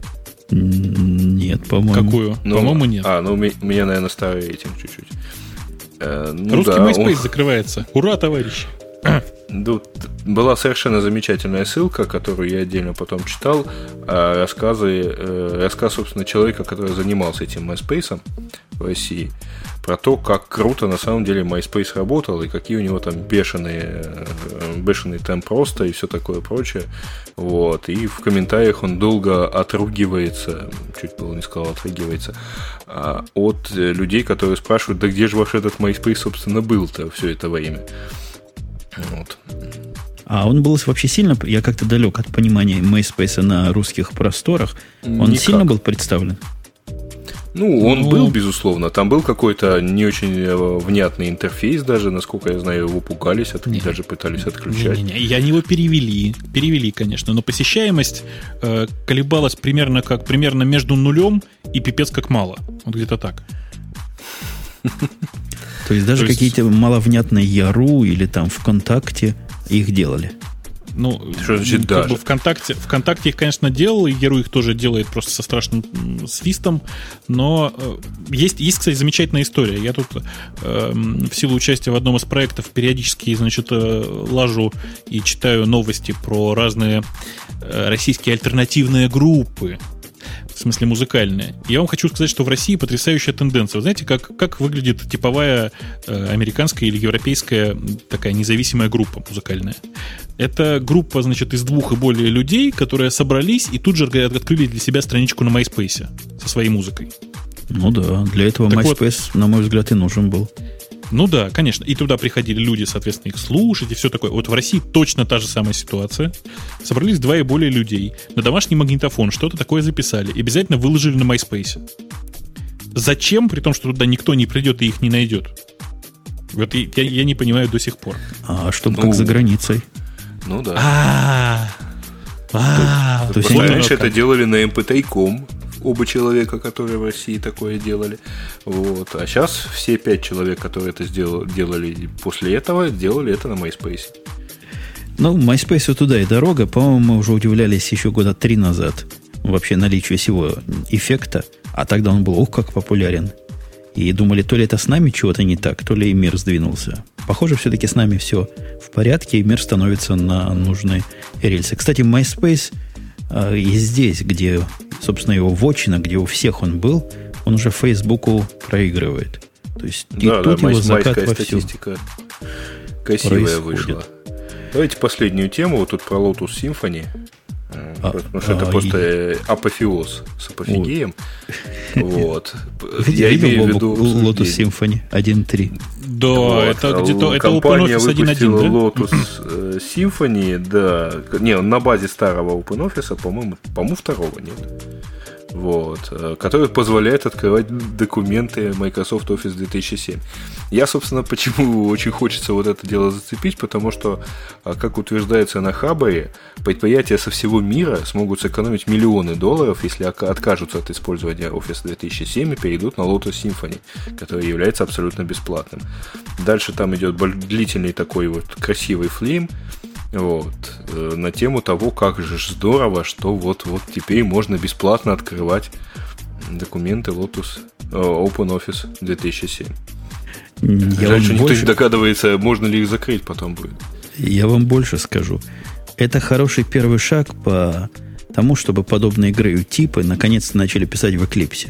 [SPEAKER 1] Нет, по-моему.
[SPEAKER 2] Какую? По-моему, нет.
[SPEAKER 3] У меня, наверное, старый рейтинг чуть-чуть.
[SPEAKER 2] Русский MySpace закрывается. Ура, товарищи!
[SPEAKER 3] Была совершенно замечательная ссылка, которую я отдельно потом читал. Рассказ, собственно, человека, который занимался этим MySpace в России, про то, как круто на самом деле MySpace работал, и какие у него там бешеный темп роста и все такое прочее. Вот. И в комментариях он долго отругивается, чуть было не сказал отругивается, от людей, которые спрашивают, да где же ваш этот MySpace, собственно, был-то все это время. Вот.
[SPEAKER 1] А он был вообще сильно, я как-то далек от понимания MySpace на русских просторах, он
[SPEAKER 3] Никак.
[SPEAKER 1] сильно был представлен?
[SPEAKER 3] Ну, он был, безусловно. Там был какой-то не очень внятный интерфейс даже, насколько я знаю, его пугались, даже пытались отключать.
[SPEAKER 2] Не-не-не, и они его перевели, конечно, но посещаемость колебалась примерно между нулем и пипец как мало. Вот где-то так.
[SPEAKER 1] То есть даже какие-то маловнятные Яру или там ВКонтакте их делали?
[SPEAKER 3] Ну, что значит даже?
[SPEAKER 2] ВКонтакте их, конечно, делал, и Яру их тоже делает просто со страшным свистом, но есть, кстати, замечательная история. Я тут в силу участия в одном из проектов периодически, значит, лажу и читаю новости про разные российские альтернативные группы, в смысле музыкальные. Я вам хочу сказать, что в России потрясающая тенденция. Вы знаете, как выглядит типовая американская или европейская такая независимая группа музыкальная? Это группа, значит, из 2 и более людей, которые собрались и тут же открыли для себя страничку на MySpace со своей музыкой.
[SPEAKER 1] Ну да, для этого так MySpace, вот, на мой взгляд, и нужен был.
[SPEAKER 2] Ну да, конечно. И туда приходили люди, соответственно, их слушать и все такое. Вот в России точно та же самая ситуация. Собрались 2 и более людей на домашний магнитофон, что-то такое записали и обязательно выложили на MySpace. Зачем, при том, что туда никто не придет и их не найдет? Вот я не понимаю до сих пор.
[SPEAKER 1] А чтобы как за границей.
[SPEAKER 3] Ну да. То есть раньше это делали на mp3.com. Оба человека, которые в России такое делали. Вот. А сейчас все 5 человек, которые это делали после этого, делали это на MySpace.
[SPEAKER 1] Ну, MySpace туда и дорога. По-моему, мы уже удивлялись еще года 3 назад вообще наличию всего эффекта. А тогда он был, как популярен. И думали, то ли это с нами чего-то не так, то ли и мир сдвинулся. Похоже, все-таки с нами все в порядке, и мир становится на нужные рельсы. Кстати, MySpace и здесь, где, собственно, его вотчина, где у всех он был, он уже Фейсбуку проигрывает. То есть и тут его закат вовсю
[SPEAKER 3] статистика красивая вышла. Давайте последнюю тему, вот тут про Lotus Symphony. Потому что это просто апофеоз с апофигеем. Вот.
[SPEAKER 1] Я имею в виду Lotus Symphony 1.3.
[SPEAKER 2] Да, вот. Это где-то
[SPEAKER 3] компания
[SPEAKER 2] OpenOffice 1.1,
[SPEAKER 3] выпустила
[SPEAKER 2] да?
[SPEAKER 3] Lotus Symphony, да. Не, он на базе старого OpenOffice, по-моему, второго, нет? Вот, который позволяет открывать документы Microsoft Office 2007. Я, собственно, почему очень хочется вот это дело зацепить, потому что, как утверждается на Хабре, предприятия со всего мира смогут сэкономить миллионы долларов, если откажутся от использования Office 2007 и перейдут на Lotus Symphony, который является абсолютно бесплатным. Дальше там идет длительный такой вот красивый флейм, вот, на тему того, как же здорово, что вот теперь можно бесплатно открывать документы Lotus OpenOffice 2007. Жаль, что никто не догадывается, можно ли их закрыть потом будет.
[SPEAKER 1] Я вам больше скажу. Это хороший первый шаг по тому, чтобы подобные игры типы наконец-то начали писать в Eclipse.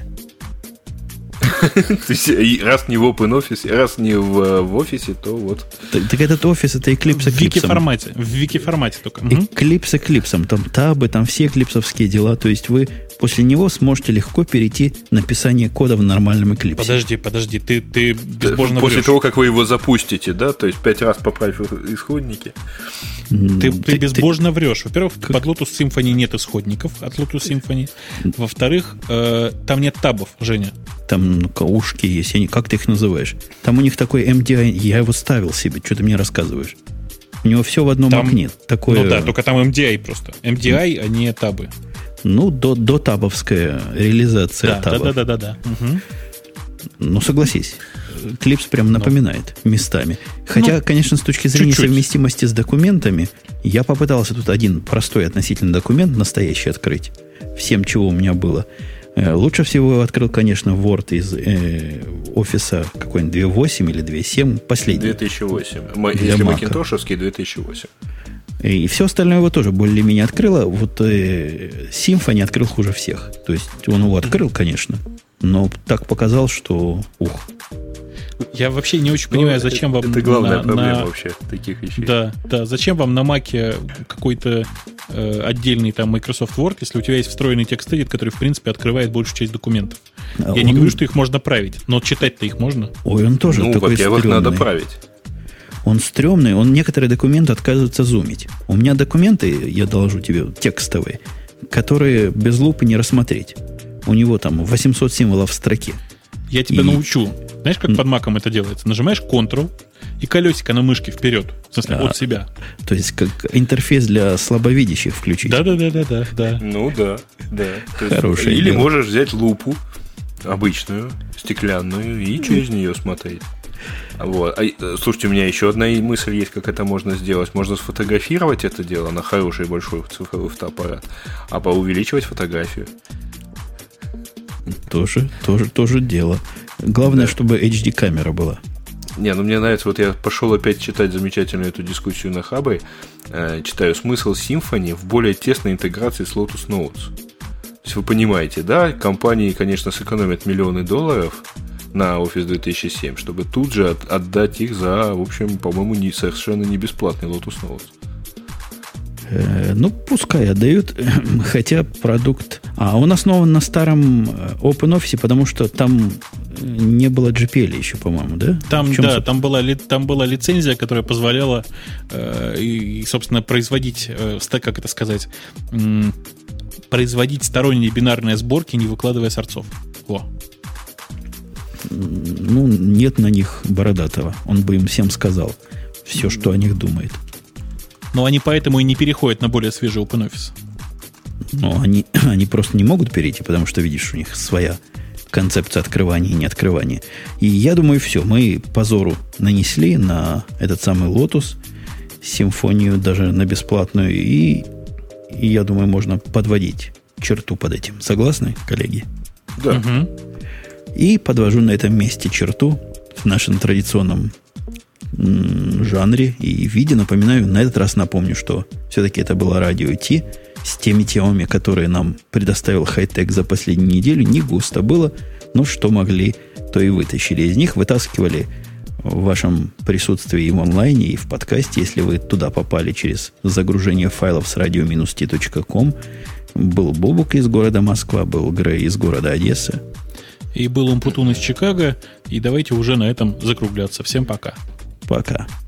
[SPEAKER 3] То есть, раз не в OpenOffice, раз не в офисе, то вот.
[SPEAKER 1] Так этот офис, это Eclipse
[SPEAKER 2] в вики-формате только.
[SPEAKER 1] Eclipse Eclipse, там табы, там все эклипсовские дела. То есть вы после него сможете легко перейти на писание кода в нормальном Eclipse.
[SPEAKER 2] Подожди, ты безбожно
[SPEAKER 3] после
[SPEAKER 2] врешь.
[SPEAKER 3] того, как вы его запустите, да, то есть 5 раз поправив исходники.
[SPEAKER 2] Ты безбожно врешь. Во-первых, под Lotus Symphony нет исходников от Lotus Symphony. Во-вторых, там нет табов, Женя.
[SPEAKER 1] Там ушки есть. Как ты их называешь? Там у них такой MDI, я его ставил себе. Что ты мне рассказываешь? У него все в одном окне. Такое...
[SPEAKER 2] Ну да, только там MDI просто. MDI, а не табы.
[SPEAKER 1] Ну, до табовская реализация табов.
[SPEAKER 2] Да. Угу.
[SPEAKER 1] Ну, согласись. Eclipse прям напоминает местами. Хотя, конечно, с точки зрения
[SPEAKER 2] чуть-чуть
[SPEAKER 1] совместимости с документами, я попытался тут один простой относительно документ настоящий открыть. Всем, чего у меня было. Лучше всего открыл, конечно, Word из офиса какой-нибудь 2.8 или 2.7, последний.
[SPEAKER 3] 2008. Если макинтошевский, 2008.
[SPEAKER 1] И все остальное его тоже более-менее открыло. Вот Symfony открыл хуже всех. То есть он его открыл, конечно. Но так показал, что
[SPEAKER 2] Я вообще не очень понимаю, зачем вам...
[SPEAKER 3] Это главная проблема вообще таких вещей.
[SPEAKER 2] Да, зачем вам на Mac'е какой-то отдельный там Microsoft Word, если у тебя есть встроенный текст-эдит, который, в принципе, открывает большую часть документов. Я не говорю, что их можно править, но читать-то их можно.
[SPEAKER 1] Ой, он тоже такой
[SPEAKER 3] во-первых,
[SPEAKER 1] стрёмный.
[SPEAKER 3] надо править.
[SPEAKER 1] Он стрёмный, он некоторые документы отказывается зумить. У меня документы, я доложу тебе, текстовые, которые без лупы не рассмотреть. У него там 800 символов в строке.
[SPEAKER 2] Я тебя научу. Знаешь, как под Mac'ом это делается? Нажимаешь Ctrl и колесико на мышке вперед. В смысле, от себя.
[SPEAKER 1] То есть, как интерфейс для слабовидящих включить.
[SPEAKER 2] Да.
[SPEAKER 3] Ну да.
[SPEAKER 1] Хорошее
[SPEAKER 3] Или
[SPEAKER 1] дело.
[SPEAKER 3] можешь взять лупу обычную, стеклянную, и через нее смотреть. Вот. Слушайте, у меня еще одна мысль есть, как это можно сделать. Можно сфотографировать это дело на хороший большой цифровой фотоаппарат, а поувеличивать фотографию.
[SPEAKER 1] Тоже дело. Главное, чтобы HD-камера была.
[SPEAKER 3] Не, мне нравится, вот я пошел опять читать замечательную эту дискуссию на Хабре, читаю смысл Symfony в более тесной интеграции с Lotus Notes. То есть вы понимаете, да, компании, конечно, сэкономят миллионы долларов на Office 2007, чтобы тут же отдать их за, в общем, по-моему, совершенно не бесплатный Lotus Notes.
[SPEAKER 1] Ну, пускай отдают, хотя продукт... он основан на старом OpenOffice, потому что там не было GPL еще, по-моему, да?
[SPEAKER 2] Там была лицензия, которая позволяла, собственно, производить, как это сказать, производить сторонние бинарные сборки, не выкладывая сорцов. Во.
[SPEAKER 1] Ну, нет на них Бородатого. Он бы им всем сказал все, что о них думает.
[SPEAKER 2] Но они поэтому и не переходят на более свежий OpenOffice.
[SPEAKER 1] Но они просто не могут перейти, потому что, видишь, у них своя концепция открывания и неоткрывания. И я думаю, все. Мы позору нанесли на этот самый Lotus, симфонию даже на бесплатную. И я думаю, можно подводить черту под этим. Согласны, коллеги?
[SPEAKER 3] Да.
[SPEAKER 2] Угу.
[SPEAKER 1] И подвожу на этом месте черту в нашем традиционном жанре и виде. Напоминаю, на этот раз напомню, что все-таки это было радио Ти с теми темами, которые нам предоставил Хайтек за последнюю неделю. Не густо было, но что могли, то и вытащили из них. Вытаскивали в вашем присутствии и в онлайне, и в подкасте, если вы туда попали через загружение файлов с radio-t.com. Был Бобук из города Москва, был Грей из города Одесса.
[SPEAKER 2] И был Умпутун из Чикаго. И давайте уже на этом закругляться. Всем пока.
[SPEAKER 1] Пока.